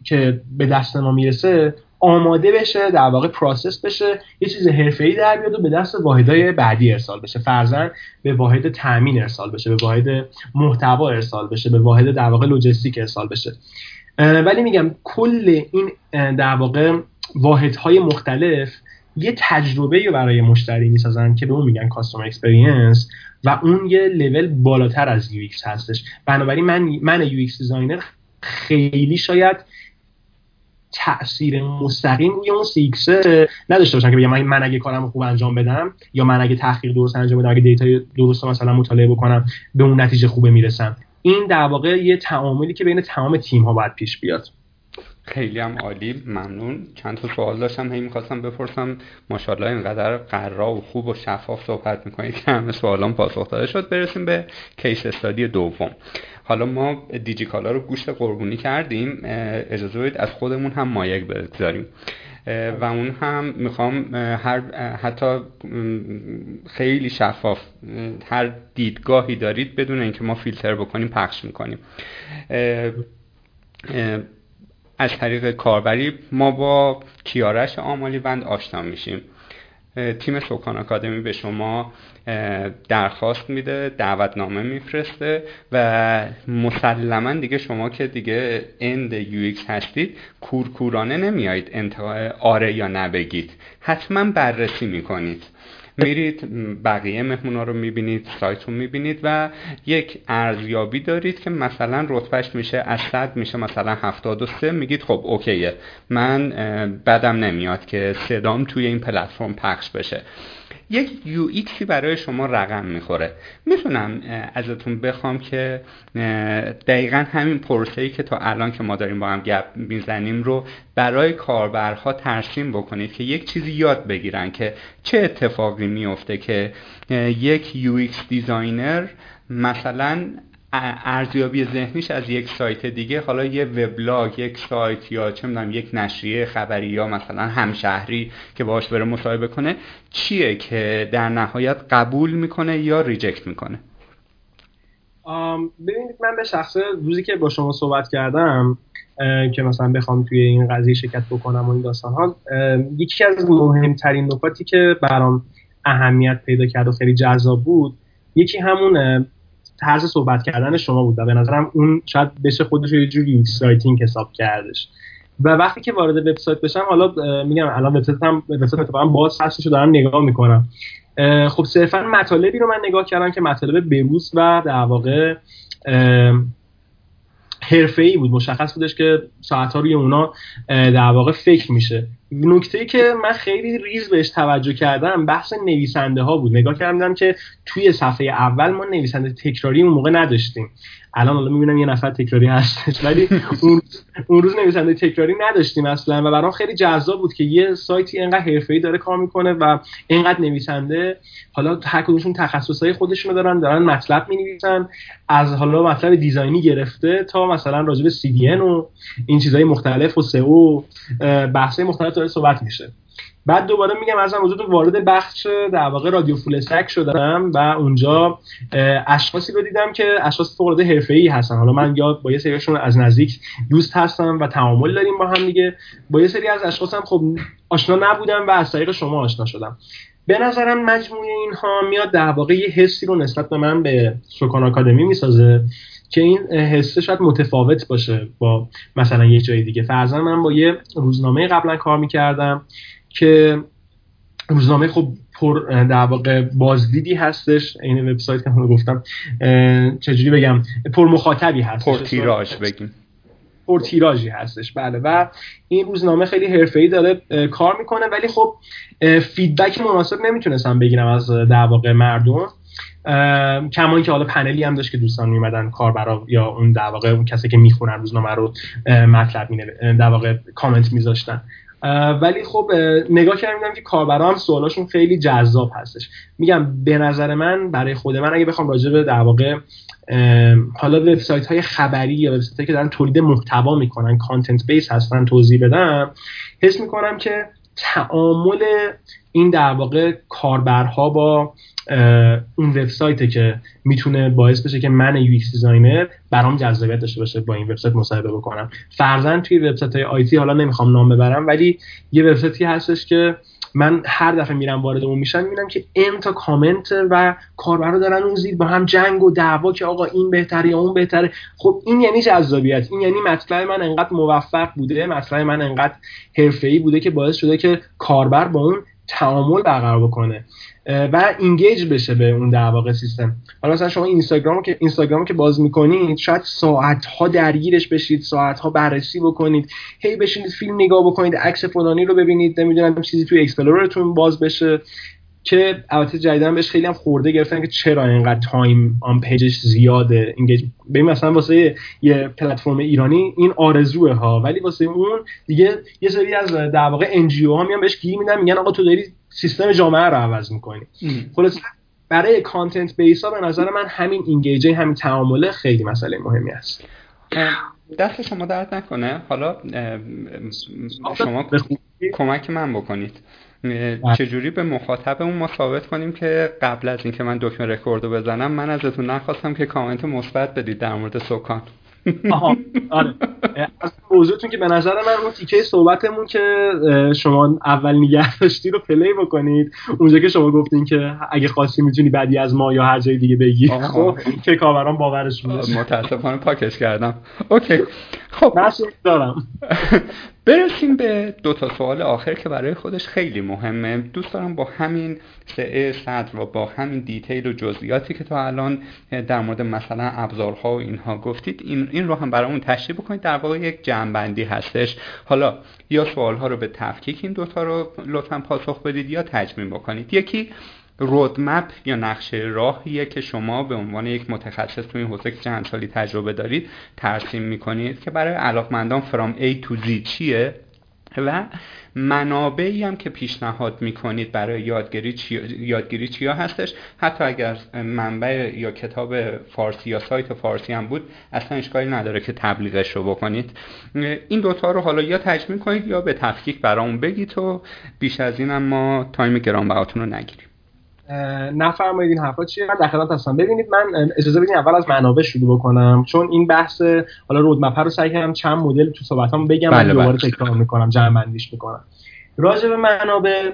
که به دست ما میرسه آماده بشه، در واقع پروسس بشه، یه چیز حرفه‌ای در بیاد و به دست واحدهای بعدی ارسال بشه. فرضاً به واحد تامین ارسال بشه، به واحد محتوا ارسال بشه، به واحد در واقع لوجستیک ارسال بشه. ولی میگم کل این در واقع واحدهای مختلف یه تجربه رو برای مشتری میسازن که به اون میگن کاستومر اکسپریانس و اون یه لول بالاتر از یو ایکس هستش. بنابراین من من یو ایکس دیزاینر خیلی شاید تأثیر مستقیم روی اون سی ایکس نداشته باشم که بگم من اگه کارم خوب انجام بدم یا من اگه تحقیق درست انجام بدم، اگه دیتا درست مثلا مطالعه بکنم، به اون نتیجه خوبه میرسم. این در واقع یه تعاملی که بین تمام تیم ها باید پیش بیاد. خیلی هم عالی، ممنون. چند تا سوال داشتم هی می‌خواستم بپرسم، ماشاءالله اینقدر قرا و خوب و شفاف صحبت می‌کنید که همه سوالام پاسخ داده شد. برسیم به کیس استادی دوم. حالا ما دیجیکالا رو گوشت قربونی کردیم، اجازه بدید از خودمون هم مایه بذاریم و اون هم میخوام هر حتی خیلی شفاف هر دیدگاهی دارید بدون اینکه ما فیلتر بکنیم پخش میکنیم. از طریق کاربری ما با کیارش آمالی‌وند آشنا میشیم. تیم سکان آکادمی به شما درخواست میده، دعوتنامه میفرسته و مسلما دیگه شما که دیگه اند یو ایکس هستید کورکورانه نمیایید انتهای آره یا نه بگید، حتما بررسی میکنید، میرید بقیه مهمونا رو میبینید، سایت رو میبینید و یک ارزیابی دارید که مثلا رتبهش میشه از صد میشه مثلا هفتاد و سه، میگید خب اوکیه، من بدم نمیاد که صدام توی این پلتفرم پخش بشه. یک یو ایکسی برای شما رقم میخوره. میتونم ازتون بخوام که دقیقا همین پروسه‌ای که تا الان که ما داریم با هم گپ میزنیم رو برای کاربرها ترسیم بکنید که یک چیزی یاد بگیرن که چه اتفاقی میفته که یک یو ایکس دیزاینر مثلا ارزیابی ذهنیش از یک سایت دیگه، حالا یه وبلاگ، یک سایت یا چه میدونم یک نشریه خبری یا مثلا همشهری که باهاش بره مصاحبه کنه، چیه که در نهایت قبول میکنه یا ریجکت میکنه؟ ببینید من به شخصه روزی که با شما صحبت کردم که مثلا بخوام توی این قضیه شرکت بکنم و این داستان ها، یکی از مهمترین نکاتی که برام اهمیت پیدا کرد و خیلی جذاب بود، یکی همون طرز صحبت کردن شما بود و به نظرم اون شاید بشه خودش یه جوری یو ایکس رایتینگ حساب کردش. و وقتی که وارد وبسایت بشم، حالا میگم الان وبسایتم وبسایت اتفاقا باز هستش و دارم نگاه میکنم، خب صرفا مطالبی رو من نگاه کردم که مطالب بروز و در واقع حرفه‌ای بود، مشخص بودش که ساعت‌ها روی اونا در واقع فکر میشه. نکته‌ای که من خیلی ریز بهش توجه کردم بحث نویسنده ها بود. نگاه کردم که توی صفحه اول ما نویسنده تکراری اون موقع نداشتیم. الان حالا میبینم یه نفر تکراری هستش، ولی اون اون روز نویسنده تکراری نداشتیم اصلا و برام خیلی جذاب بود که یه سایتی اینقدر حرفه‌ای داره کار میکنه و اینقدر نویسنده، حالا هر کدومشون تخصصای خودشون رو دارن دارن مطلب مینویسن، از حالا مطلب دیزاینی گرفته تا مثلا راجع به سی دی ان و این چیزای مختلف و سئو بحثای مختلف داره صحبت میشه. بعد دوباره میگم ازم حضورتون وارد بخش در واقع رادیو فول استک شدم و اونجا اشخاصی رو دیدم که اشخاص فوق العاده حرفه‌ای هستن. حالا من یا با یه سریشون از نزدیک دوست هستم و تعامل داریم با هم دیگه، با یه سری از اشخاص هم خب آشنا نبودم و از طریق شما آشنا شدم. به نظرم مجموعه اینها میاد در واقع یه حسی رو نسبت به من به سکان آکادمی میسازه که این حسه شاید متفاوت باشه با مثلا یه جای دیگه. فرضاً من با یه روزنامه قبلا کار می‌کردم که روزنامه خب پر در واقع بازدیدی هستش، این وبسایت که من گفتم چجوری بگم پر مخاطبی هستش، پر تیراژ بگیم، پر تیراژی هستش بله. و این روزنامه خیلی حرفه‌ای داره کار میکنه، ولی خب فیدبک مناسب نمیتونستم بگیرم از در واقع مردم، کما اینکه حالا پنلی هم داشت که دوستان میمدن کاربرا یا اون در واقع اون کسی که میخونن روزنامه رو مطلب مینه در واقع کامنت میذاشتن. ولی خب نگاه کردم که کاربرا هم سوالاشون خیلی جذاب هستش. میگم به نظر من برای خود من اگه بخوام راجع به در واقع حالا وبسایت های خبری یا وبسایت هایی که دارن تولید محتوا میکنن، کانتنت بیس هستن، توضیح بدم، حس میکنم که تعامل این در واقع کاربرها با اون وبسایته که میتونه باعث بشه که من یو ایکس دیزاینر برام جذابیت داشته باشه با این وبسایت مصاحبه بکنم. فرضاً توی وبسایت‌های آیتی حالا نمیخوام نام ببرم، ولی یه وبسایتی هستش که من هر دفعه میرم وارد اون میشم میبینم که ان تا کامنت و کاربرا دارن اون زیر با هم جنگ و دعوا که آقا این بهتره یا اون بهتره. خب این یعنی جذابیت، این یعنی مطلب من انقدر موفق بوده، مطلب من انقدر حرفه‌ای بوده که باعث شده که کاربر با اون تعامل برقرار بکنه و اینگیج بشه به اون در واقع سیستم. حالا مثلا شما اینستاگرامو که اینستاگرامو که باز میکنید شاید ساعت‌ها درگیرش بشید، ساعت‌ها بررسی بکنید، هی بشینید فیلم نگاه بکنید، عکس فلانی رو ببینید، نمیدونم چیزی توی اکسپلوررتون باز بشه که البته جدیداً بهش خیلی هم خورده گرفتن که چرا اینقدر تایم آن پیجش زیاده اینگیج. ببین مثلا واسه یه پلتفرم ایرانی این آرزوه ها، ولی واسه اون دیگه یه سری از در واقع ان جی او ها میان بهش گیر میدن، میگن آقا تو داری سیستم جامعه رو عوض میکنی. خلاص برای کانتنت بیس ها به نظر من همین اینگیج، همین تعامله خیلی مسئله مهمی است. دست شما درد نکنه. حالا شما کمک من بکنید چجوری به مخاطبمون ما ثابت کنیم که قبل از اینکه من دکمه رکوردو بزنم من ازتون نخواستم که کامنت مثبت بدید در مورد سکان. آها آره از موضوعتون که به نظر من اون تیکه صحبتمون که شما اول نگه داشتی رو پلی بکنید، اونجا که شما گفتین که اگه خواستی میتونی بعدی از ما یا هر جای دیگه بگی، خب که کاربران باورشون بشه. متاسفانه پاکش کردم. اوکی خب نشد دارم. برسیم به دو تا سوال آخر که برای خودش خیلی مهمه. دوست دارم با همین سعه صدر و با همین دیتیل و جزئیاتی که تا الان در مورد مثلا ابزارها و اینها گفتید این این رو هم برامون تشریح بکنید. در واقع یک جمع‌بندی هستش. حالا یا سوال‌ها رو به تفکیک این دوتا رو لطفاً پاسخ بدید یا تجمیم بکنید. یکی رودمپ یا نقشه راهیه که شما به عنوان یک متخصص توی این حوزه که چند سالی تجربه دارید ترسیم میکنید که برای علاقمندان فرام A to Z چیه و منابعی هم که پیشنهاد میکنید برای یادگیری چی... یادگیری چیا هستش. حتی اگر منبع یا کتاب فارسی یا سایت فارسی هم بود اصلا اشکالی نداره که تبلیغش رو بکنید. این دوتا رو حالا یا تجمیع کنید یا به تفکیک برامون بگید و بیش از اینم ما تایم گرانبهاتون رو نگیریم. نفرمایید این حرفا چیه؟ من در خدمت هستم. ببینید من اجازه بدین اول از منابع شروع بکنم، چون این بحث حالا رودمپ رو سعی کردم چند مدل تو صحبتام بگم و دوباره تکرار میکنم، جمع بندیش میکنم. راجع به منابع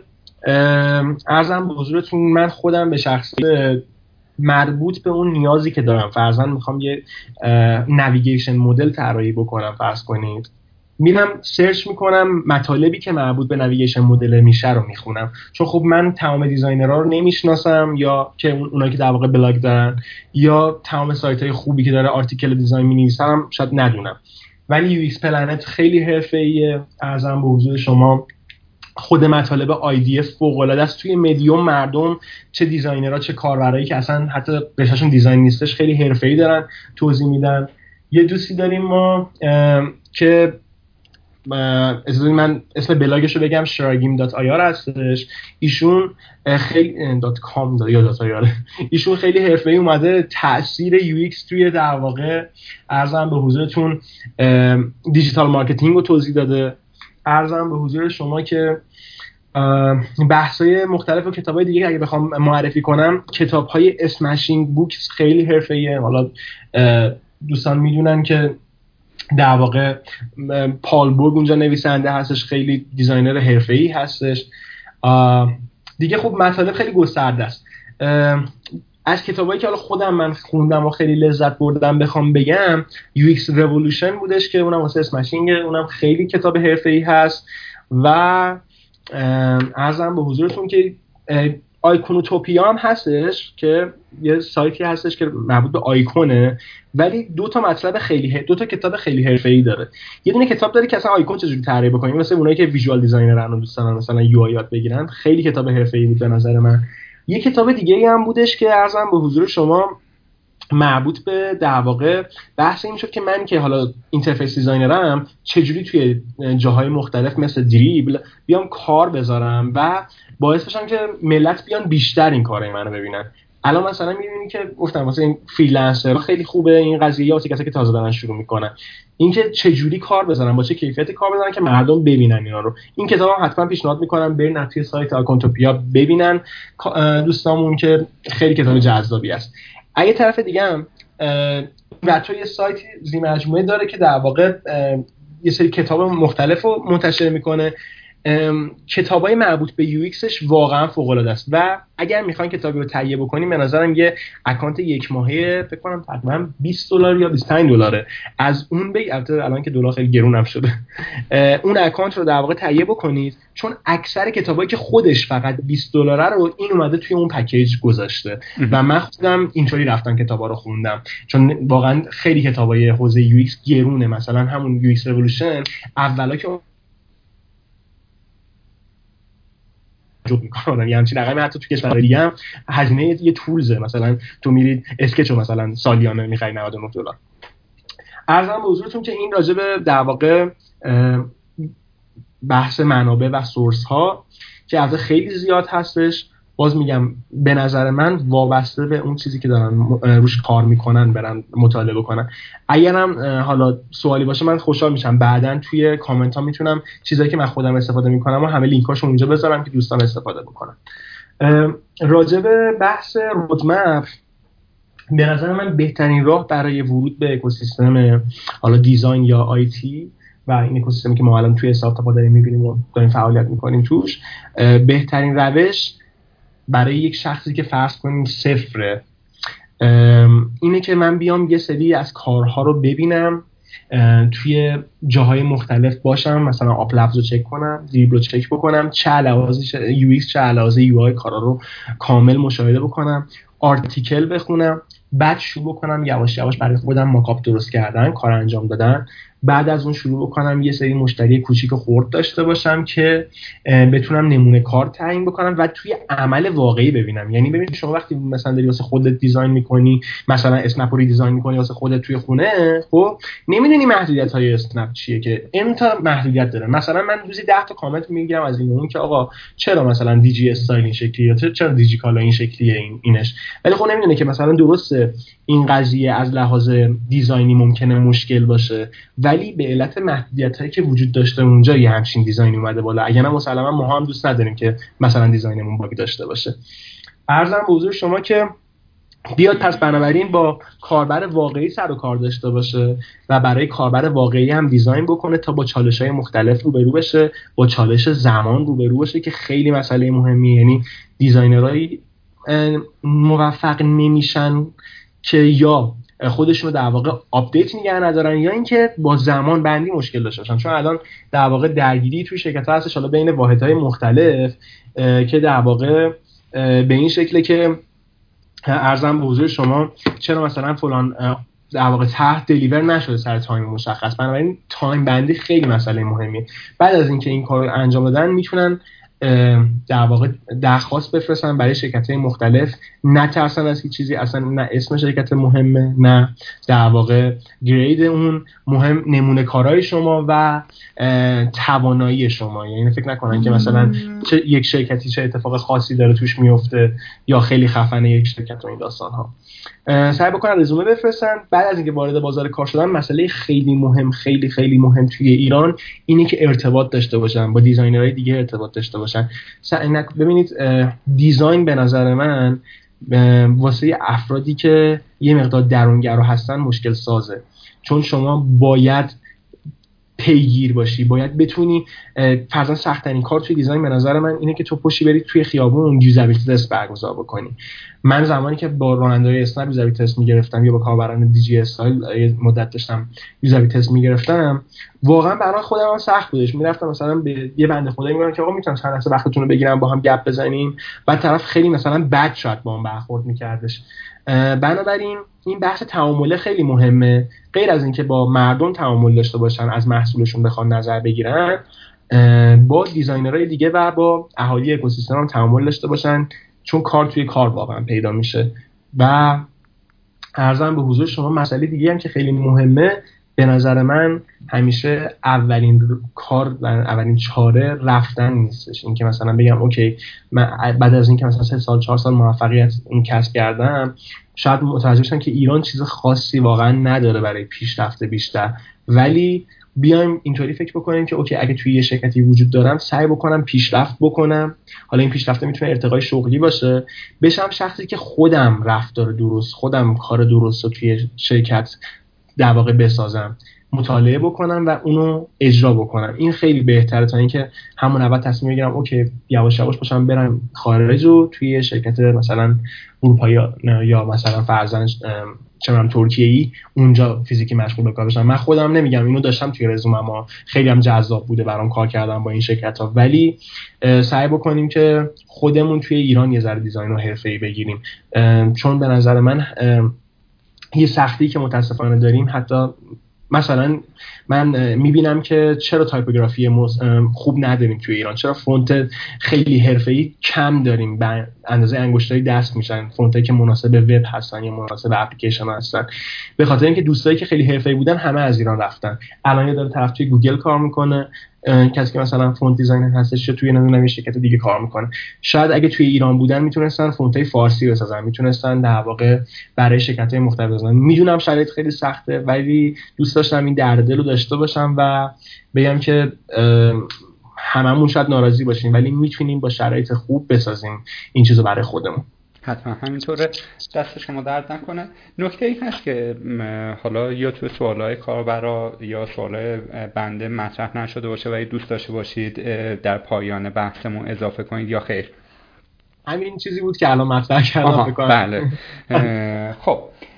عرضم به حضورتون من خودم به شخصی مربوط به اون نیازی که دارم، فرضاً میخوام یه نویگیشن مدل طراحی بکنم، فرض کنید میرم سرچ میکنم مطالبی که مربوط به نویگیشن مدل میشه رو میخونم، چون خب من تمام دیزاینرها رو نمیشناسم یا که اونایی که در واقع بلاگ دارن یا تمام سایت های خوبی که داره آرتیکل دیزاین مینویسن شاید ندونم. ولی یو ایکس پلنت خیلی حرفه‌ایه. ارزم به حضور شما خود مطالب آی دی اف فوق‌العاده است. توی مدیوم مردم چه دیزاینرها چه کاربرایی که اصلا حتی بهشون دیزاین نیستش خیلی حرفه‌ای دارن توضیح میدن. یه دوستی داریم ما که اجازه من اسم بلاگش رو بگم، شراگیم دات آی آر هستش. ایشون خیلی دات کام داره یا دات آی آر. ایشون خیلی حرفه‌ای اومده تاثیر یو ایکس توی در واقع ارزم به حضورتون دیجیتال مارکتینگ رو توضیح داده. ارزم به حضور شما که بحث‌های مختلف و کتاب‌های دیگه اگه بخوام معرفی کنم، کتاب‌های اسمشینگ بوکس خیلی حرفه‌ایه. حالا دوستان میدونن که در واقع پال بورگ اونجا نویسنده هستش، خیلی دیزاینر حرفه‌ای هستش دیگه. خب مطالب خیلی گسترده است. از کتابایی که حالا خودم من خوندم و خیلی لذت بردم بخوام بگم، یو ایکس Revolution بودش که اونم واسه اسمشینگ، اونم خیلی کتاب حرفه‌ای هست. و عرضم به حضورتون که آیکونوتوپیا هم هستش که یه سایتی هستش که مربوط به آیکونه، ولی دو تا مطلب خیلی دو تا کتاب خیلی حرفه‌ای داره. یه دونه کتاب داره که اصلا آیکون چجوری طراحی بکنیم، مثلا اونایی که ویژوال دیزاینرن و دوست دارن مثلا یو آی یاد بگیرن، خیلی کتاب حرفه‌ای بود به نظر من. یه کتاب دیگه‌ای هم بودش که عرضم به حضور شما مربوط به در واقع بحث این شد که من که حالا اینترفیس دیزاینرم چجوری توی جاهای مختلف مثل دریبل بیام کار بذارم و باعث بشم که ملت بیان بیشتر این کارای منو ببینن. الان مثلا می‌بینید که گفتم واسه این فریلنسرها خیلی خوبه این قضیه، واسه کسایی که تازه دارن شروع میکنن اینکه چه جوری کار بزنن، با چه کیفیتی کار بزنن که مردم ببینن اینا رو. این کتابم حتما پیشنهاد میکنم برین توی سایت آکانتوپیا ببینن دوستامون که خیلی کتاب جذابی است. اگه طرف دیگه هم بچه‌ها یه سایت زی مجموعه داره که در واقع یه سری کتاب مختلف رو منتشر میکنه، کتابای مربوط به یو ایکسش واقعا فوق العاده است و اگر میخواین کتابی رو تهیه بکنین به نظرم یه اکانت یک ماهه فکر کنم تقریبا بیست دلار یا بیست و پنج دلاره، از اون بگی البته الان که دلار خیلی گرون هم شده اون اکانت رو در واقع تهیه بکنید، چون اکثر کتابایی که خودش فقط بیست دلاره رو این اومده توی اون پکیج گذاشته و من خودم اینطوری رفتم کتابا رو خوندم، چون واقعا خیلی کتابای حوزه یو ایکس گرونه. مثلا همون یو ایکس رولوشن اولا که جوب میکنم یعنی همچین رقمی حتی تو کشورهای دیگه هم هزینه یه تولزه، مثلا تو میرید اسکچو مثلا سالیانه میخرید نود و نه دلار. عرضم به حضورتون که این راجع به در واقع بحث منابع و سورس ها که از خیلی زیاد هستش، باز میگم به نظر من وابسته به اون چیزی که دارن روش کار میکنن برن مطالعه بکنن. اگرم حالا سوالی باشه من خوشحال میشم بعدن توی کامنت ها میتونم چیزایی که من خودم استفاده میکنم و همه لینکاشو اونجا بذارم که دوستان استفاده بکنن. راجع به بحث رودمپ به نظر من بهترین راه برای ورود به اکوسیستم حالا دیزاین یا آیتی و این اکوسیستمی که ما الان توی استارتاپ‌ها داریم می‌بینیم و داریم فعالیت می‌کنیم توش، بهترین روش برای یک شخصی که فرض کنیم صفره اینه که من بیام یه سری از کارها رو ببینم، توی جاهای مختلف باشم، مثلا آپ لبز رو چک کنم، دریبل رو چک بکنم، چه علاوه یو ایکس چه علاوه یو آی کارا رو کامل مشاهده بکنم، آرتیکل بخونم، بعد شروع کنم یواش یواش برای خودم ماکاپ درست کردن، کار انجام دادن. بعد از اون شروع بکنم یه سری مشتری کوچیک و خرد داشته باشم که بتونم نمونه کار تعیین بکنم و توی عمل واقعی ببینم. یعنی ببین شما وقتی مثلا داری واسه خودت دیزاین میکنی، مثلا اسنپ رو دیزاین میکنی واسه خودت توی خونه، خب نمیدونی محدودیت‌های اسنپ چیه که این تا محدودیت داره. مثلا من روزی ده تا کامنت میگیرم از این اون که آقا چرا مثلا دی جی استایل این شکلیه یا چرا دی جی کالا این شکلیه این اینش، ولی خب نمیدونه که مثلا درسته این قضیه از لحاظ دیزاینی ممکنه مشکل باشه، ولی به علت محدودیتایی که وجود داشته اونجا یه همچین دیزاینی اومده بالا. اگه نه مسلما ما هم دوست نداریم که مثلا دیزاینمون باگی داشته باشه. عرضم به حضور شما که بیاد پس بنابراین با کاربر واقعی سر و کار داشته باشه و برای کاربر واقعی هم دیزاین بکنه تا با چالش‌های مختلف روبرو بشه، با چالش زمان روبرو بشه که خیلی مسئله مهمیه. یعنی دیزاینرای موفق نمیشن که یا خودشون رو در واقع آپدیت نگه ندارن یا اینکه با زمان بندی مشکل داشته باشن، چون الان در واقع درگیری توی شرکت‌ها هستش حالا بین واحدهای مختلف که در واقع به این شکله که ارزم به حضور شما چرا مثلا فلان در واقع تحت دلیور نشده سر تایم مشخص. بنابراین تایم بندی خیلی مسئله مهمیه. بعد از اینکه این کار انجام دادن میتونن در واقع درخواست بفرستن برای شرکت‌های مختلف، نه ترسن از هیچ چیزی، اصلا نه اسم شرکت مهمه نه در واقع گرید اون مهم، نمونه کارهای شما و توانایی شما. یعنی فکر نکنن که مثلا چه یک شرکتی چه اتفاق خاصی داره توش میفته یا خیلی خفنه یک شرکت و این داستان‌ها. سعی بکنن رزومه بفرستن. بعد از اینکه وارد بازار کار شدن، مسئله خیلی مهم خیلی خیلی مهم توی ایران اینه که ارتباط داشته باشن با دیزاینرهای دیگه، ارتباط داشته باشن. ببینید دیزاین به نظر من واسه افرادی که یه مقدار درونگرا هستن مشکل سازه، چون شما باید پیگیر باشی، باید بتونی فرضاً سخت‌ترین کار توی دیزاین به نظر من اینه که تو پشی برید توی خیابون یوزابیلیتی تست برگزار بکنی. من زمانی که با راننده‌های اسنپ یوزابیلیتی تست می‌گرفتم یا با کاربران دی جی استایل یه مدت داشتم یوزابیلیتی تست می‌گرفتم، واقعا برای خودم هم سخت بودش. میرفتم مثلا به یه بنده خدایی میگم که آقا میتونم چند لحظه وقتتون رو بگیرم با هم گپ بزنیم، بعد طرف خیلی مثلا بد شاید با هم برخورد می‌کردش. بنابراین این بحث تعامله خیلی مهمه. غیر از اینکه با مردم تعامل داشته باشن، از محصولشون بخوان نظر بگیرن، با دیزاینرهای دیگه و با اهالی اکوسیستم هم تعامل داشته باشن، چون کار توی کار واقعا پیدا میشه. و عرضم به حضور شما مسئله دیگه هم که خیلی مهمه، به نظر من همیشه اولین کار و اولین چاره رفتن نیستش. این که مثلا بگم اوکی من بعد از اینکه مثلا سه سال چهار سال موفقیت این کسب کردم، شاید متوجه شدم که ایران چیز خاصی واقعا نداره برای پیشرفت بیشتر، ولی بیایم اینطوری فکر بکنیم که اوکی اگه توی یه شرکتی وجود دارم سعی بکنم پیشرفت بکنم. حالا این پیشرفت میتونه ارتقای شغلی باشه، بشم شخصی که خودم رفتار درست، خودم کار درست رو توی شرکت در واقع بسازم، مطالعه بکنم و اونو اجرا بکنم. این خیلی بهتره تا اینکه همون اول تصمیم بگیرم اوکی یواش یواش باشم برم خارج و توی شرکت مثلا اروپایی یا مثلا فرضاً چه می‌دونم ترکیه‌ای اونجا فیزیکی مشغول به کار بشم. من خودم نمیگم اینو داشتم توی رزومم، اما خیلی هم جذاب بوده برام کار کردم با این شرکت‌ها، ولی سعی بکنیم که خودمون توی ایران یه ذره دیزاین رو حرفه‌ای بگیریم، چون به نظر من یه سختی که متاسفانه داریم، حتی مثلا من میبینم که چرا تایپوگرافی خوب نداریم توی ایران، چرا فونت خیلی حرفه‌ای کم داریم، به اندازه انگشتای دست میشن فونتایی که مناسب وب هستن یا مناسب اپلیکیشن هستن، به خاطر اینکه دوستایی که خیلی حرفه‌ای بودن همه از ایران رفتن. الان یه داره طرف توی گوگل کار میکنه، کسی که مثلا فونت دیزاینر هستش توی نمیدونم شرکت دیگه کار میکنه. شاید اگه توی ایران بودن میتونستن فونتای فارسی بسازن، میتونستن در واقع برای شرکت‌های مختلف بسازن. میدونم شرایط خیلی سخته، ولی دوست داشتم این درد دل رو داشته باشم و بگم که هممون شاید ناراضی باشیم ولی میتونیم با شرایط خوب بسازیم این چیزو برای خودمون. حتما همینطوره، دست شما درد نکنه. نکته ای هست که حالا یا تو سوالای کاربرا یا سوالای بنده مطرح نشده باشه و دوست داشته باشید در پایان بحثمون اضافه کنید یا خیر؟ همین چیزی بود که الان مطرح کردم بکنم. بله. خب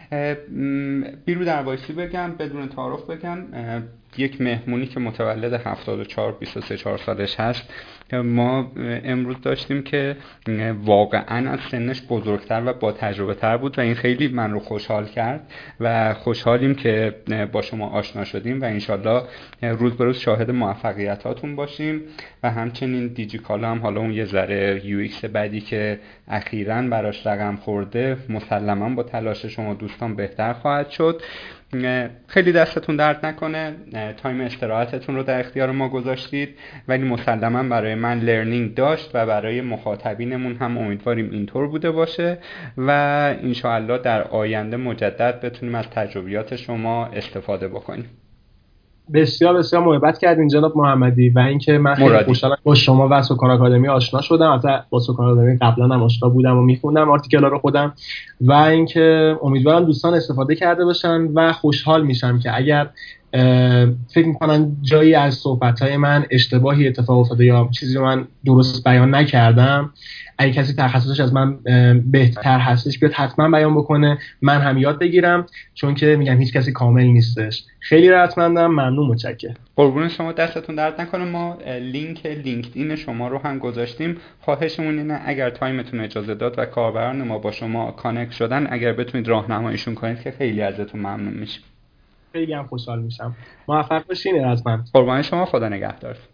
بیرو در وایسی بگم، بدون تعارف بگم، یک مهمونی که متولد هفتاد و چهار بیست و سه چهار سالش هست ما امروز داشتیم که واقعا از سنش بزرگتر و با تجربه تر بود و این خیلی من رو خوشحال کرد و خوشحالیم که با شما آشنا شدیم و انشالله روز به روز شاهد موفقیتاتون باشیم و همچنین دیجیکالا هم حالا اون یه ذره یو ایکس بعدی که اخیراً براش رقم خورده مسلماً با تلاش شما دوستان بهتر خواهد شد. خیلی دستتون درد نکنه، تایم استراحتتون رو در اختیار ما گذاشتید، ولی مسلماً برای من لرنینگ داشت و برای مخاطبینمون هم امیدواریم اینطور بوده باشه و انشاءالله در آینده مجدد بتونیم از تجربیات شما استفاده بکنیم. بسیار بسیار محبت کردین جناب محمدی و اینکه من خیلی خوشحالم با شما و سکان آکادمی آشنا شدم. البته با سکان آکادمی قبلا هم آشنا بودم و میخوندم آرتیکل‌ها رو خودم و اینکه امیدوارم دوستان استفاده کرده باشن و خوشحال میشم که اگر فکر میکنن جایی از صحبت‌های من اشتباهی اتفاق افتاده یا چیزی رو من درست بیان نکردم، اگه کسی تخصصش از من بهتر هستش بیاد حتما بیان بکنه، من هم یاد بگیرم، چون که میگم هیچ کسی کامل نیستش. خیلی رحمتمندم، ممنون، متشکرم. قربون شما، دستتون درد نکنه. ما لینک لینکدین شما رو هم گذاشتیم. خواهشمون اینه اگر تایمتون اجازه داد و کاربران ما با شما کانکت شدن اگر بتونید راهنماییشون کنید که خیلی ازتون ممنون میشیم. خیلی هم خوشحال میشم. موفق باشین. از من قربان شما، خدا نگهدار.